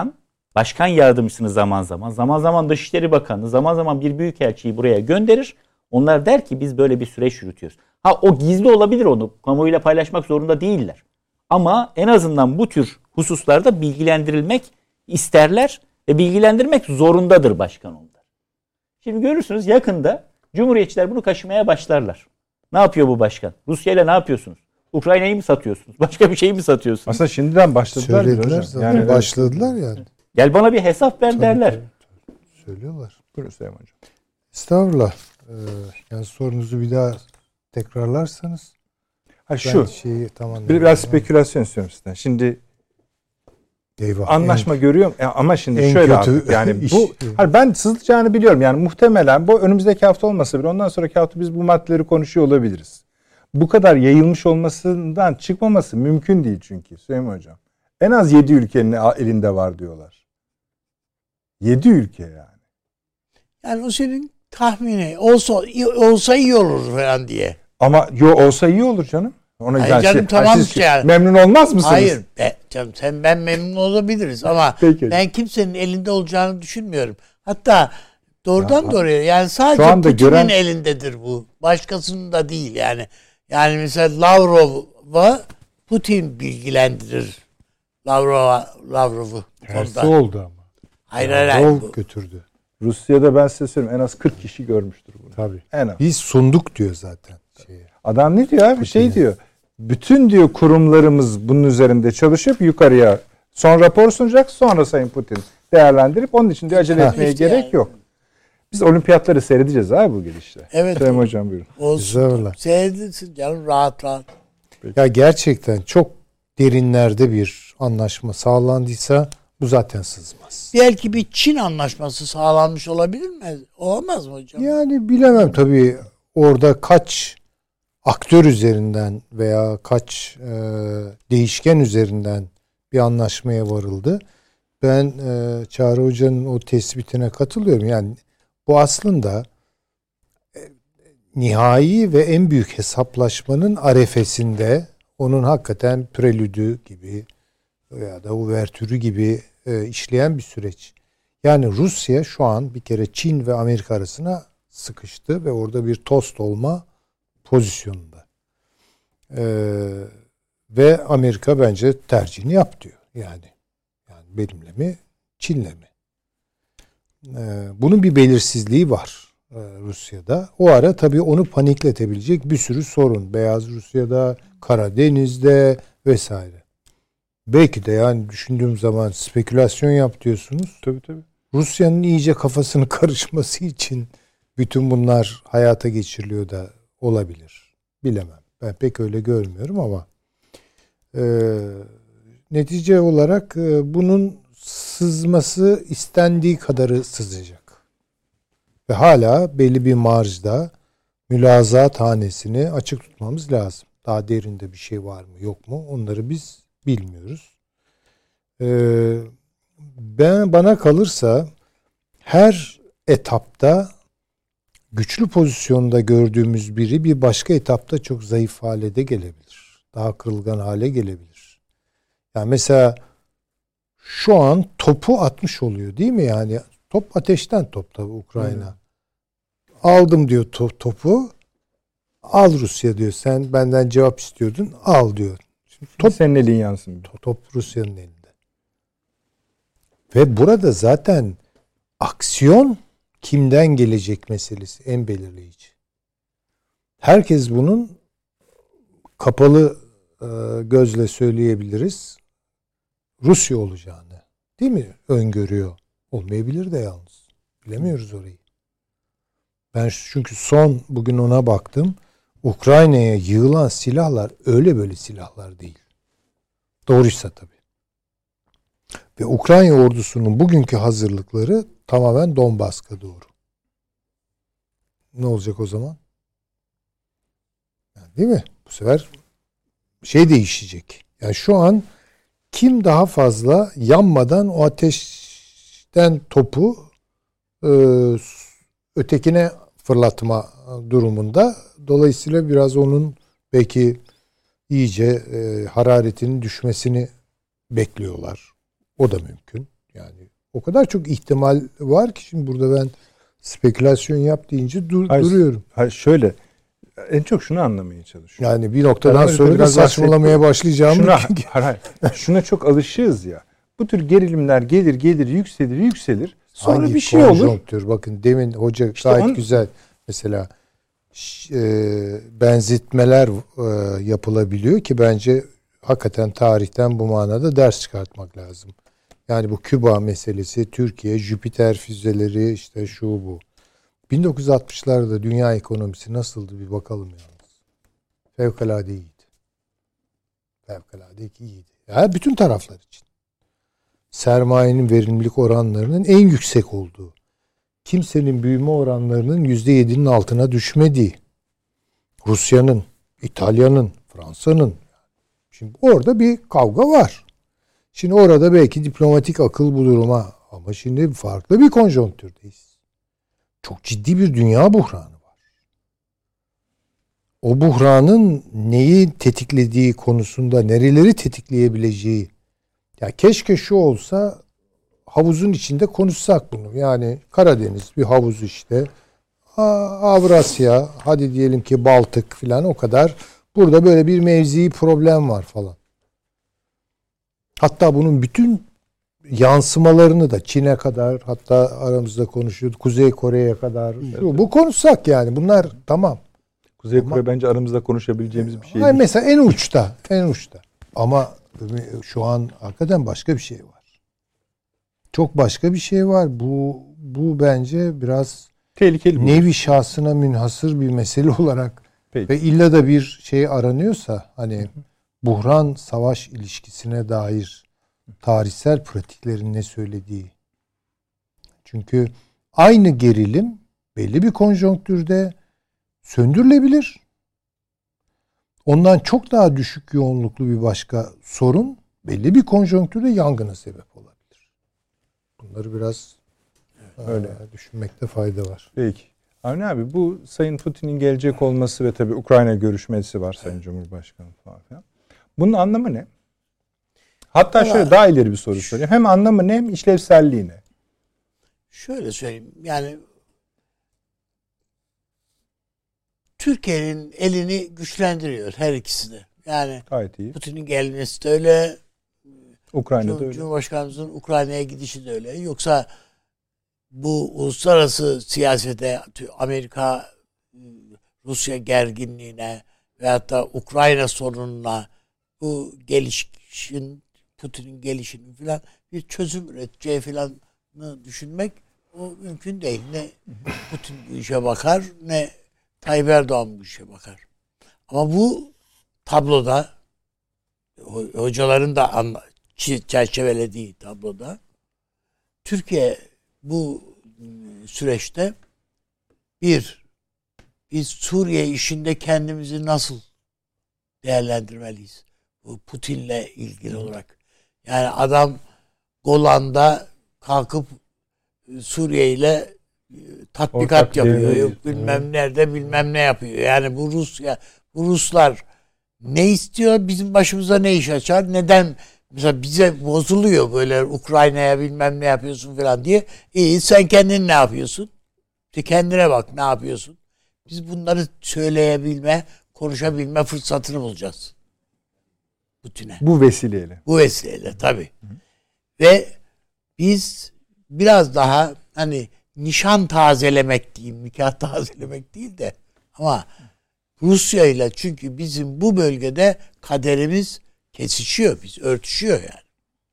başkan yardımcısını zaman zaman Dışişleri Bakanı, zaman zaman bir büyükelçiyi buraya gönderir. Onlar der ki biz böyle bir süreç yürütüyoruz. O gizli olabilir, onu kamuoyuyla paylaşmak zorunda değiller. Ama en azından bu tür hususlarda bilgilendirilmek isterler ve bilgilendirmek zorundadır başkan onlar. Şimdi görürsünüz yakında Cumhuriyetçiler bunu kaşımaya başlarlar. Ne yapıyor bu başkan? Rusya ile ne yapıyorsunuz? Ukrayna'yı mı satıyorsunuz? Başka bir şey mi satıyorsunuz? Aslında şimdiden başladılar. Söylediler zaten. Yani Başladılar yani. Gel bana bir hesap ver derler. Söylüyorlar. Buyurun Süleyman Hocam. Estağfurullah. Yani sorunuzu bir daha tekrarlarsanız. Şu. Şeyi tamam. Biraz spekülasyon istiyorum sizden. Şimdi Eyvah. anlaşma görüyorum ama şimdi en şöyle kötü artık yani iş. bu ben sızılacağını biliyorum. Yani muhtemelen bu önümüzdeki hafta olmasa bile ondan sonraki hafta biz bu maddeleri konuşuyor olabiliriz. Bu kadar yayılmış olmasından çıkmaması mümkün değil çünkü Süleyman Hocam. En az 7 ülkenin elinde var diyorlar. 7 ülke yani. Yani o senin tahmini olsa iyi olur falan diye. Ama olsa iyi olur canım. Ona Hayır canım, tamam siz yani. memnun olmaz mısınız? Hayır canım ben memnun olabiliriz ama Peki. ben kimsenin elinde olacağını düşünmüyorum. Hatta doğrudan doğruya yani Şu sadece anda Putin'in elindedir bu. Başkasının da değil yani. Yani mesela Lavrov'a Putin bilgilendirir. Lavrov'u. Tersi oldu ama. Hayır. Lavrov götürdü. Rusya'da ben size söyleyeyim en az 40 kişi görmüştür bunu. Tabii. En az. Biz sunduk diyor zaten. Adam ne diyor abi? Şey diyor. Bütün diyor kurumlarımız bunun üzerinde çalışıp yukarıya son rapor sunacak. Sonra Sayın Putin değerlendirip onun için de acele etmeye işte gerek yani. yok. Biz olimpiyatları seyredeceğiz abi bu gidişle. Evet. Sayın Hocam buyurun. Olsun. Seyredilsin canım rahat. Ya gerçekten çok derinlerde bir anlaşma sağlandıysa bu zaten sızmaz. Belki bir Çin anlaşması sağlanmış olabilir mi? Olamaz mı hocam? Yani bilemem tabii orada kaç aktör üzerinden veya kaç değişken üzerinden bir anlaşmaya varıldı. Ben Çağrı Hoca'nın o tespitine katılıyorum. Yani bu aslında nihai ve en büyük hesaplaşmanın arefesinde onun hakikaten prelüdü gibi veya da uvertürü gibi işleyen bir süreç. Yani Rusya şu an bir kere Çin ve Amerika arasına sıkıştı ve orada bir tost olma pozisyonunda. Ve Amerika bence tercihini yap diyor. Yani benimle mi Çin'le mi? Bunun bir belirsizliği var Rusya'da. O ara tabii onu panikletebilecek bir sürü sorun. Beyaz Rusya'da, Karadeniz'de vesaire. Belki de yani düşündüğüm zaman spekülasyon yap diyorsunuz. Tabii. Rusya'nın iyice kafasının karışması için bütün bunlar hayata geçiriliyor da olabilir. Bilemem. Ben pek öyle görmüyorum ama netice olarak bunun sızması istendiği kadarı sızacak. Ve hala belli bir marjda mülazat hanesini açık tutmamız lazım. Daha derinde bir şey var mı yok mu onları biz bilmiyoruz. Bana kalırsa her etapta güçlü pozisyonda gördüğümüz biri bir başka etapta çok zayıf hale de gelebilir. Daha kırılgan hale gelebilir. Yani mesela şu an topu atmış oluyor değil mi? Yani top ateşten top tabii Ukrayna. Aldım diyor topu. Al Rusya diyor. Sen benden cevap istiyordun. Al diyor. Şimdi top senin elin yansın. Top Rusya'nın elinde. Ve burada zaten aksiyon kimden gelecek meselesi en belirleyici. Herkes bunun kapalı gözle söyleyebiliriz. Rusya olacağını değil mi öngörüyor. Olmayabilir de yalnız. Bilemiyoruz orayı. Ben çünkü bugün ona baktım. Ukrayna'ya yığılan silahlar öyle böyle silahlar değil. Doğruysa tabii. Ve Ukrayna ordusunun bugünkü hazırlıkları tamamen Donbass'a doğru. Ne olacak o zaman? Yani değil mi? Bu sefer şey değişecek. Yani şu an kim daha fazla yanmadan o ateşten topu ötekine fırlatma durumunda. Dolayısıyla biraz onun belki iyice hararetinin düşmesini bekliyorlar. O da mümkün. Yani o kadar çok ihtimal var ki şimdi burada ben spekülasyon yap deyince duruyorum. Hayır, şöyle en çok şunu anlamaya çalışıyorum. Yani bir noktadan sonra da saçmalamaya başlayacağımı. Şuna çok alışığız ya. Bu tür gerilimler gelir yükselir. Sonra hangi bir şey olur. Bakın demin hoca işte gayet güzel mesela benzetmeler yapılabiliyor ki bence hakikaten tarihten bu manada ders çıkartmak lazım. Yani bu Küba meselesi, Türkiye, Jüpiter füzeleri işte şu bu. 1960'larda dünya ekonomisi nasıldı bir bakalım yalnız. Fevkalade iyiydi. Fevkalade iyiydi. Yani bütün taraflar için. Sermayenin verimlilik oranlarının en yüksek olduğu. Kimsenin büyüme oranlarının %7'nin altına düşmediği. Rusya'nın, İtalya'nın, Fransa'nın. Şimdi orada bir kavga var. Şimdi orada belki diplomatik akıl bu duruma ama şimdi farklı bir konjonktürdeyiz. Çok ciddi bir dünya buhranı var. O buhranın neyi tetiklediği konusunda nereleri tetikleyebileceği. Ya keşke şu olsa havuzun içinde konuşsak bunu. Yani Karadeniz bir havuz işte. Avrasya, hadi diyelim ki Baltık filan o kadar. Burada böyle bir mevzi problem var falan. Hatta bunun bütün yansımalarını da Çin'e kadar hatta aramızda konuşuyorduk. Kuzey Kore'ye kadar. Bu konuşsak yani bunlar tamam. Kuzey Kore bence aramızda konuşabileceğimiz bir şey değil. Mesela en uçta. Ama şu an hakikaten başka bir şey var. Çok başka bir şey var. Bu bence biraz tehlikeli. Nevi şahsına münhasır bir mesele olarak ve illa da bir şey aranıyorsa hani buhran savaş ilişkisine dair tarihsel pratiklerin ne söylediği. Çünkü aynı gerilim belli bir konjonktürde söndürülebilir. Ondan çok daha düşük yoğunluklu bir başka sorun belli bir konjonktürde yangına sebep olabilir. Bunları biraz öyle düşünmekte fayda var. Peki. Avni abi bu Sayın Putin'in gelecek olması ve tabii Ukrayna görüşmesi var Sayın Cumhurbaşkanı falan filan. Bunun anlamı ne? Hatta şöyle daha ileri bir soru sorayım. Hem anlamı ne hem işlevselliği ne? Şöyle söyleyeyim. Yani Türkiye'nin elini güçlendiriyor her ikisi de. Yani gayet iyi. Putin'in gelmesi de öyle. Ukrayna'da öyle. Cumhurbaşkanımızın Ukrayna'ya gidişi de öyle. Yoksa bu uluslararası siyasete Amerika Rusya gerginliğine veyahut da Ukrayna sorununa bu gelişin Putin'in gelişini falan bir çözüm üreteceği falanı düşünmek o mümkün değil. Ne Putin bu işe bakar ne Tayyip Erdoğan bu işe bakar. Ama bu tabloda hocaların da çerçevelediği tabloda Türkiye bu süreçte bir biz Suriye işinde kendimizi nasıl değerlendirmeliyiz? Bu Putin'le ilgili olarak. Yani adam Golan'da kalkıp Suriye ile tatbikat Ortak yapıyor. devlet. Yok bilmem nerede bilmem ne yapıyor. Yani bu Ruslar ne istiyor? Bizim başımıza ne iş açar? Neden? Mesela bize bozuluyor böyle Ukrayna'ya bilmem ne yapıyorsun falan diye. İyi sen kendin ne yapıyorsun? İşte kendine bak ne yapıyorsun? Biz bunları söyleyebilme, konuşabilme fırsatını bulacağız. Putin'e. Bu vesileyle. Bu vesileyle tabii. Ve biz biraz daha hani nişan tazelemek diyeyim, nikah tazelemek değil de ama Rusya ile çünkü bizim bu bölgede kaderimiz kesişiyor, biz örtüşüyor yani.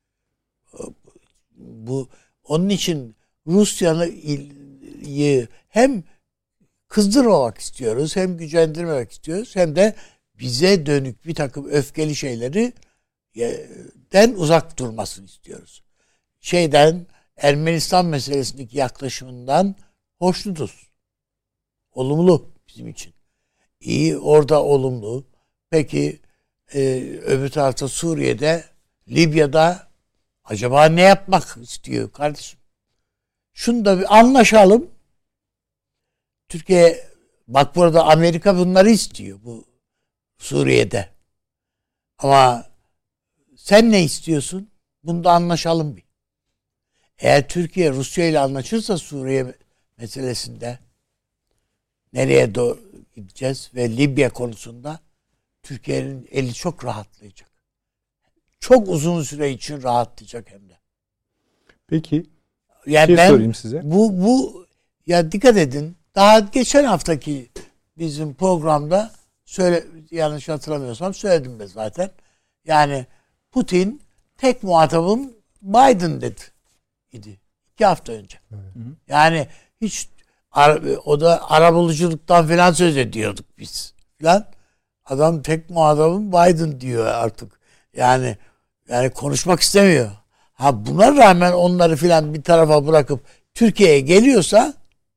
Bu onun için Rusya'yı hem kızdırmamak istiyoruz, hem gücendirmemek istiyoruz, hem de bize dönük bir takım öfkeli şeyleri den uzak durmasını istiyoruz. Ermenistan meselesindeki yaklaşımından hoşnutuz. Olumlu bizim için. İyi, orada olumlu. Peki öbür tarafta Suriye'de, Libya'da acaba ne yapmak istiyor kardeşim? Şunu da bir anlaşalım. Türkiye, bak burada Amerika bunları istiyor bu Suriye'de. Ama sen ne istiyorsun? Bunda anlaşalım bir. Eğer Türkiye Rusya ile anlaşırsa Suriye meselesinde nereye doğru gideceğiz ve Libya konusunda Türkiye'nin eli çok rahatlayacak. Çok uzun süre için rahatlayacak hem de. Peki Yani bir şey sorayım size. Bu ya dikkat edin. Daha geçen haftaki bizim programda yanlış hatırlamıyorsam söyledim ben zaten. Yani Putin tek muhatabım Biden dedi. 2 hafta önce. Evet. Yani hiç o da arabuluculuktan falan söz ediyorduk biz. Falan. Adam tek muhatabım Biden diyor artık. Yani konuşmak istemiyor. Ha buna rağmen onları filan bir tarafa bırakıp Türkiye'ye geliyorsa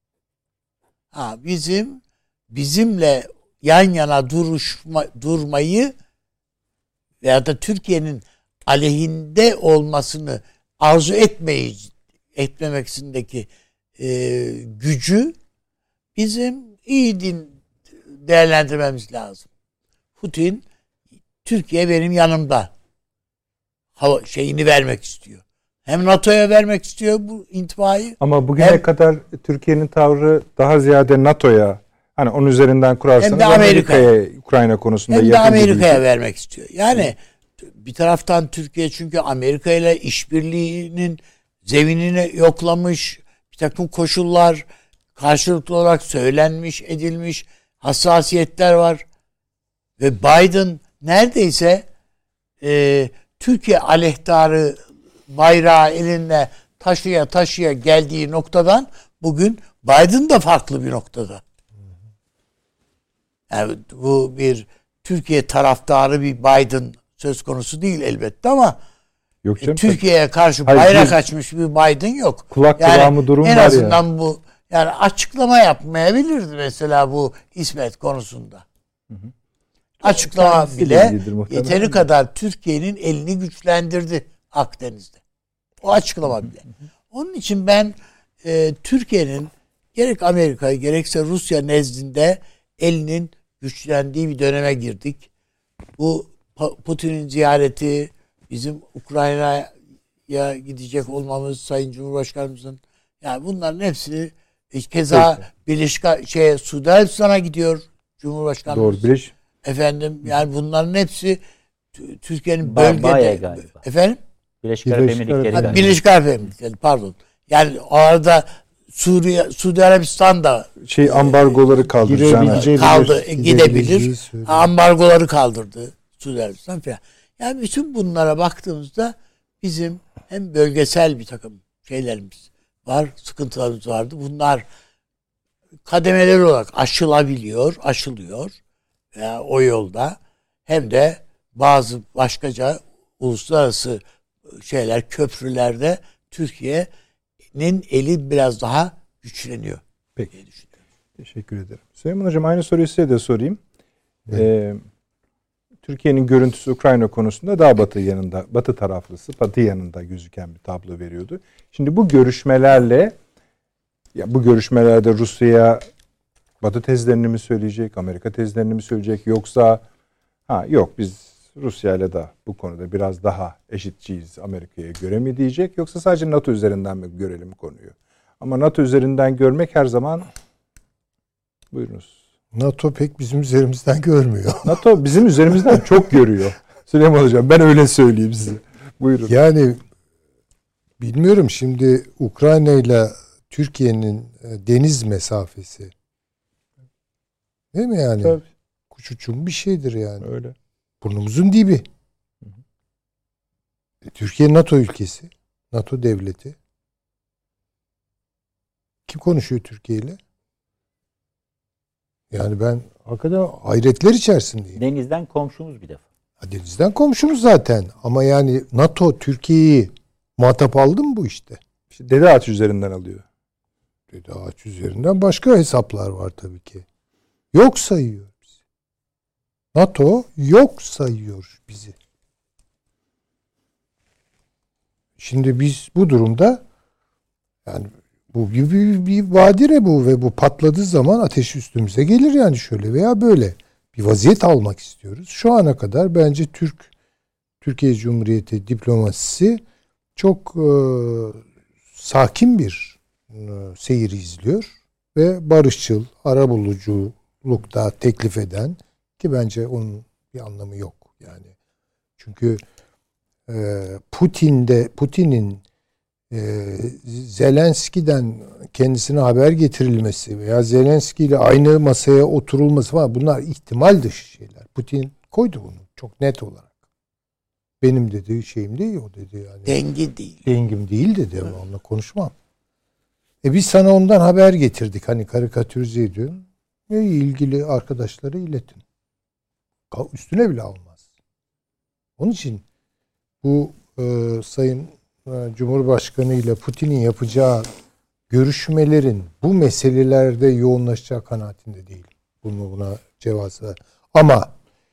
bizimle yan yana durmayı veya da Türkiye'nin aleyhinde olmasını arzu etmemekindeki gücü bizim iyi değerlendirmemiz lazım. Putin Türkiye benim yanımda şeyini vermek istiyor. Hem NATO'ya vermek istiyor bu intibayı. Ama bugüne kadar Türkiye'nin tavrı daha ziyade NATO'ya, hani onun üzerinden kurarsanız hem de Amerika'ya Ukrayna konusunda hem de Amerika'ya vermek istiyor. Yani bir taraftan Türkiye çünkü Amerika ile işbirliğinin zeminini yoklamış, bir takım koşullar karşılıklı olarak söylenmiş, edilmiş, hassasiyetler var. Ve Biden neredeyse Türkiye aleyhtarı bayrağı elinde taşıya geldiği noktadan bugün Biden da farklı bir noktada. Yani bu bir Türkiye taraftarı bir Biden söz konusu değil elbette ama yok canım, Türkiye'ye karşı bayrak açmış bir Biden yok. Kulak kıvamı durum en var azından yani. bu yani açıklama yapmayabilirdi mesela bu İsmet konusunda. Açıklama bile yeteri kadar Türkiye'nin elini güçlendirdi Akdeniz'de. O açıklama bile. Onun için ben Türkiye'nin gerek Amerika gerekse Rusya nezdinde elinin güçlendiği bir döneme girdik. Bu Putin'in ziyareti, bizim Ukrayna'ya gidecek olmamız, Sayın Cumhurbaşkanımızın, yani bunların hepsini keza Suudi Arabistan'a gidiyor Cumhurbaşkanımız. Doğru, efendim yani bunların hepsi Türkiye'nin bölgede galiba. Efendim? Birleşik Arap Emirlikleri galiba. Birleşik Arap Emirlikleri pardon. Yani orada Suudi Arabistan da ambargoları gidebilir. Ambargoları kaldırdı Suudi Arabistan falan. Yani bütün bunlara baktığımızda bizim hem bölgesel bir takım şeylerimiz var, sıkıntılarımız vardı. Bunlar kademeler olarak aşılıyor yani o yolda. Hem de bazı başkaca uluslararası köprülerde Türkiye'nin eli biraz daha güçleniyor. Peki. Diye düşünüyorum. Teşekkür ederim. Süleyman Hocam, aynı soruyu size de sorayım. Türkiye'nin görüntüsü Ukrayna konusunda daha batı taraflısı, batı yanında gözüken bir tablo veriyordu. Şimdi bu görüşmelerde Rusya'ya Batı tezlerini mi söyleyecek, Amerika tezlerini mi söyleyecek, yoksa yok biz Rusya ile de bu konuda biraz daha eşitçiyiz Amerika'ya göre mi diyecek, yoksa sadece NATO üzerinden mi görelim konuyu? Ama NATO üzerinden görmek her zaman, buyurunuz. NATO pek bizim üzerimizden görmüyor. NATO bizim üzerimizden çok görüyor. Süleyman Hocam, ben öyle söyleyeyim size. Buyurun. Yani bilmiyorum, şimdi Ukrayna ile Türkiye'nin deniz mesafesi, değil mi yani? Tabii. Kuş uçumu bir şeydir yani. Öyle. Burnumuzun dibi. Türkiye NATO ülkesi. NATO devleti. Kim konuşuyor Türkiye ile? Yani ben hakikaten hayretler içerisindeyim. Denizden komşumuz bir defa. Denizden komşumuz zaten. Ama yani NATO Türkiye'yi muhatap aldı mı bu işte? İşte Dede Ağaç üzerinden alıyor. Dede Ağaç üzerinden başka hesaplar var tabii ki. Yok sayıyor bizi. NATO yok sayıyor bizi. Şimdi biz bu durumda, yani bu bir badire bu ve bu patladığı zaman ateş üstümüze gelir yani, şöyle veya böyle. Bir vaziyet almak istiyoruz. Şu ana kadar bence Türkiye Cumhuriyeti diplomasisi çok sakin bir seyir izliyor ve barışçıl, arabuluculukta teklif eden, ki bence onun bir anlamı yok yani. Çünkü Putin'in Zelenski'den kendisine haber getirilmesi veya Zelenski ile aynı masaya oturulması falan, bunlar ihtimal dışı şeyler. Putin koydu bunu çok net olarak. Benim dediği şeyim değil o, dedi yani. Dengi değil. Dengim değil dedi, ama onunla konuşmam. Biz sana ondan haber getirdik, hani karikatürize ediyorum. İlgili arkadaşlara iletin. Üstüne bile almaz. Onun için bu Sayın Cumhurbaşkanı ile Putin'in yapacağı görüşmelerin bu meselelerde yoğunlaşacağı kanaatinde değil. Buna cevazı. Ama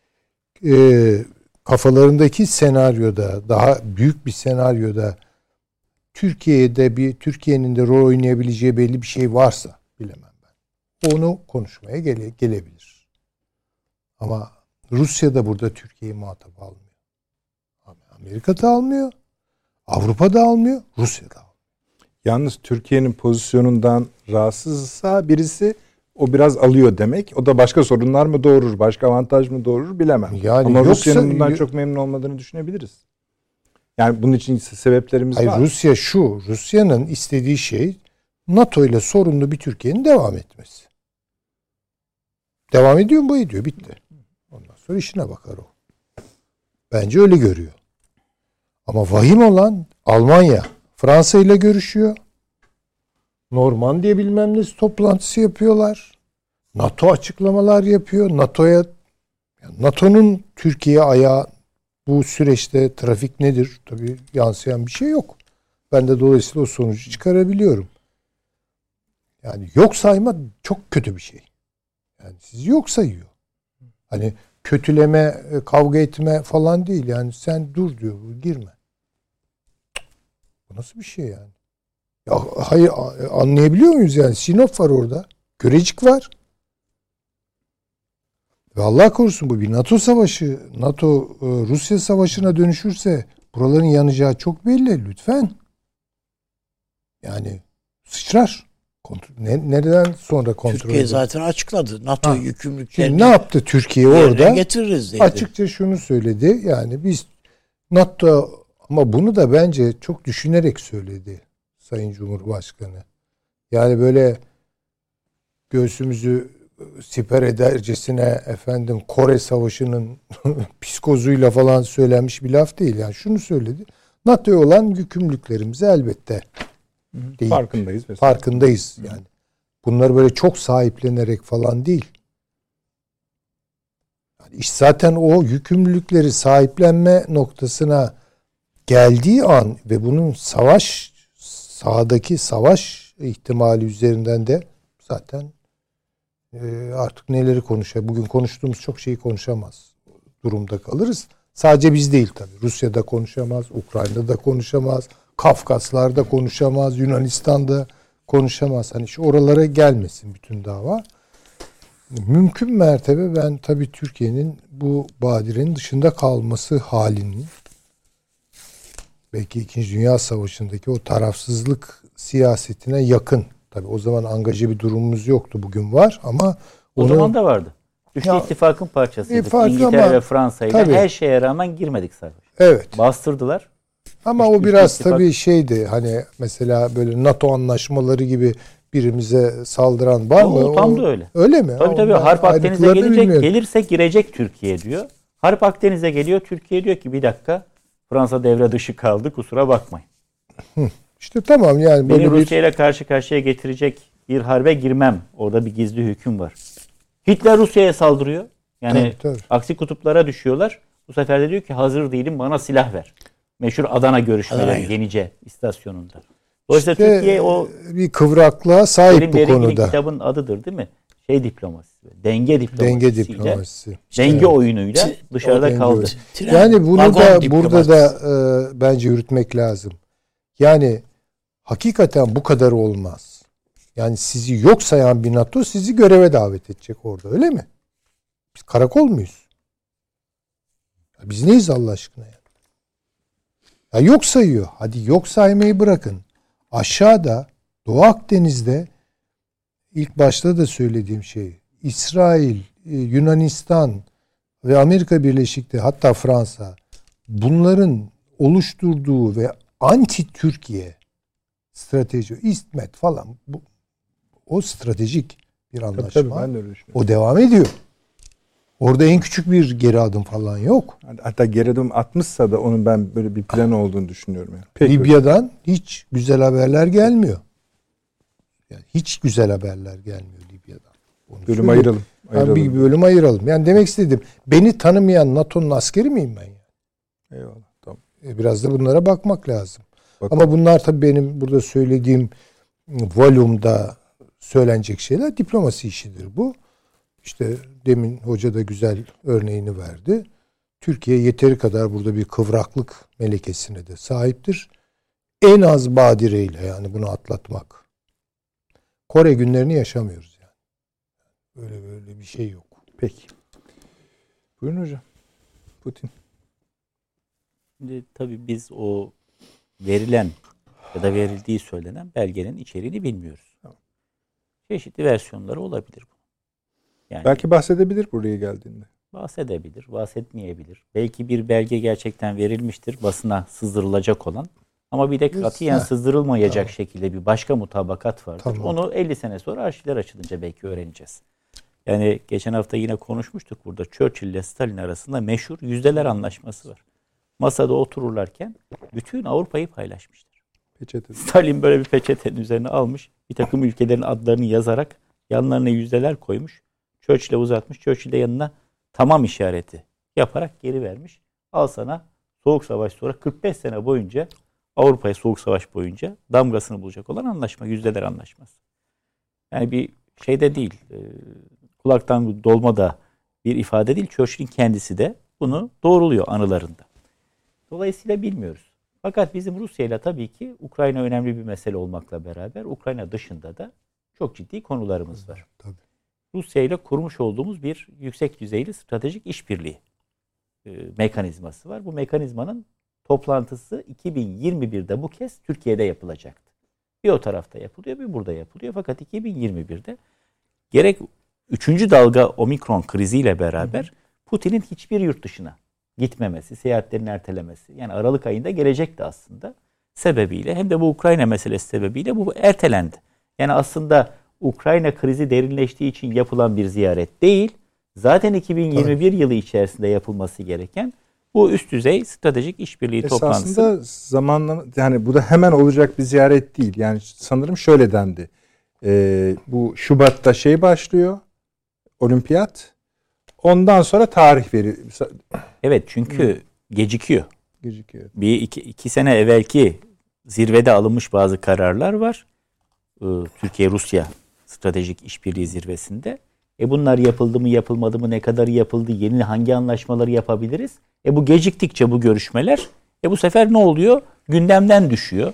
kafalarındaki senaryoda, daha büyük bir senaryoda Türkiye'nin de rol oynayabileceği belli bir şey varsa, bilemem ben, onu konuşmaya gelebilir. Ama Rusya da burada Türkiye'yi muhatap almıyor. Amerika da almıyor. Avrupa da almıyor. Rusya da almıyor. Yalnız Türkiye'nin pozisyonundan rahatsızsa birisi, o biraz alıyor demek. O da başka sorunlar mı doğurur, başka avantaj mı doğurur bilemem. Yani ama Rusya'nın bundan çok memnun olmadığını düşünebiliriz. Yani bunun için sebeplerimiz var. Rusya'nın istediği şey NATO ile sorunlu bir Türkiye'nin devam etmesi. Devam ediyor mu? Bu ediyor. Bitti. Ondan sonra işine bakar o. Bence öyle görüyor. Ama vahim olan Almanya, Fransa ile görüşüyor. Normandiya bilmem ne toplantısı yapıyorlar. NATO açıklamalar yapıyor. NATO'nun Türkiye ayağı, bu süreçte trafik nedir? Tabii yansıyan bir şey yok. Ben de dolayısıyla o sonucu çıkarabiliyorum. Yani yok sayma çok kötü bir şey. Yani sizi yok sayıyor. Hani kötüleme, kavga etme falan değil. Yani sen dur diyor, girme. Bu nasıl bir şey yani? Ya hayır, anlayabiliyor muyuz yani? Sinop var orada. Görecik var. Ve Allah korusun bu bir NATO savaşı, NATO-Rusya savaşına dönüşürse buraların yanacağı çok belli. Lütfen. Yani sıçrar. Nereden sonra kontrol Türkiye eder? zaten açıkladı. NATO yükümlülüklerini ne yaptı Türkiye orada? getiririz dedi. Açıkça şunu söyledi. Yani biz NATO, ama bunu da bence çok düşünerek söyledi Sayın Cumhurbaşkanı. Yani böyle göğsümüzü siper edercesine Kore Savaşı'nın psikozuyla falan söylenmiş bir laf değil. Yani şunu söyledi. NATO'ya olan yükümlülüklerimizi elbette farkındayız yani. Bunları böyle çok sahiplenerek falan değil. Yani iş zaten o yükümlülükleri sahiplenme noktasına geldiği an ve bunun sahadaki savaş ihtimali üzerinden de zaten Artık neleri konuşuyor? Bugün konuştuğumuz çok şeyi konuşamaz durumda kalırız. Sadece biz değil tabii. Rusya'da konuşamaz, Ukrayna'da konuşamaz, Kafkaslar'da konuşamaz, Yunanistan'da konuşamaz. Hani şu oralara gelmesin bütün dava. Mümkün mertebe ben tabii Türkiye'nin bu badirenin dışında kalması halinin, belki 2. Dünya Savaşı'ndaki o tarafsızlık siyasetine yakın. Tabii o zaman angaje bir durumumuz yoktu. Bugün var ama o zaman da vardı. Üçlü ittifakın parçasıydık. İngiltere ve Fransa ile her şeye rağmen girmedik savaşa. Evet. Bastırdılar. Ama o biraz tabii şeydi, hani mesela böyle NATO anlaşmaları gibi birimize saldıran var mı? O tam da öyle. Öyle mi? Tabii. Harp Akdeniz'e gelirse girecek Türkiye diyor. Harp Akdeniz'e geliyor. Türkiye diyor ki bir dakika, Fransa devre dışı kaldı, kusura bakmayın. İşte tamam, yani böyle beni Rusya ile karşı karşıya getirecek bir harbe girmem. Orada bir gizli hüküm var. Hitler Rusya'ya saldırıyor. Yani tabii. Aksi kutuplara düşüyorlar. Bu sefer de diyor ki hazır değilim, bana silah ver. Meşhur Adana görüşmeleri Yenice istasyonunda. Dolayısıyla işte Türkiye o bir kıvraklığa sahip bu konuda. Kitabın adıdır değil mi? Diplomasi. Denge diplomasisi. Denge oyunuyla dışarıda kaldı. Yani bunu da burada da bence yürütmek lazım. Yani hakikaten bu kadar olmaz. Yani sizi yok sayan bir NATO sizi göreve davet edecek orada, öyle mi? Biz karakol muyuz? Ya biz neyiz Allah aşkına ya? Ya yok sayıyor. Hadi yok saymayı bırakın. Aşağıda Doğu Akdeniz'de ilk başta da söylediğim şey, İsrail, Yunanistan ve Amerika Birleşik Devletleri, hatta Fransa, bunların oluşturduğu ve anti Türkiye strateji, İstmet falan, o stratejik bir anlaşma. Tabii, ben de öyle düşünüyorum. O devam ediyor. Orada en küçük bir geri adım falan yok. Hatta geri adım atmışsa da onun ben böyle bir plan olduğunu düşünüyorum. Yani. Peki. Libya'dan hiç güzel haberler gelmiyor. Yani hiç güzel haberler gelmiyor Libya'dan. Bölüm ayıralım. Bir bölüm ayıralım. Yani demek istedim, beni tanımayan NATO'nun askeri miyim ben? Yani? Eyvallah. Tamam. Biraz da bunlara bakmak lazım. Bakalım. Ama bunlar tabii benim burada söylediğim volümda söylenecek şeyler, diplomasi işidir bu. İşte demin hoca da güzel örneğini verdi. Türkiye yeteri kadar burada bir kıvraklık melekesine de sahiptir. En az badireyle yani bunu atlatmak. Kore günlerini yaşamıyoruz yani. Böyle bir şey yok. Peki. Buyurun hocam. Putin. Şimdi tabii biz o verilen ya da verildiği söylenen belgenin içeriğini bilmiyoruz. Tamam. Çeşitli versiyonları olabilir bu. Yani belki bahsedebilir buraya geldiğinde. Bahsedebilir, bahsetmeyebilir. Belki bir belge gerçekten verilmiştir, basına sızdırılacak olan. Ama bir de katiyen sızdırılmayacak şekilde bir başka mutabakat vardır. Tamam. Onu 50 sene sonra arşivler açılınca belki öğreneceğiz. Yani geçen hafta yine konuşmuştuk burada. Churchill ile Stalin arasında meşhur yüzdeler anlaşması var. Masada otururlarken bütün Avrupa'yı paylaşmışlar. Peçete. Stalin böyle bir peçetenin üzerine almış. Bir takım ülkelerin adlarını yazarak yanlarına yüzdeler koymuş. Churchill'e uzatmış. Churchill de yanına tamam işareti yaparak geri vermiş. Al sana Soğuk Savaş sonra 45 sene boyunca Avrupa'ya Soğuk Savaş boyunca damgasını bulacak olan anlaşma. Yüzdeler anlaşması. Yani bir şeyde değil. Kulaktan dolma da bir ifade değil. Churchill'in kendisi de bunu doğruluyor anılarında. Dolayısıyla bilmiyoruz. Fakat bizim Rusya ile tabii ki Ukrayna önemli bir mesele olmakla beraber Ukrayna dışında da çok ciddi konularımız var. Tabii. Rusya ile kurmuş olduğumuz bir yüksek düzeyli stratejik işbirliği mekanizması var. Bu mekanizmanın toplantısı 2021'de bu kez Türkiye'de yapılacaktı. Bir o tarafta yapılıyor, bir burada yapılıyor. Fakat 2021'de gerek 3. dalga omikron kriziyle beraber Putin'in hiçbir yurt dışına gitmemesi, seyahatlerini ertelemesi, yani Aralık ayında gelecekti aslında sebebiyle, hem de bu Ukrayna meselesi sebebiyle bu ertelendi. Yani aslında Ukrayna krizi derinleştiği için yapılan bir ziyaret değil, zaten 2021 yılı içerisinde yapılması gereken bu üst düzey stratejik işbirliği toplantısı. Esasında zamanlama, yani bu da hemen olacak bir ziyaret değil. Yani sanırım şöyle dendi. Bu Şubat'ta başlıyor, olimpiyat. Ondan sonra tarih veriyor. Evet, çünkü gecikiyor. Gecikiyor. Bir iki sene evvelki zirvede alınmış bazı kararlar var. Türkiye-Rusya stratejik işbirliği zirvesinde. Bunlar yapıldı mı, yapılmadı mı, ne kadar yapıldı, yeni hangi anlaşmaları yapabiliriz? Bu geciktikçe bu görüşmeler bu sefer ne oluyor? Gündemden düşüyor.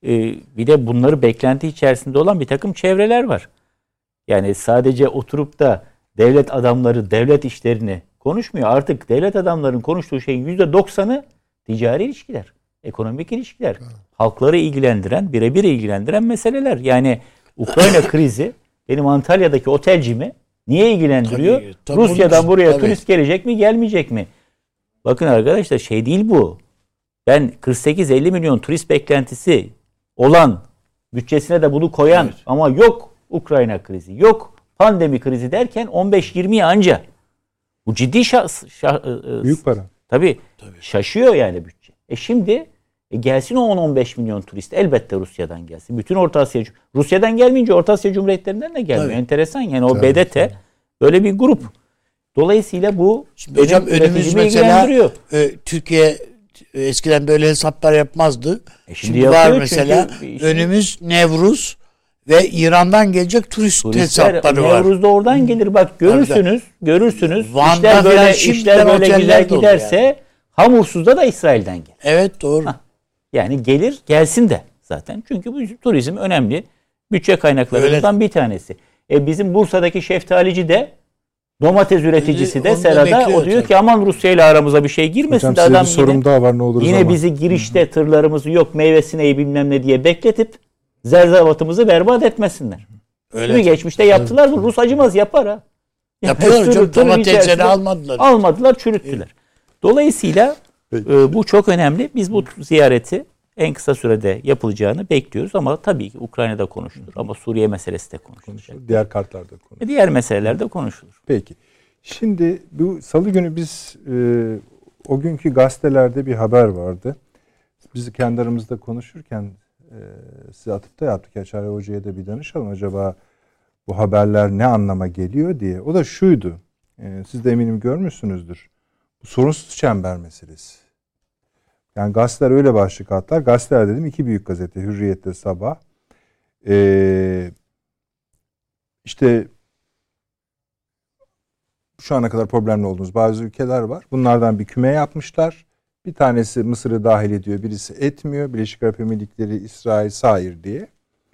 Bir de bunları beklenti içerisinde olan bir takım çevreler var. Yani sadece oturup da devlet adamları devlet işlerini konuşmuyor. Artık devlet adamlarının konuştuğu şeyin %90'ı ticari ilişkiler, ekonomik ilişkiler, halkları ilgilendiren, birebir ilgilendiren meseleler. Yani Ukrayna krizi benim Antalya'daki otelcimi niye ilgilendiriyor? Tabii, Rusya'dan buraya tabii. turist gelecek mi, gelmeyecek mi? Bakın arkadaşlar şey değil bu. Ben 48-50 milyon turist beklentisi olan, bütçesine de bunu koyan ama yok Ukrayna krizi, yok pandemi krizi derken 15-20'ye anca. Bu ciddi büyük para. Tabii. Şaşıyor yani bütçe. Şimdi gelsin o 10-15 milyon turist. Elbette Rusya'dan gelsin. Bütün Orta Asya, Rusya'dan gelmeyince Orta Asya Cumhuriyetlerinden de gelmiyor. Tabii. Enteresan yani o BDT böyle bir grup. Dolayısıyla bu şimdi hocam önümüz mesela Türkiye eskiden böyle hesaplar yapmazdı. Şimdi var mesela önümüz Nevruz ve İran'dan gelecek turistler hesapları var. Nevruz'da oradan gelir bak görürsünüz. Van'da işler böyle güzel giderse yani. Hamursuz'da da İsrail'den gelir. Evet doğru. Yani gelsin de zaten. Çünkü bu turizm önemli bütçe kaynaklarından bir tanesi. Bizim Bursa'daki şeftalici de domates üreticisi de Serada o diyor ki aman Rusya ile aramıza bir şey girmesin hocam, de adam bir sorum daha var, ne olur yine zaman. Bizi girişte tırlarımızı yok meyvesineyi bilmem ne diye bekletip zerzevatımızı berbat etmesinler. Öyle. Geçmişte yaptılar bu. Rus acımaz yapar ha. Yapıyor hocam, domatesleri almadılar. Almadılar, çürüttüler. Dolayısıyla bu çok önemli. Biz bu ziyareti en kısa sürede yapılacağını bekliyoruz ama tabii ki Ukrayna'da konuşulur ama Suriye meselesi de konuşulacak. Diğer kartlarda konuşulur. Diğer meselelerde konuşulur. Peki. Şimdi bu salı günü biz o günkü gazetelerde bir haber vardı. Biz kendi aramızda konuşurken size atıfta yaptık. Yaşar Hoca'ya da bir danışalım. Acaba bu haberler ne anlama geliyor diye. O da şuydu. Siz de eminim görmüşsünüzdür. Bu sorunsuz çember meselesi. Yani gazeteler öyle başlık atlar. Gazeteler dedim iki büyük gazete. Hürriyet'te Sabah. İşte şu ana kadar problemli olduğumuz bazı ülkeler var. Bunlardan bir küme yapmışlar. Bir tanesi Mısır'ı dahil ediyor. Birisi etmiyor. Birleşik Arap Emirlikleri, İsrail, sair diye.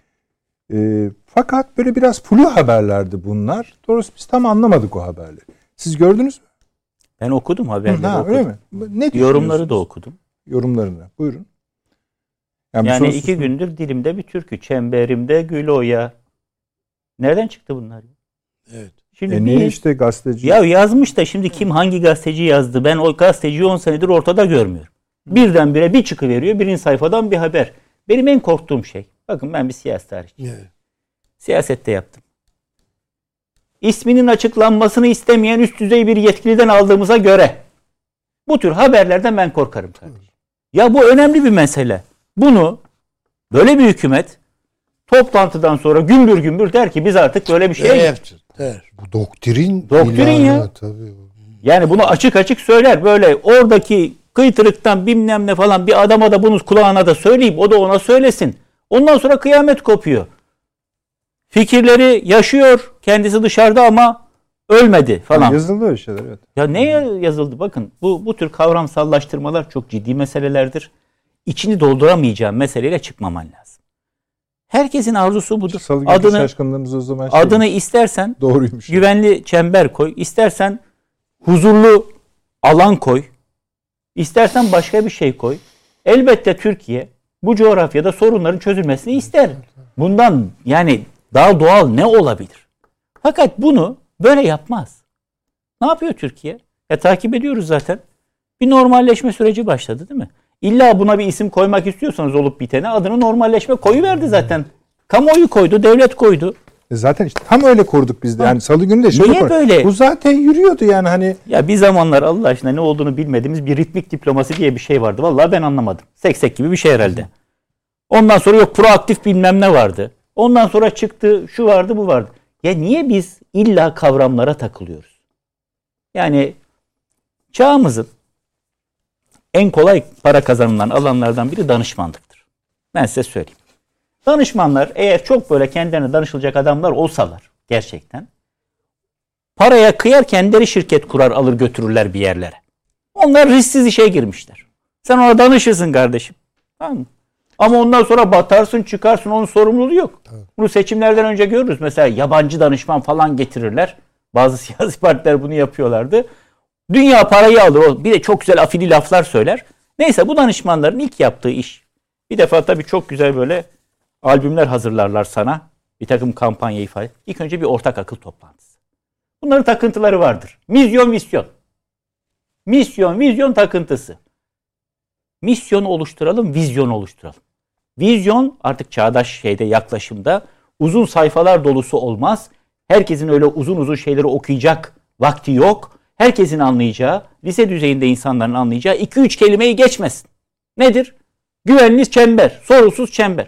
Fakat böyle biraz flu haberlerdi bunlar. Doğrusu biz tam anlamadık o haberleri. Siz gördünüz mü? Ben okudum haberleri. Okudum. Öyle mi? Ne yorumları da okudum. Yorumlarını. Buyurun. Yani 2 gündür dilimde bir türkü. Çemberimde gül oya. Nereden çıktı bunlar? Evet. Şimdi niye işte gazeteci? Ya yazmış da şimdi kim hangi gazeteci yazdı? Ben o gazeteciyi 10 senedir ortada görmüyorum. Birdenbire bir çıkıveriyor. Birinci sayfadan bir haber. Benim en korktuğum şey. Bakın ben bir siyaset tarihçiyim. Evet. Siyasette yaptım. İsminin açıklanmasını istemeyen üst düzey bir yetkiliden aldığımıza göre bu tür haberlerden ben korkarım kardeşim. Ya bu önemli bir mesele. Bunu böyle bir hükümet toplantıdan sonra gümbür gümbür der ki biz artık böyle bir şey yaptık. Bu doktrin ya. Tabii. Yani bunu açık açık söyler. Böyle oradaki kıytırıktan bilmem ne falan bir adama da bunu kulağına da söyleyip o da ona söylesin. Ondan sonra kıyamet kopuyor. Fikirleri yaşıyor. Kendisi dışarıda ama ölmedi falan. Yani yazıldı öyle şeyler, evet. Ya ne yazıldı? Bakın bu tür kavramsallaştırmalar çok ciddi meselelerdir. İçini dolduramayacağın meseleyle çıkmaman lazım. Herkesin arzusu budur. Şaşkınlığımız o zaman adını istersen doğruymuş. Güvenli çember koy. İstersen huzurlu alan koy. İstersen başka bir şey koy. Elbette Türkiye bu coğrafyada sorunların çözülmesini ister. Bundan yani daha doğal ne olabilir? Fakat bunu böyle yapmaz. Ne yapıyor Türkiye? Takip ediyoruz zaten. Bir normalleşme süreci başladı değil mi? İlla buna bir isim koymak istiyorsanız olup bitene adını normalleşme koyuverdi zaten. Kamuoyu koydu, devlet koydu. Zaten işte tam öyle kurduk biz de. Yani salı günü de niye böyle? Bu zaten yürüyordu yani hani. Ya bir zamanlar Allah aşkına ne olduğunu bilmediğimiz bir ritmik diplomasi diye bir şey vardı. Vallahi ben anlamadım. Seksek gibi bir şey herhalde. Ondan sonra yok proaktif bilmem ne vardı. Ondan sonra çıktı şu vardı bu vardı. Ya niye biz illa kavramlara takılıyoruz? Yani çağımızın en kolay para kazanılan alanlardan biri danışmanlıktır. Ben size söyleyeyim. Danışmanlar eğer çok böyle kendilerine danışılacak adamlar olsalar gerçekten Paraya kıyar kendileri şirket kurar alır götürürler bir yerlere. Onlar risksiz işe girmişler. Sen ona danışırsın kardeşim. Tamam mı? Ama ondan sonra batarsın çıkarsın onun sorumluluğu yok. Evet. Bunu seçimlerden önce görürüz. Mesela yabancı danışman falan getirirler. Bazı siyasi partiler bunu yapıyorlardı. Dünya parayı alır. Bir de çok güzel afili laflar söyler. Neyse bu danışmanların ilk yaptığı iş. Bir defa tabii çok güzel böyle albümler hazırlarlar sana. Bir takım kampanya ifade. İlk önce bir ortak akıl toplantısı. Bunların takıntıları vardır. Misyon. Misyon, vizyon takıntısı. Misyonu oluşturalım, vizyonu oluşturalım. Vizyon artık çağdaş yaklaşımda uzun sayfalar dolusu olmaz. Herkesin öyle uzun şeyleri okuyacak vakti yok. Herkesin anlayacağı, lise düzeyinde insanların anlayacağı 2-3 kelimeyi geçmesin. Nedir? Güvenli çember, sorusuz çember.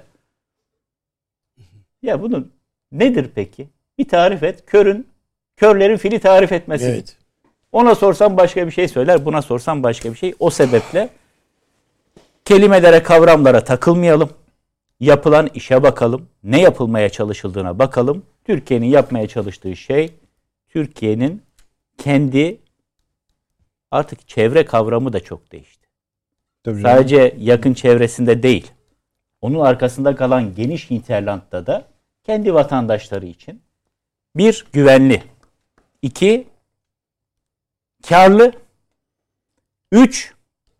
Ya bunun nedir peki? Bir tarif et. Körlerin fili tarif etmesi. Evet. Ona sorsam başka bir şey söyler, buna sorsam başka bir şey. O sebeple kelimelere, kavramlara takılmayalım. Yapılan işe bakalım. Ne yapılmaya çalışıldığına bakalım. Türkiye'nin yapmaya çalıştığı şey, Türkiye'nin kendi artık çevre kavramı da çok değişti. Sadece yakın çevresinde değil. Onun arkasında kalan geniş hinterlandda da kendi vatandaşları için 1. Güvenli. 2. Karlı. 3.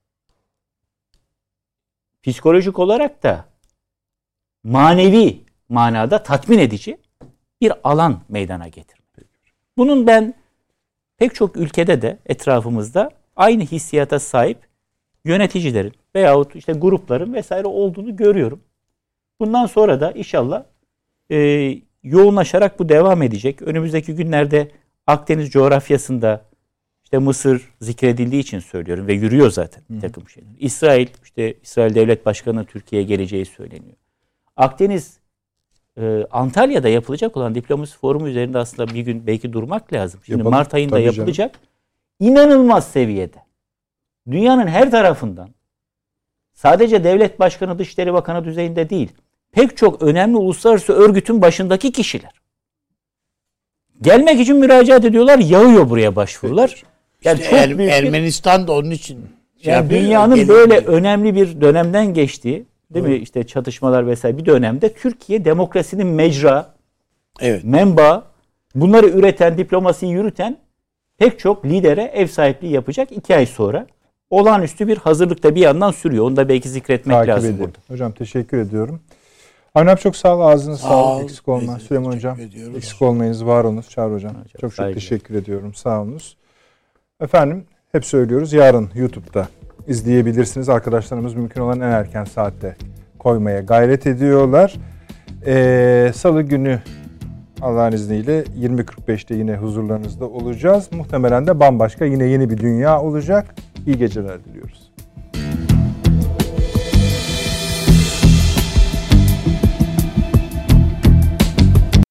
Psikolojik olarak da manevi manada tatmin edici bir alan meydana getirmek. Bunun ben pek çok ülkede de etrafımızda aynı hissiyata sahip yöneticilerin veyahut işte grupların vesaire olduğunu görüyorum. Bundan sonra da inşallah yoğunlaşarak bu devam edecek. Önümüzdeki günlerde Akdeniz coğrafyasında işte Mısır zikredildiği için söylüyorum ve yürüyor zaten bir takım şeyler. İsrail Devlet Başkanı'nın Türkiye'ye geleceği söyleniyor. Akdeniz Antalya'da yapılacak olan diplomasi forumu üzerinde aslında bir gün belki durmak lazım. Şimdi Mart ayında yapılacak. Canım. İnanılmaz seviyede. Dünyanın her tarafından sadece devlet başkanı, dışişleri bakanı düzeyinde değil, pek çok önemli uluslararası örgütün başındaki kişiler gelmek için müracaat ediyorlar. Yağıyor buraya başvurular. Yani işte çok büyük Ermenistan da onun için yani dünyanın böyle önemli bir dönemden geçtiği, değil mi? İşte çatışmalar vesaire bir dönemde Türkiye demokrasinin mecra, menba, bunları üreten, diplomasiyi yürüten pek çok lidere ev sahipliği yapacak 2 ay sonra. Olağanüstü bir hazırlık da bir yandan sürüyor. Onu da belki zikretmek takip lazım edelim. burada. Hocam teşekkür ediyorum. Avni abi çok sağ ol. Ağzınız sağ ol. Eksik olma. Süleyman Hocam eksik olmayınız. Var olunuz. Çağrı Hocam. Çok teşekkür ediyorum. Sağ olunuz. Efendim hep söylüyoruz. Yarın YouTube'da izleyebilirsiniz. Arkadaşlarımız mümkün olan en erken saatte koymaya gayret ediyorlar. Salı günü Allah'ın izniyle 20.45'te yine huzurlarınızda olacağız. Muhtemelen de bambaşka yine yeni bir dünya olacak. İyi geceler diliyoruz.